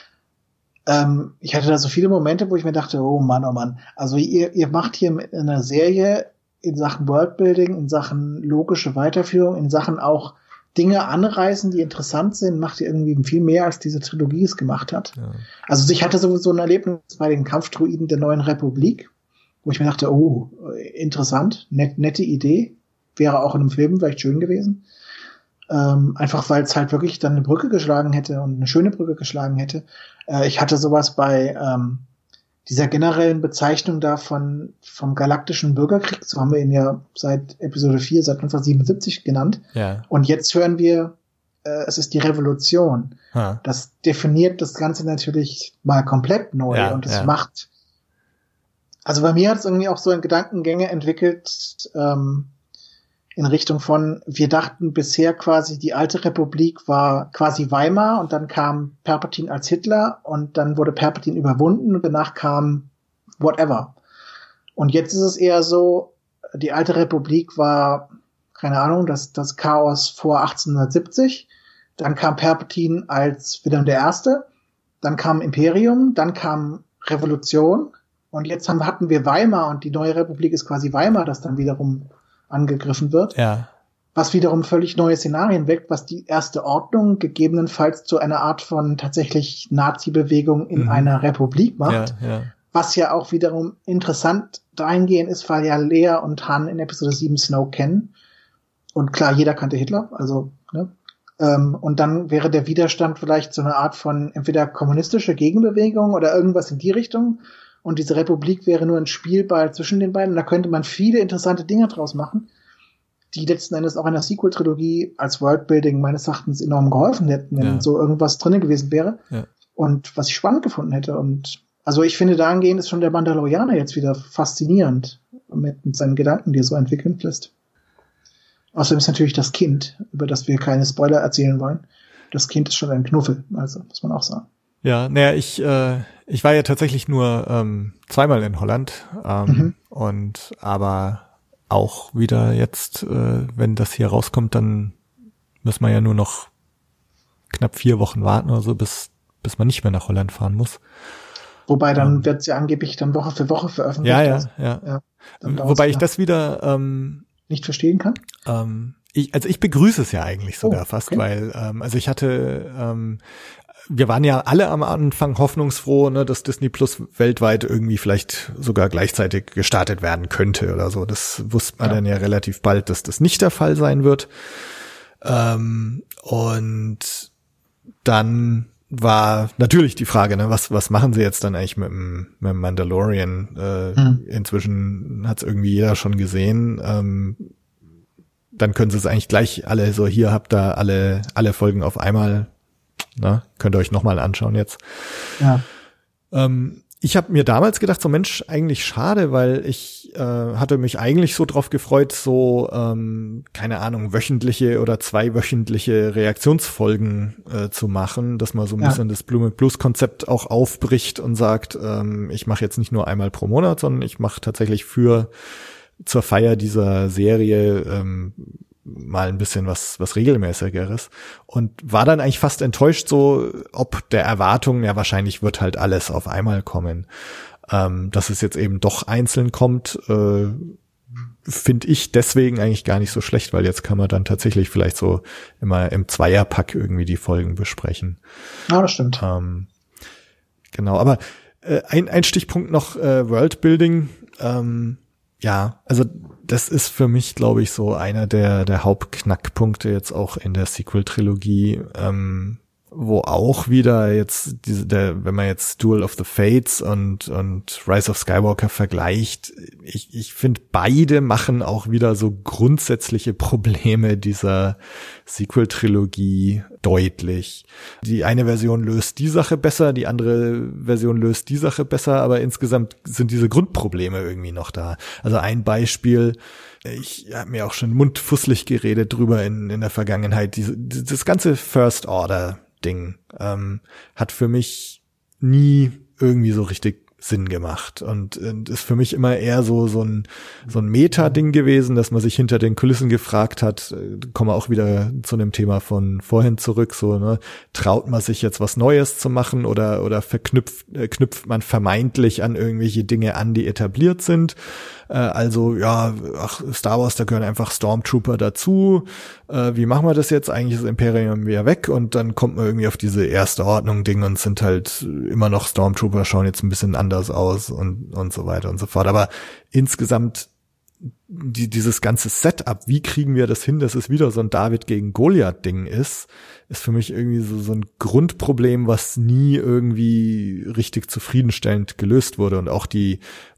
Ähm, ich hatte da so viele Momente, wo ich mir dachte, oh Mann, oh Mann, also ihr, ihr macht hier mit einer Serie in Sachen Worldbuilding, in Sachen logische Weiterführung, in Sachen auch Dinge anreißen, die interessant sind, macht ihr irgendwie viel mehr, als diese Trilogie es gemacht hat. Ja. Also ich hatte sowieso ein Erlebnis bei den Kampfdruiden der Neuen Republik, wo ich mir dachte, oh, interessant, net, nette Idee, wäre auch in einem Film vielleicht schön gewesen. Ähm, einfach weil es halt wirklich dann eine Brücke geschlagen hätte und eine schöne Brücke geschlagen hätte. Äh, ich hatte sowas bei ähm, dieser generellen Bezeichnung da von vom galaktischen Bürgerkrieg, so haben wir ihn ja seit Episode vier, seit neunzehnhundertsiebenundsiebzig genannt. Ja. Und jetzt hören wir, äh, es ist die Revolution. Ha. Das definiert das Ganze natürlich mal komplett neu ja, und es ja. macht, also bei mir hat es irgendwie auch so ein Gedankengänge entwickelt, ähm, in Richtung von, wir dachten bisher quasi, die alte Republik war quasi Weimar und dann kam Palpatine als Hitler und dann wurde Palpatine überwunden und danach kam whatever. Und jetzt ist es eher so, die alte Republik war, keine Ahnung, das, das Chaos vor achtzehnhundertsiebzig, dann kam Palpatine als Wilhelm der Erste, dann kam Imperium, dann kam Revolution und jetzt haben, hatten wir Weimar und die neue Republik ist quasi Weimar, das dann wiederum angegriffen wird, ja. was wiederum völlig neue Szenarien weckt, was die erste Ordnung gegebenenfalls zu einer Art von tatsächlich Nazi-Bewegung in mhm. einer Republik macht. Ja, ja. Was ja auch wiederum interessant dahingehend ist, weil ja Lea und Han in Episode sieben Snoke kennen. Und klar, jeder kannte Hitler, also, ne? Ähm, und dann wäre der Widerstand vielleicht so eine Art von entweder kommunistische Gegenbewegung oder irgendwas in die Richtung. Und diese Republik wäre nur ein Spielball zwischen den beiden. Und da könnte man viele interessante Dinge draus machen, die letzten Endes auch einer Sequel-Trilogie als Worldbuilding meines Erachtens enorm geholfen hätten, wenn ja. so irgendwas drin gewesen wäre. Ja. Und was ich spannend gefunden hätte. Und also ich finde, dahingehend ist schon der Mandalorianer jetzt wieder faszinierend mit, mit seinen Gedanken, die er so entwickeln lässt. Außerdem ist natürlich das Kind, über das wir keine Spoiler erzählen wollen. Das Kind ist schon ein Knuffel, also muss man auch sagen. Ja, naja, ich äh, ich war ja tatsächlich nur ähm, zweimal in Holland ähm, mhm. und aber auch wieder jetzt, äh, wenn das hier rauskommt, dann müssen wir ja nur noch knapp vier Wochen warten oder so, bis bis man nicht mehr nach Holland fahren muss. Wobei dann ähm, wird sie ja angeblich dann Woche für Woche veröffentlicht. Ja, ja, ja. ja Wobei ich das wieder ähm, nicht verstehen kann. Ähm, ich, also ich begrüße es ja eigentlich sogar oh, fast, okay. weil ähm, also ich hatte ähm, wir waren ja alle am Anfang hoffnungsfroh, ne, dass Disney Plus weltweit irgendwie vielleicht sogar gleichzeitig gestartet werden könnte oder so. Das wusste man ja. dann ja relativ bald, dass das nicht der Fall sein wird. Ähm, und dann war natürlich die Frage, ne, was was machen sie jetzt dann eigentlich mit dem, mit dem Mandalorian? Äh, hm. Inzwischen hat es irgendwie jeder schon gesehen. Ähm, dann können sie es eigentlich gleich alle so, hier habt ihr alle alle Folgen auf einmal. Na, könnt ihr euch nochmal anschauen jetzt. Ja. Ähm, ich habe mir damals gedacht, so Mensch, eigentlich schade, weil ich äh, hatte mich eigentlich so drauf gefreut, so, ähm, keine Ahnung, wöchentliche oder zweiwöchentliche Reaktionsfolgen äh, zu machen, dass man so ein ja. bisschen das Blue Blues-Konzept auch aufbricht und sagt, ähm, ich mache jetzt nicht nur einmal pro Monat, sondern ich mache tatsächlich für zur Feier dieser Serie ähm, mal ein bisschen was was regelmäßigeres und war dann eigentlich fast enttäuscht, so ob der Erwartung, ja wahrscheinlich wird halt alles auf einmal kommen. Ähm, dass es jetzt eben doch einzeln kommt, äh, finde ich deswegen eigentlich gar nicht so schlecht, weil jetzt kann man dann tatsächlich vielleicht so immer im Zweierpack irgendwie die Folgen besprechen. Ja, das stimmt. Ähm, genau, aber äh, ein, ein Stichpunkt noch, äh, Worldbuilding, ähm, ja, also das ist für mich, glaube ich, so einer der der Hauptknackpunkte jetzt auch in der Sequel-Trilogie, ähm, wo auch wieder jetzt diese, der, wenn man jetzt Duel of the Fates und und Rise of Skywalker vergleicht, ich ich finde, beide machen auch wieder so grundsätzliche Probleme dieser Sequel-Trilogie deutlich. Die eine Version löst die Sache besser, die andere Version löst die Sache besser, aber insgesamt sind diese Grundprobleme irgendwie noch da. Also ein Beispiel, ich habe mir auch schon mundfusselig geredet drüber in in der Vergangenheit, diese, das ganze First Order Ding ähm, hat für mich nie irgendwie so richtig Sinn gemacht und, und ist für mich immer eher so so ein so ein Meta-Ding gewesen, dass man sich hinter den Kulissen gefragt hat, kommen wir auch wieder zu einem Thema von vorhin zurück, so, ne, traut man sich jetzt was Neues zu machen oder oder verknüpft äh, knüpft man vermeintlich an irgendwelche Dinge an, die etabliert sind. Äh, also ja, ach, Star Wars, da gehören einfach Stormtrooper dazu. Äh, wie machen wir das jetzt? Eigentlich ist das Imperium wieder weg und dann kommt man irgendwie auf diese erste Ordnung Ding und sind halt immer noch Stormtrooper, schauen jetzt ein bisschen anders aus und und so weiter und so fort. Aber insgesamt die, dieses ganze Setup, wie kriegen wir das hin, dass es wieder so ein David gegen Goliath-Ding ist, ist für mich irgendwie so, so ein Grundproblem, was nie irgendwie richtig zufriedenstellend gelöst wurde. Und auch die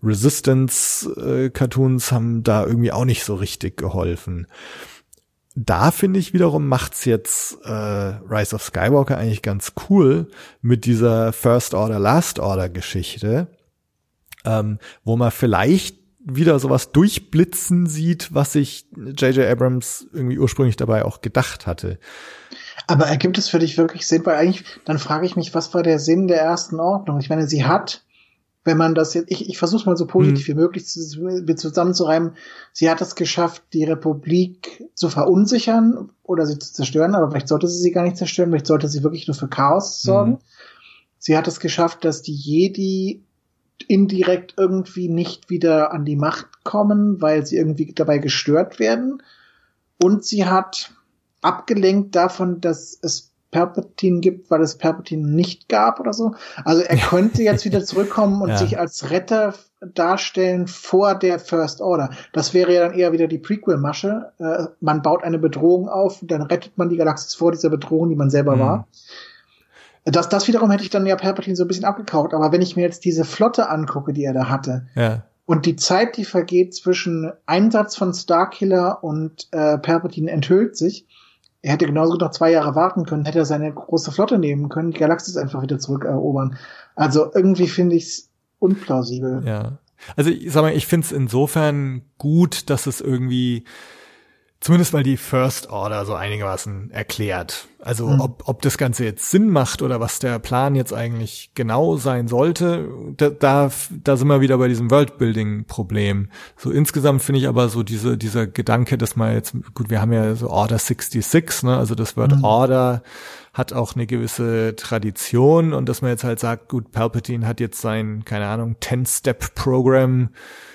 Resistance-Cartoons haben da irgendwie auch nicht so richtig geholfen. Da finde ich wiederum macht's jetzt äh, Rise of Skywalker eigentlich ganz cool mit dieser First Order, Last Order Geschichte, ähm, wo man vielleicht wieder sowas durchblitzen sieht, was sich J J Abrams irgendwie ursprünglich dabei auch gedacht hatte. Aber ergibt es für dich wirklich Sinn? Weil eigentlich, dann frage ich mich, was war der Sinn der ersten Ordnung? Ich meine, sie hat, wenn man das jetzt, ich, ich versuche es mal so positiv mhm. wie möglich zu, zusammenzureimen, sie hat es geschafft, die Republik zu verunsichern oder sie zu zerstören, aber vielleicht sollte sie sie gar nicht zerstören, vielleicht sollte sie wirklich nur für Chaos sorgen. Mhm. Sie hat es geschafft, dass die Jedi indirekt irgendwie nicht wieder an die Macht kommen, weil sie irgendwie dabei gestört werden. Und sie hat abgelenkt davon, dass es Palpatine gibt, weil es Palpatine nicht gab oder so. Also er könnte jetzt wieder zurückkommen und ja. sich als Retter darstellen vor der First Order. Das wäre ja dann eher wieder die Prequel-Masche. Äh, man baut eine Bedrohung auf, dann rettet man die Galaxis vor dieser Bedrohung, die man selber mhm. war. Das, das wiederum hätte ich dann ja Palpatine so ein bisschen abgekauft. Aber wenn ich mir jetzt diese Flotte angucke, die er da hatte, ja. und die Zeit, die vergeht zwischen Einsatz von Starkiller und äh, Palpatine enthüllt sich, er hätte genauso noch zwei Jahre warten können, hätte er seine große Flotte nehmen können, die Galaxis einfach wieder zurückerobern. Also irgendwie finde ich es unplausibel. Ja, also ich sag mal, ich finde es insofern gut, dass es irgendwie zumindest mal die First Order so einigermaßen erklärt. Also hm. ob ob das Ganze jetzt Sinn macht oder was der Plan jetzt eigentlich genau sein sollte, da da, da sind wir wieder bei diesem Worldbuilding-Problem. So insgesamt finde ich aber so diese dieser Gedanke, dass man jetzt, gut, wir haben ja so Order sechsundsechzig, ne, also das Wort hm. Order hat auch eine gewisse Tradition und dass man jetzt halt sagt, gut, Palpatine hat jetzt sein, keine Ahnung, ten-Step-Programm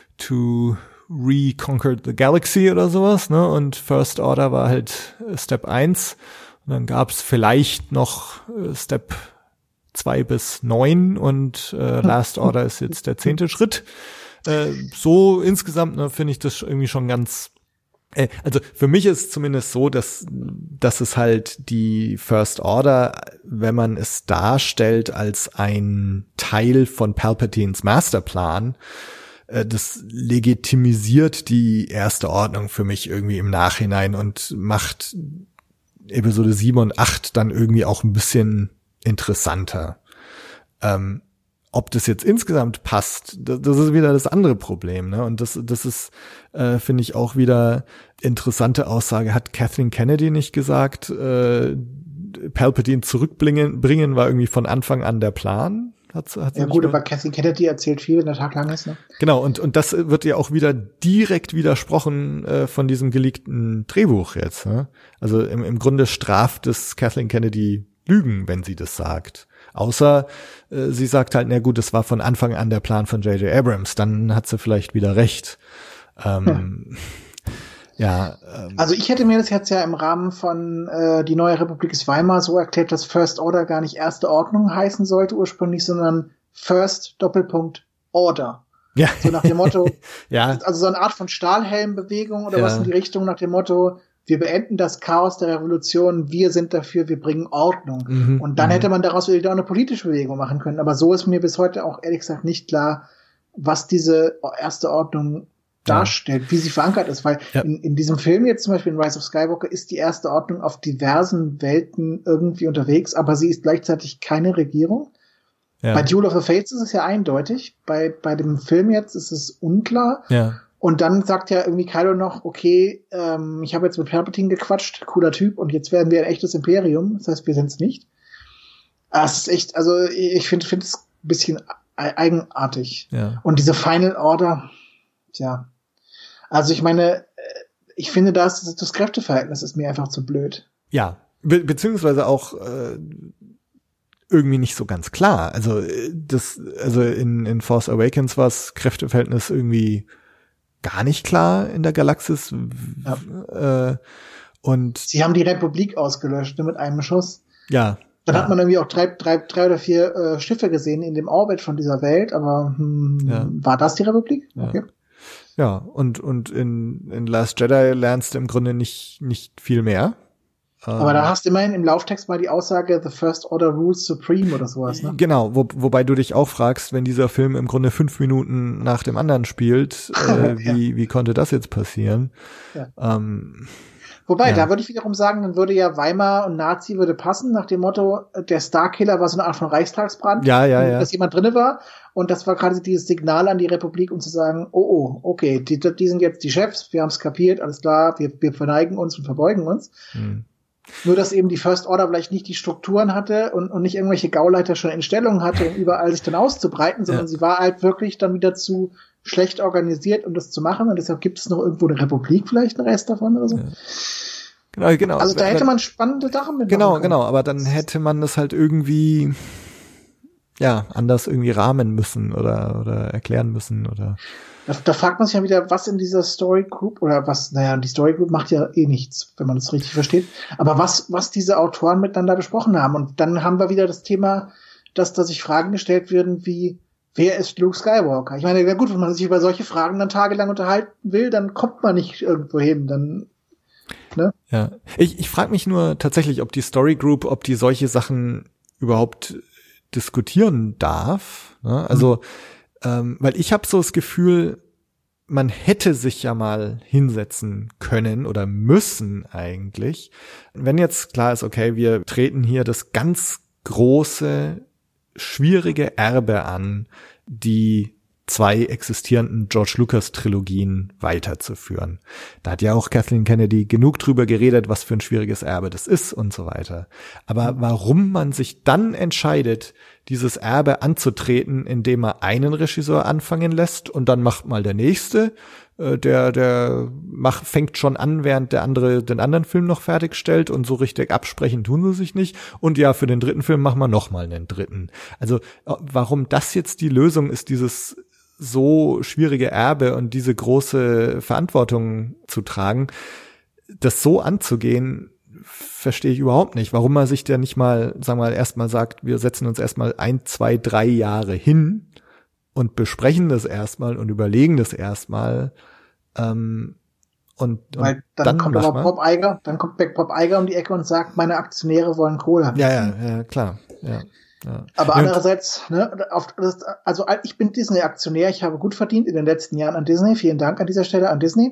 to Reconquered the Galaxy oder sowas, ne? Und First Order war halt Step eins. Und dann gab's vielleicht noch Step zwei bis neun und äh, Last Order ist jetzt der zehnte Schritt. Äh, so insgesamt, ne, finde ich das irgendwie schon ganz, äh, also für mich ist es zumindest so, dass, dass es halt die First Order, wenn man es darstellt als ein Teil von Palpatines Masterplan, das legitimisiert die erste Ordnung für mich irgendwie im Nachhinein und macht Episode sieben und acht dann irgendwie auch ein bisschen interessanter. Ähm, ob das jetzt insgesamt passt, das, das ist wieder das andere Problem, ne? Und das, das ist, äh, finde ich, auch wieder interessante Aussage. Hat Kathleen Kennedy nicht gesagt, äh, Palpatine zurückbringen bringen war irgendwie von Anfang an der Plan? Hat's, hat's ja gut, aber Kathleen Kennedy erzählt viel, wenn der Tag lang ist, ne? Genau, und und das wird ja auch wieder direkt widersprochen äh, von diesem geleakten Drehbuch jetzt. Ne? Also im, im Grunde straft es Kathleen Kennedy Lügen, wenn sie das sagt. Außer äh, sie sagt halt, na gut, das war von Anfang an der Plan von J J Abrams, dann hat sie vielleicht wieder recht. Ähm, ja. Ja, ähm. Also ich hätte mir das jetzt ja im Rahmen von äh, die neue Republik ist Weimar so erklärt, dass First Order gar nicht erste Ordnung heißen sollte ursprünglich, sondern First Doppelpunkt Order. Ja. So nach dem Motto, ja. Also so eine Art von Stahlhelmbewegung oder ja. was in die Richtung nach dem Motto, wir beenden das Chaos der Revolution, wir sind dafür, wir bringen Ordnung. Mhm. Und dann mhm. hätte man daraus wieder eine politische Bewegung machen können. Aber so ist mir bis heute auch ehrlich gesagt nicht klar, was diese erste Ordnung darstellt, ja. wie sie verankert ist, weil ja. in, in diesem Film jetzt zum Beispiel in Rise of Skywalker ist die erste Ordnung auf diversen Welten irgendwie unterwegs, aber sie ist gleichzeitig keine Regierung. Ja. Bei Duel of the Fates ist es ja eindeutig, bei bei dem Film jetzt ist es unklar. Ja. Und dann sagt ja irgendwie Kylo noch, okay, ähm, ich habe jetzt mit Palpatine gequatscht, cooler Typ, und jetzt werden wir ein echtes Imperium, das heißt, wir sind es nicht. Das ist echt, also ich finde finde es ein bisschen eigenartig. Ja. Und diese Final Order, tja, also ich meine, ich finde, das, das Kräfteverhältnis ist mir einfach zu blöd. Ja, be- beziehungsweise auch äh, irgendwie nicht so ganz klar. Also das, also in, in Force Awakens war das Kräfteverhältnis irgendwie gar nicht klar in der Galaxis. Ja. Äh, und sie haben die Republik ausgelöscht, nur mit einem Schuss. Ja. Dann ja. hat man irgendwie auch drei, drei, drei oder vier äh, Schiffe gesehen in dem Orbit von dieser Welt, aber hm, ja. war das die Republik? Ja. Okay. Ja, und und in in Last Jedi lernst du im Grunde nicht nicht viel mehr. Aber ähm, da hast du immerhin im Lauftext mal die Aussage, The First Order rules supreme oder sowas, ne? Genau, wo, wobei du dich auch fragst, wenn dieser Film im Grunde fünf Minuten nach dem anderen spielt, äh, wie ja. wie konnte das jetzt passieren? Ja. Ähm, Wobei, ja. da würde ich wiederum sagen, dann würde ja Weimar und Nazi würde passen, nach dem Motto, der Starkiller war so eine Art von Reichstagsbrand, ja, ja, ja. dass jemand drinne war. Und das war gerade dieses Signal an die Republik, um zu sagen, oh, oh, okay, die, die sind jetzt die Chefs, wir haben es kapiert, alles klar, wir, wir verneigen uns und verbeugen uns. Hm. Nur, dass eben die First Order vielleicht nicht die Strukturen hatte und, und nicht irgendwelche Gauleiter schon in Stellung hatte, um überall sich dann auszubreiten, sondern ja. sie war halt wirklich dann wieder zu schlecht organisiert, um das zu machen. Und deshalb gibt es noch irgendwo eine Republik, vielleicht einen Rest davon oder so. Ja. Genau, genau. Also da hätte man spannende Sachen mit. Genau, genau, aber dann hätte man das halt irgendwie, ja, anders irgendwie rahmen müssen oder, oder erklären müssen oder. Da, da fragt man sich ja wieder, was in dieser Story Group oder was, naja, die Story Group macht ja eh nichts, wenn man das richtig versteht. Aber was, was diese Autoren miteinander besprochen haben. Und dann haben wir wieder das Thema, dass da sich Fragen gestellt werden wie, wer ist Luke Skywalker? Ich meine, ja gut, wenn man sich über solche Fragen dann tagelang unterhalten will, dann kommt man nicht irgendwo hin, dann, ne? Ja, ich, ich frage mich nur tatsächlich, ob die Story Group, ob die solche Sachen überhaupt diskutieren darf, ne? Also, mhm. ähm, weil ich habe so das Gefühl, man hätte sich ja mal hinsetzen können oder müssen eigentlich. Wenn jetzt klar ist, okay, wir treten hier das ganz große, schwierige Erbe an, die zwei existierenden George Lucas Trilogien weiterzuführen. Da hat ja auch Kathleen Kennedy genug drüber geredet, was für ein schwieriges Erbe das ist und so weiter. Aber warum man sich dann entscheidet, dieses Erbe anzutreten, indem man einen Regisseur anfangen lässt und dann macht mal der nächste, äh, der der macht fängt schon an, während der andere den anderen Film noch fertigstellt und so richtig absprechen tun sie sich nicht. Und ja, für den dritten Film machen wir noch mal einen dritten. Also warum das jetzt die Lösung ist, dieses so schwierige Erbe und diese große Verantwortung zu tragen, das so anzugehen, verstehe ich überhaupt nicht. Warum man sich da nicht mal, sagen wir mal, erstmal sagt, wir setzen uns erstmal ein, zwei, drei Jahre hin und besprechen das erstmal und überlegen das erstmal. Ähm, und, Weil und dann, dann kommt aber Bob Iger, dann kommt Bob Iger um die Ecke und sagt, meine Aktionäre wollen Kohle. Ja, ja, ja, klar, ja. Ja. Aber ja, andererseits, ne, auf, das, also ich bin Disney-Aktionär, ich habe gut verdient in den letzten Jahren an Disney. Vielen Dank an dieser Stelle an Disney.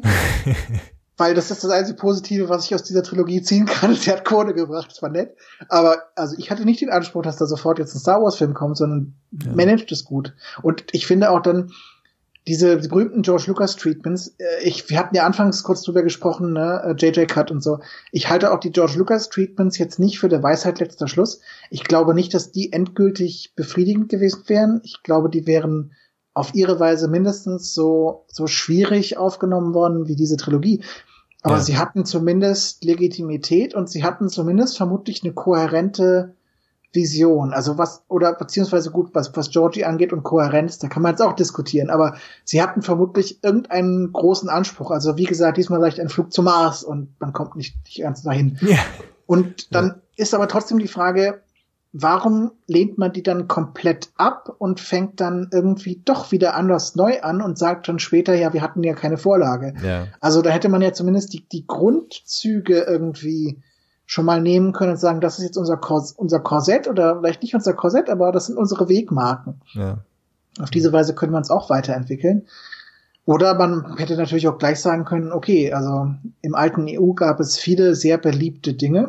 Weil das ist das einzige Positive, was ich aus dieser Trilogie ziehen kann. Sie hat Kohle gebracht, das war nett. Aber also ich hatte nicht den Anspruch, dass da sofort jetzt ein Star Wars-Film kommt, sondern ja. managt es gut. Und ich finde auch dann, diese die berühmten George Lucas Treatments, ich, wir hatten ja anfangs kurz drüber gesprochen, ne, J J Cut und so. Ich halte auch die George Lucas Treatments jetzt nicht für der Weisheit letzter Schluss. Ich glaube nicht, dass die endgültig befriedigend gewesen wären. Ich glaube, die wären auf ihre Weise mindestens so, so schwierig aufgenommen worden wie diese Trilogie. Aber ja. sie hatten zumindest Legitimität und sie hatten zumindest vermutlich eine kohärente Vision, also was, oder beziehungsweise gut, was, was Georgie angeht und Kohärenz, da kann man jetzt auch diskutieren, aber sie hatten vermutlich irgendeinen großen Anspruch, also wie gesagt, diesmal vielleicht ein Flug zum Mars und man kommt nicht, nicht ganz dahin. Ja. Und dann ja. ist aber trotzdem die Frage, warum lehnt man die dann komplett ab und fängt dann irgendwie doch wieder anders neu an und sagt dann später, ja, wir hatten ja keine Vorlage. Ja. Also da hätte man ja zumindest die, die Grundzüge irgendwie schon mal nehmen können und sagen, das ist jetzt unser Kors- unser Korsett oder vielleicht nicht unser Korsett, aber das sind unsere Wegmarken. Ja. Auf diese Weise könnte man es auch weiterentwickeln. Oder man hätte natürlich auch gleich sagen können, okay, also im alten E U gab es viele sehr beliebte Dinge.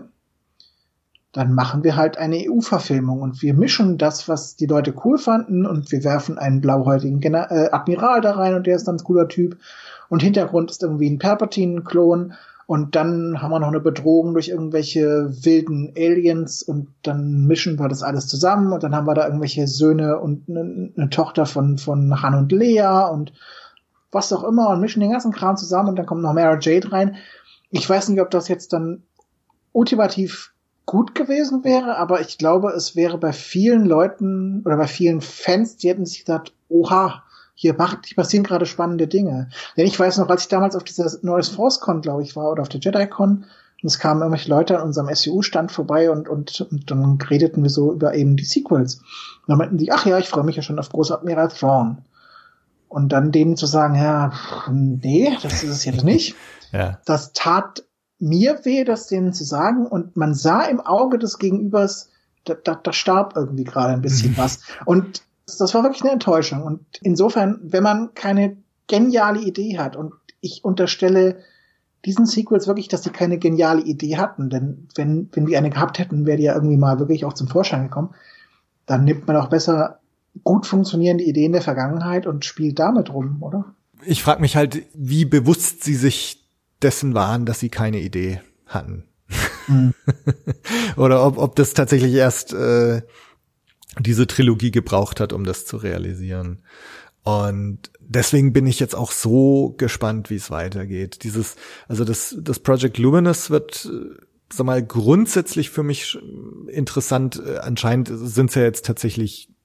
Dann machen wir halt eine E U-Verfilmung und wir mischen das, was die Leute cool fanden und wir werfen einen blauhäutigen Gen- äh, Admiral da rein und der ist dann ein cooler Typ. Und Hintergrund ist irgendwie ein Palpatine-Klon. Und dann haben wir noch eine Bedrohung durch irgendwelche wilden Aliens und dann mischen wir das alles zusammen und dann haben wir da irgendwelche Söhne und eine, eine Tochter von, von Han und Leia und was auch immer und mischen den ganzen Kram zusammen und dann kommt noch Mara Jade rein. Ich weiß nicht, ob das jetzt dann ultimativ gut gewesen wäre, aber ich glaube, es wäre bei vielen Leuten oder bei vielen Fans, die hätten sich gedacht, oha, hier, macht, hier passieren gerade spannende Dinge. Denn ich weiß noch, als ich damals auf dieser neues ForceCon, glaube ich, war, oder auf der JediCon, und es kamen irgendwelche Leute an unserem S C U-Stand vorbei und, und, und dann redeten wir so über eben die Sequels. Und dann meinten die, ach ja, ich freue mich ja schon auf Großadmiral Thrawn. Und dann denen zu sagen, ja, nee, das ist es jetzt nicht. Ja. Das tat mir weh, das denen zu sagen. Und man sah im Auge des Gegenübers, da, da, da starb irgendwie gerade ein bisschen was. Und das war wirklich eine Enttäuschung. Und insofern, wenn man keine geniale Idee hat, und ich unterstelle diesen Sequels wirklich, dass die keine geniale Idee hatten, denn wenn, wenn die eine gehabt hätten, wäre die ja irgendwie mal wirklich auch zum Vorschein gekommen, dann nimmt man auch besser gut funktionierende Ideen der Vergangenheit und spielt damit rum, oder? Ich frage mich halt, wie bewusst sie sich dessen waren, dass sie keine Idee hatten. Mhm. Oder ob, ob das tatsächlich erst äh, diese Trilogie gebraucht hat, um das zu realisieren. Und deswegen bin ich jetzt auch so gespannt, wie es weitergeht. Dieses, also das, das Project Luminous wird, sag mal, grundsätzlich für mich interessant. Anscheinend sind es ja jetzt tatsächlich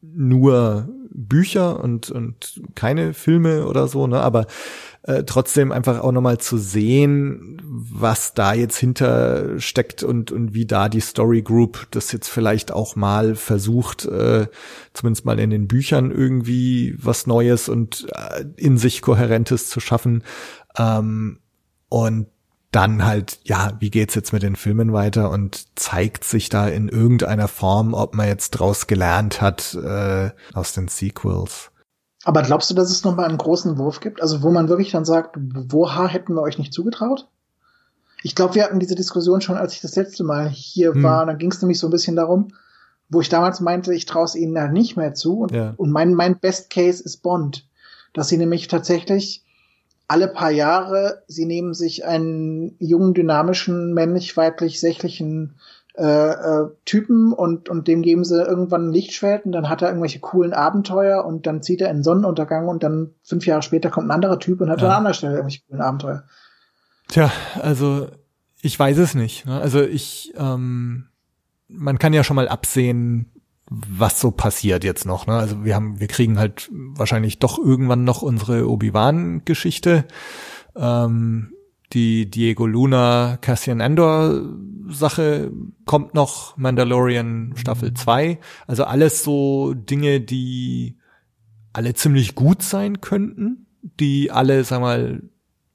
nur Bücher und und keine Filme oder so, ne, aber äh, trotzdem einfach auch nochmal zu sehen, was da jetzt hinter steckt und und wie da die Story Group das jetzt vielleicht auch mal versucht, äh, zumindest mal in den Büchern irgendwie was Neues und äh, in sich Kohärentes zu schaffen, ähm, und dann halt, ja, wie geht's jetzt mit den Filmen weiter und zeigt sich da in irgendeiner Form, ob man jetzt draus gelernt hat äh, aus den Sequels. Aber glaubst du, dass es nochmal einen großen Wurf gibt? Also wo man wirklich dann sagt, woha, hätten wir euch nicht zugetraut? Ich glaube, wir hatten diese Diskussion schon, als ich das letzte Mal hier hm. war. Da ging es nämlich so ein bisschen darum, wo ich damals meinte, ich traue es ihnen halt nicht mehr zu. Und, ja. und mein, mein Best Case ist Bond. Dass sie nämlich tatsächlich alle paar Jahre, sie nehmen sich einen jungen, dynamischen, männlich-weiblich-sächlichen äh, äh, Typen und und dem geben sie irgendwann ein Lichtschwert und dann hat er irgendwelche coolen Abenteuer und dann zieht er in den Sonnenuntergang und dann fünf Jahre später kommt ein anderer Typ und hat ja. an anderer Stelle irgendwelche coolen Abenteuer. Tja, also ich weiß es nicht. Ne? Also ich, ähm, man kann ja schon mal absehen, was so passiert jetzt noch, ne? Also wir haben, wir kriegen halt wahrscheinlich doch irgendwann noch unsere Obi-Wan-Geschichte. Ähm, die Diego Luna, Cassian Andor Sache kommt noch, Mandalorian Staffel zwei. Also alles so Dinge, die alle ziemlich gut sein könnten, die alle, sag mal,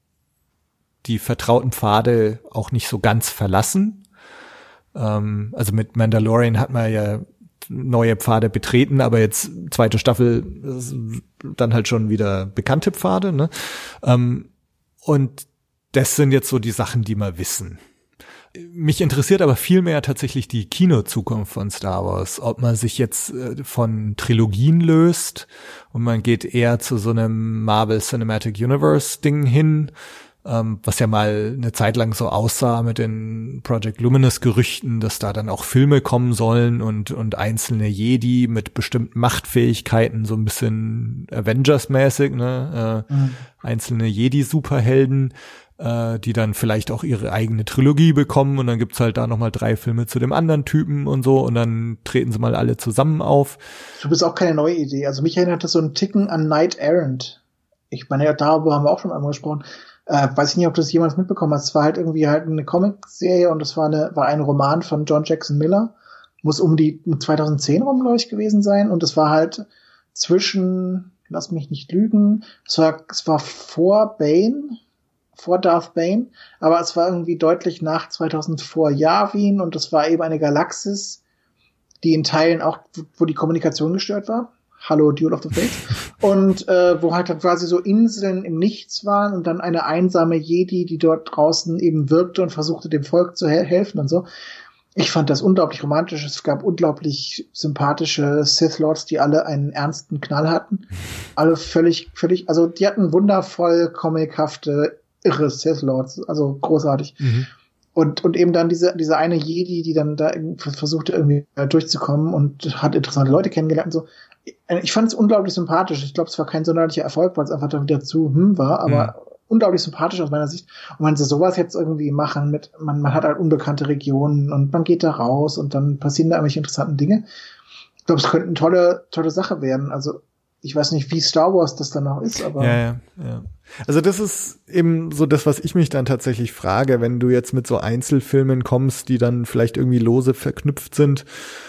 die vertrauten Pfade auch nicht so ganz verlassen. Ähm, also mit Mandalorian hat man ja neue Pfade betreten, aber jetzt zweite Staffel dann halt schon wieder bekannte Pfade, ne? Ähm, und das sind jetzt so die Sachen, die wir wissen. Mich interessiert aber viel mehr tatsächlich die Kinozukunft von Star Wars, ob man sich jetzt äh, von Trilogien löst und man geht eher zu so einem Marvel Cinematic Universe Ding hin, ähm, was ja mal eine Zeit lang so aussah mit den Project Luminous Gerüchten, dass da dann auch Filme kommen sollen und und einzelne Jedi mit bestimmten Machtfähigkeiten, so ein bisschen Avengers-mäßig, ne, äh, mhm. einzelne Jedi-Superhelden, äh, die dann vielleicht auch ihre eigene Trilogie bekommen und dann gibt's halt da nochmal drei Filme zu dem anderen Typen und so und dann treten sie mal alle zusammen auf. Du bist auch keine neue Idee. Also mich erinnert das so ein Ticken an Knight Errant. Ich meine, ja, darüber haben wir auch schon einmal gesprochen. Äh, weiß ich nicht, ob du das jemals mitbekommen hast. Es war halt irgendwie halt eine Comic-Serie und es war eine, war ein Roman von John Jackson Miller. Muss um die um zweitausendzehn rum, glaube ich, gewesen sein. Und es war halt zwischen, lass mich nicht lügen, es war, es war vor Bane, vor Darth Bane, aber es war irgendwie deutlich nach zweitausend vor Yavin und es war eben eine Galaxis, die in Teilen auch, wo die Kommunikation gestört war. Hallo, Duel of the Fates. Und äh, wo halt quasi so Inseln im Nichts waren und dann eine einsame Jedi, die dort draußen eben wirkte und versuchte, dem Volk zu he- helfen und so. Ich fand das unglaublich romantisch. Es gab unglaublich sympathische Sith Lords, die alle einen ernsten Knall hatten. Alle völlig, völlig, also die hatten wundervoll comichafte, irre Sith Lords, also großartig. Mhm. Und, und eben dann diese, diese eine Jedi, die dann da versuchte irgendwie durchzukommen und hat interessante Leute kennengelernt und so. Ich fand es unglaublich sympathisch. Ich glaube, es war kein sonderlicher Erfolg, weil es einfach da wieder zu hm war, aber mhm. unglaublich sympathisch aus meiner Sicht. Und wenn sie sowas jetzt irgendwie machen mit, man, man hat halt unbekannte Regionen und man geht da raus und dann passieren da irgendwelche interessanten Dinge. Ich glaube, es könnte eine tolle, tolle Sache werden. Also, ich weiß nicht, wie Star Wars das dann noch ist, aber. Ja, ja, ja. Also das ist eben so das, was ich mich dann tatsächlich frage, wenn du jetzt mit so Einzelfilmen kommst, die dann vielleicht irgendwie lose verknüpft sind,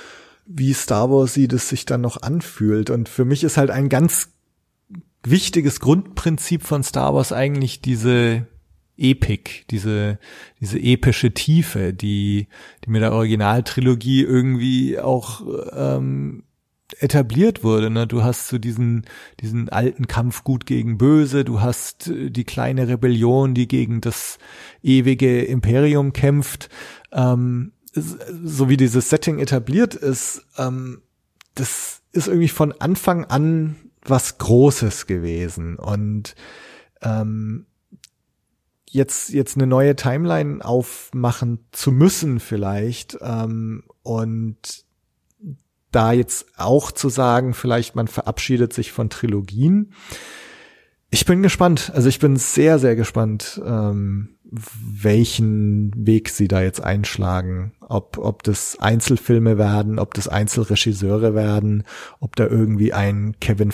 wie Star Wars sie das sich dann noch anfühlt. Und für mich ist halt ein ganz wichtiges Grundprinzip von Star Wars eigentlich diese Epik, diese diese epische Tiefe, die die mit der Originaltrilogie irgendwie auch ähm, etabliert wurde. Ne? Du hast so diesen diesen alten Kampf Gut gegen Böse, du hast die kleine Rebellion, die gegen das ewige Imperium kämpft. Ähm, so wie dieses Setting etabliert ist, ähm, das ist irgendwie von Anfang an was Großes gewesen und ähm, jetzt jetzt eine neue Timeline aufmachen zu müssen vielleicht ähm, und da jetzt auch zu sagen, vielleicht man verabschiedet sich von Trilogien, Ich bin gespannt. Also ich bin sehr, sehr gespannt, ähm, welchen Weg sie da jetzt einschlagen. Ob, ob das Einzelfilme werden, ob das Einzelregisseure werden, ob da irgendwie ein Kevin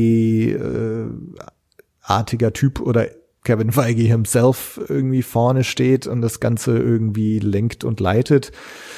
Feige-artiger äh, Typ oder Kevin Feige himself irgendwie vorne steht und das Ganze irgendwie lenkt und leitet.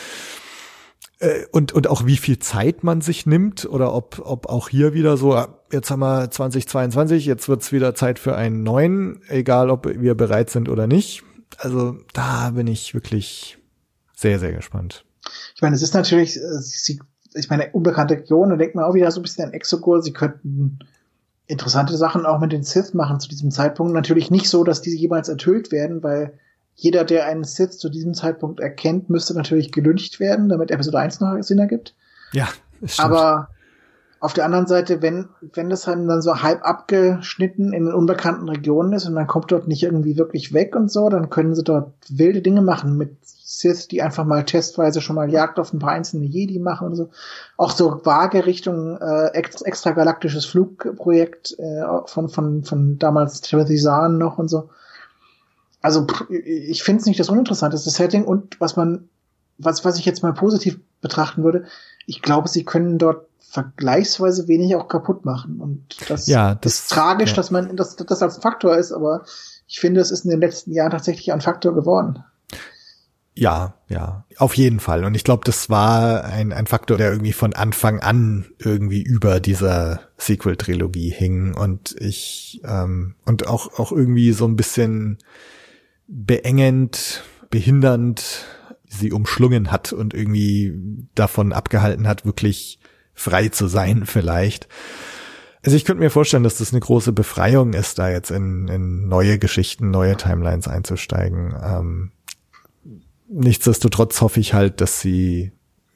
Und, und auch wie viel Zeit man sich nimmt oder ob, ob auch hier wieder so, jetzt haben wir zwanzig zweiundzwanzig, jetzt wird's wieder Zeit für einen neuen, egal ob wir bereit sind oder nicht. Also da bin ich wirklich sehr, sehr gespannt. Ich meine, es ist natürlich, sie, ich meine, unbekannte Region, da denkt man auch wieder so ein bisschen an Exogol, sie könnten interessante Sachen auch mit den Sith machen zu diesem Zeitpunkt. Natürlich nicht so, dass diese jemals enthüllt werden, weil jeder, der einen Sith zu diesem Zeitpunkt erkennt, müsste natürlich gelyncht werden, damit Episode eins noch Sinn ergibt. Ja, das stimmt. Aber auf der anderen Seite, wenn wenn das dann so halb abgeschnitten in unbekannten Regionen ist und man kommt dort nicht irgendwie wirklich weg und so, dann können sie dort wilde Dinge machen mit Sith, die einfach mal testweise schon mal Jagd auf ein paar einzelne Jedi machen und so. Auch so vage Richtung äh, extra, extragalaktisches Flugprojekt äh, von von von damals Timothy Zahn noch und so. Also ich finde es nicht das Uninteressanteste Setting und was man, was was ich jetzt mal positiv betrachten würde, ich glaube, sie können dort vergleichsweise wenig auch kaputt machen und das, ja, das ist tragisch, ja. dass man dass das als Faktor ist, aber ich finde, es ist in den letzten Jahren tatsächlich ein Faktor geworden. Ja, ja, auf jeden Fall. Und ich glaube, das war ein, ein Faktor, der irgendwie von Anfang an irgendwie über dieser Sequel-Trilogie hing und ich ähm, und auch auch irgendwie so ein bisschen beengend, behindernd sie umschlungen hat und irgendwie davon abgehalten hat, wirklich frei zu sein vielleicht. Also ich könnte mir vorstellen, dass das eine große Befreiung ist, da jetzt in, in neue Geschichten, neue Timelines einzusteigen. Ähm, nichtsdestotrotz hoffe ich halt, dass sie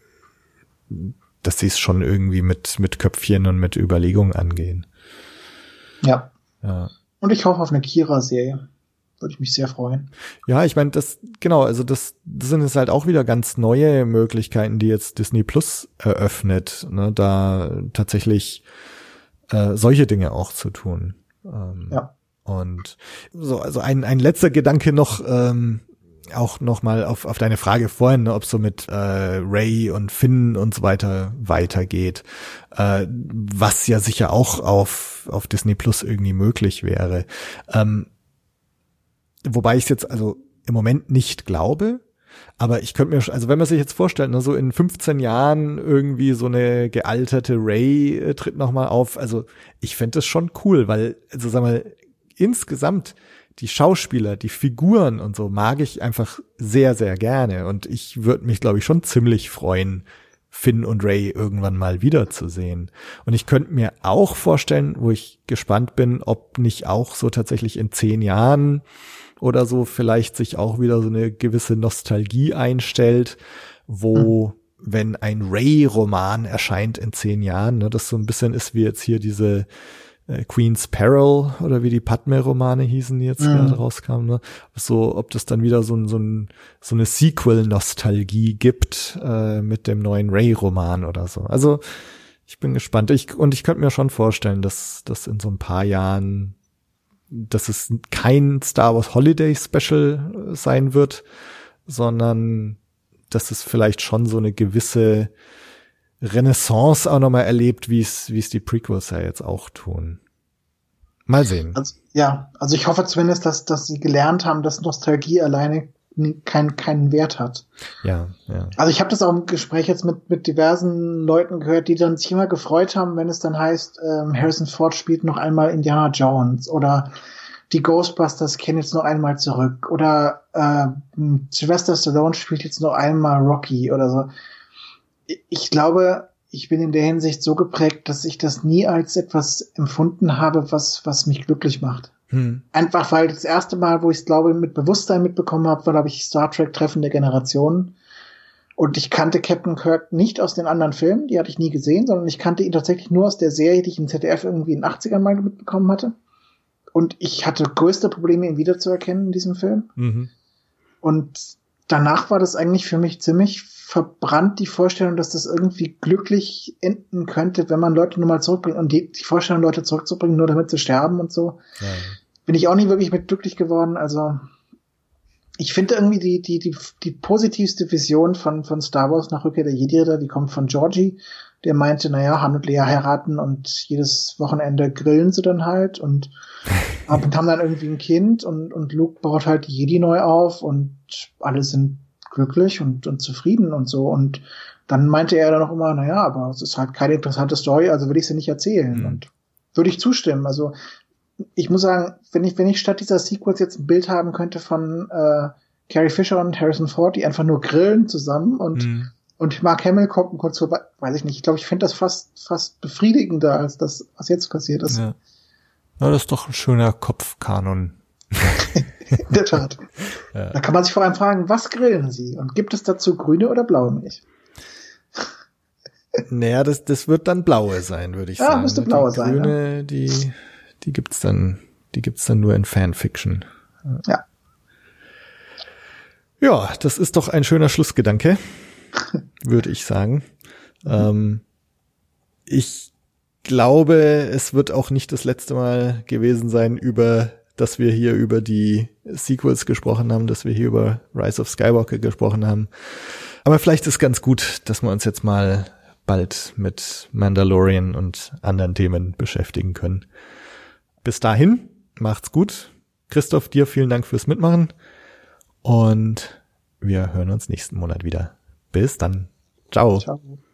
dass sie es schon irgendwie mit mit Köpfchen und mit Überlegung angehen. Ja. Ja. Und ich hoffe auf eine Kira-Serie. Würde ich mich sehr freuen. Ja, ich meine, das, genau, also das, das sind jetzt halt auch wieder ganz neue Möglichkeiten, die jetzt Disney Plus eröffnet, ne, da tatsächlich äh, solche Dinge auch zu tun. Ähm, ja. Und so, also ein, ein letzter Gedanke noch, ähm, auch noch mal auf, auf deine Frage vorhin, ne, ob es so mit äh, Rey und Finn und so weiter weitergeht, äh, was ja sicher auch auf, auf Disney Plus irgendwie möglich wäre. Ähm, Wobei ich es jetzt also im Moment nicht glaube, aber ich könnte mir, also wenn man sich jetzt vorstellt, ne, so in fünfzehn Jahren irgendwie so eine gealterte Rey äh, tritt nochmal auf, also ich fände das schon cool, weil, also sag mal, insgesamt die Schauspieler, die Figuren und so mag ich einfach sehr, sehr gerne und ich würde mich, glaube ich, schon ziemlich freuen, Finn und Rey irgendwann mal wiederzusehen. Und ich könnte mir auch vorstellen, wo ich gespannt bin, ob nicht auch so tatsächlich in zehn Jahren oder so vielleicht sich auch wieder so eine gewisse Nostalgie einstellt, wo, hm. wenn ein Rey-Roman erscheint in zehn Jahren, ne, das so ein bisschen ist wie jetzt hier diese äh, Queen's Peril oder wie die Padme-Romane hießen, die jetzt hm. gerade rauskamen, ne, so, ob das dann wieder so ein, so ein, so eine Sequel-Nostalgie gibt äh, mit dem neuen Rey-Roman oder so. Also ich bin gespannt. Ich, und ich könnte mir schon vorstellen, dass das in so ein paar Jahren dass es kein Star Wars Holiday Special sein wird, sondern dass es vielleicht schon so eine gewisse Renaissance auch nochmal erlebt, wie es wie es die Prequels ja jetzt auch tun. Mal sehen. Also, ja, also ich hoffe zumindest, dass dass sie gelernt haben, dass Nostalgie alleine keinen keinen Wert hat. Ja, ja. Also ich habe das auch im Gespräch jetzt mit mit diversen Leuten gehört, die dann sich immer gefreut haben, wenn es dann heißt, ähm, Harrison Ford spielt noch einmal Indiana Jones oder die Ghostbusters kehren jetzt noch einmal zurück oder äh, Sylvester Stallone spielt jetzt noch einmal Rocky oder so. Ich glaube, ich bin in der Hinsicht so geprägt, dass ich das nie als etwas empfunden habe, was was mich glücklich macht. Hm. Einfach, weil das erste Mal, wo ich es, glaube mit Bewusstsein mitbekommen habe, war, glaube ich, Star Trek Treffen der Generationen. Und ich kannte Captain Kirk nicht aus den anderen Filmen, die hatte ich nie gesehen, sondern ich kannte ihn tatsächlich nur aus der Serie, die ich im Z D F irgendwie in den achtzigern mal mitbekommen hatte. Und ich hatte größte Probleme, ihn wiederzuerkennen in diesem Film. Mhm. Und danach war das eigentlich für mich ziemlich verbrannt, die Vorstellung, dass das irgendwie glücklich enden könnte, wenn man Leute nur mal zurückbringt. Und die, die Vorstellung, Leute zurückzubringen, nur damit sie sterben und so, ja. bin ich auch nie wirklich mit glücklich geworden. Also ich finde irgendwie die, die, die, die positivste Vision von, von Star Wars nach Rückkehr der Jedi-Ritter, die kommt von Georgie, der meinte, naja, Han und Leia heiraten und jedes Wochenende grillen sie dann halt und, und haben dann irgendwie ein Kind und, und Luke baut halt die Jedi neu auf und alle sind glücklich und, und zufrieden und so. Und dann meinte er dann auch immer, naja, aber es ist halt keine interessante Story, also will ich sie nicht erzählen. Mhm. Und würde ich zustimmen. Also ich muss sagen, wenn ich, wenn ich statt dieser Sequels jetzt ein Bild haben könnte von äh, Carrie Fisher und Harrison Ford, die einfach nur grillen zusammen und mhm. und Mark Hamill kommt kurz vorbei, weiß ich nicht. Ich glaube, ich finde das fast fast befriedigender als das, was jetzt passiert ist. Ja, ja das ist doch ein schöner Kopfkanon. In der Tat. Ja. Da kann man sich vor allem fragen, was grillen Sie? Und gibt es dazu grüne oder blaue Milch? Naja, das, das wird dann blaue sein, würde ich ja, sagen. Ja, müsste blaue die sein. Grüne, ja. die, die gibt's dann, die gibt's dann nur in Fanfiction. Ja. Ja, das ist doch ein schöner Schlussgedanke, würde ich sagen. Ähm, ich glaube, es wird auch nicht das letzte Mal gewesen sein, über, dass wir hier über die Sequels gesprochen haben, dass wir hier über Rise of Skywalker gesprochen haben. Aber vielleicht ist ganz gut, dass wir uns jetzt mal bald mit Mandalorian und anderen Themen beschäftigen können. Bis dahin, macht's gut. Christoph, dir vielen Dank fürs Mitmachen und wir hören uns nächsten Monat wieder. Bis dann. Ciao. Ciao.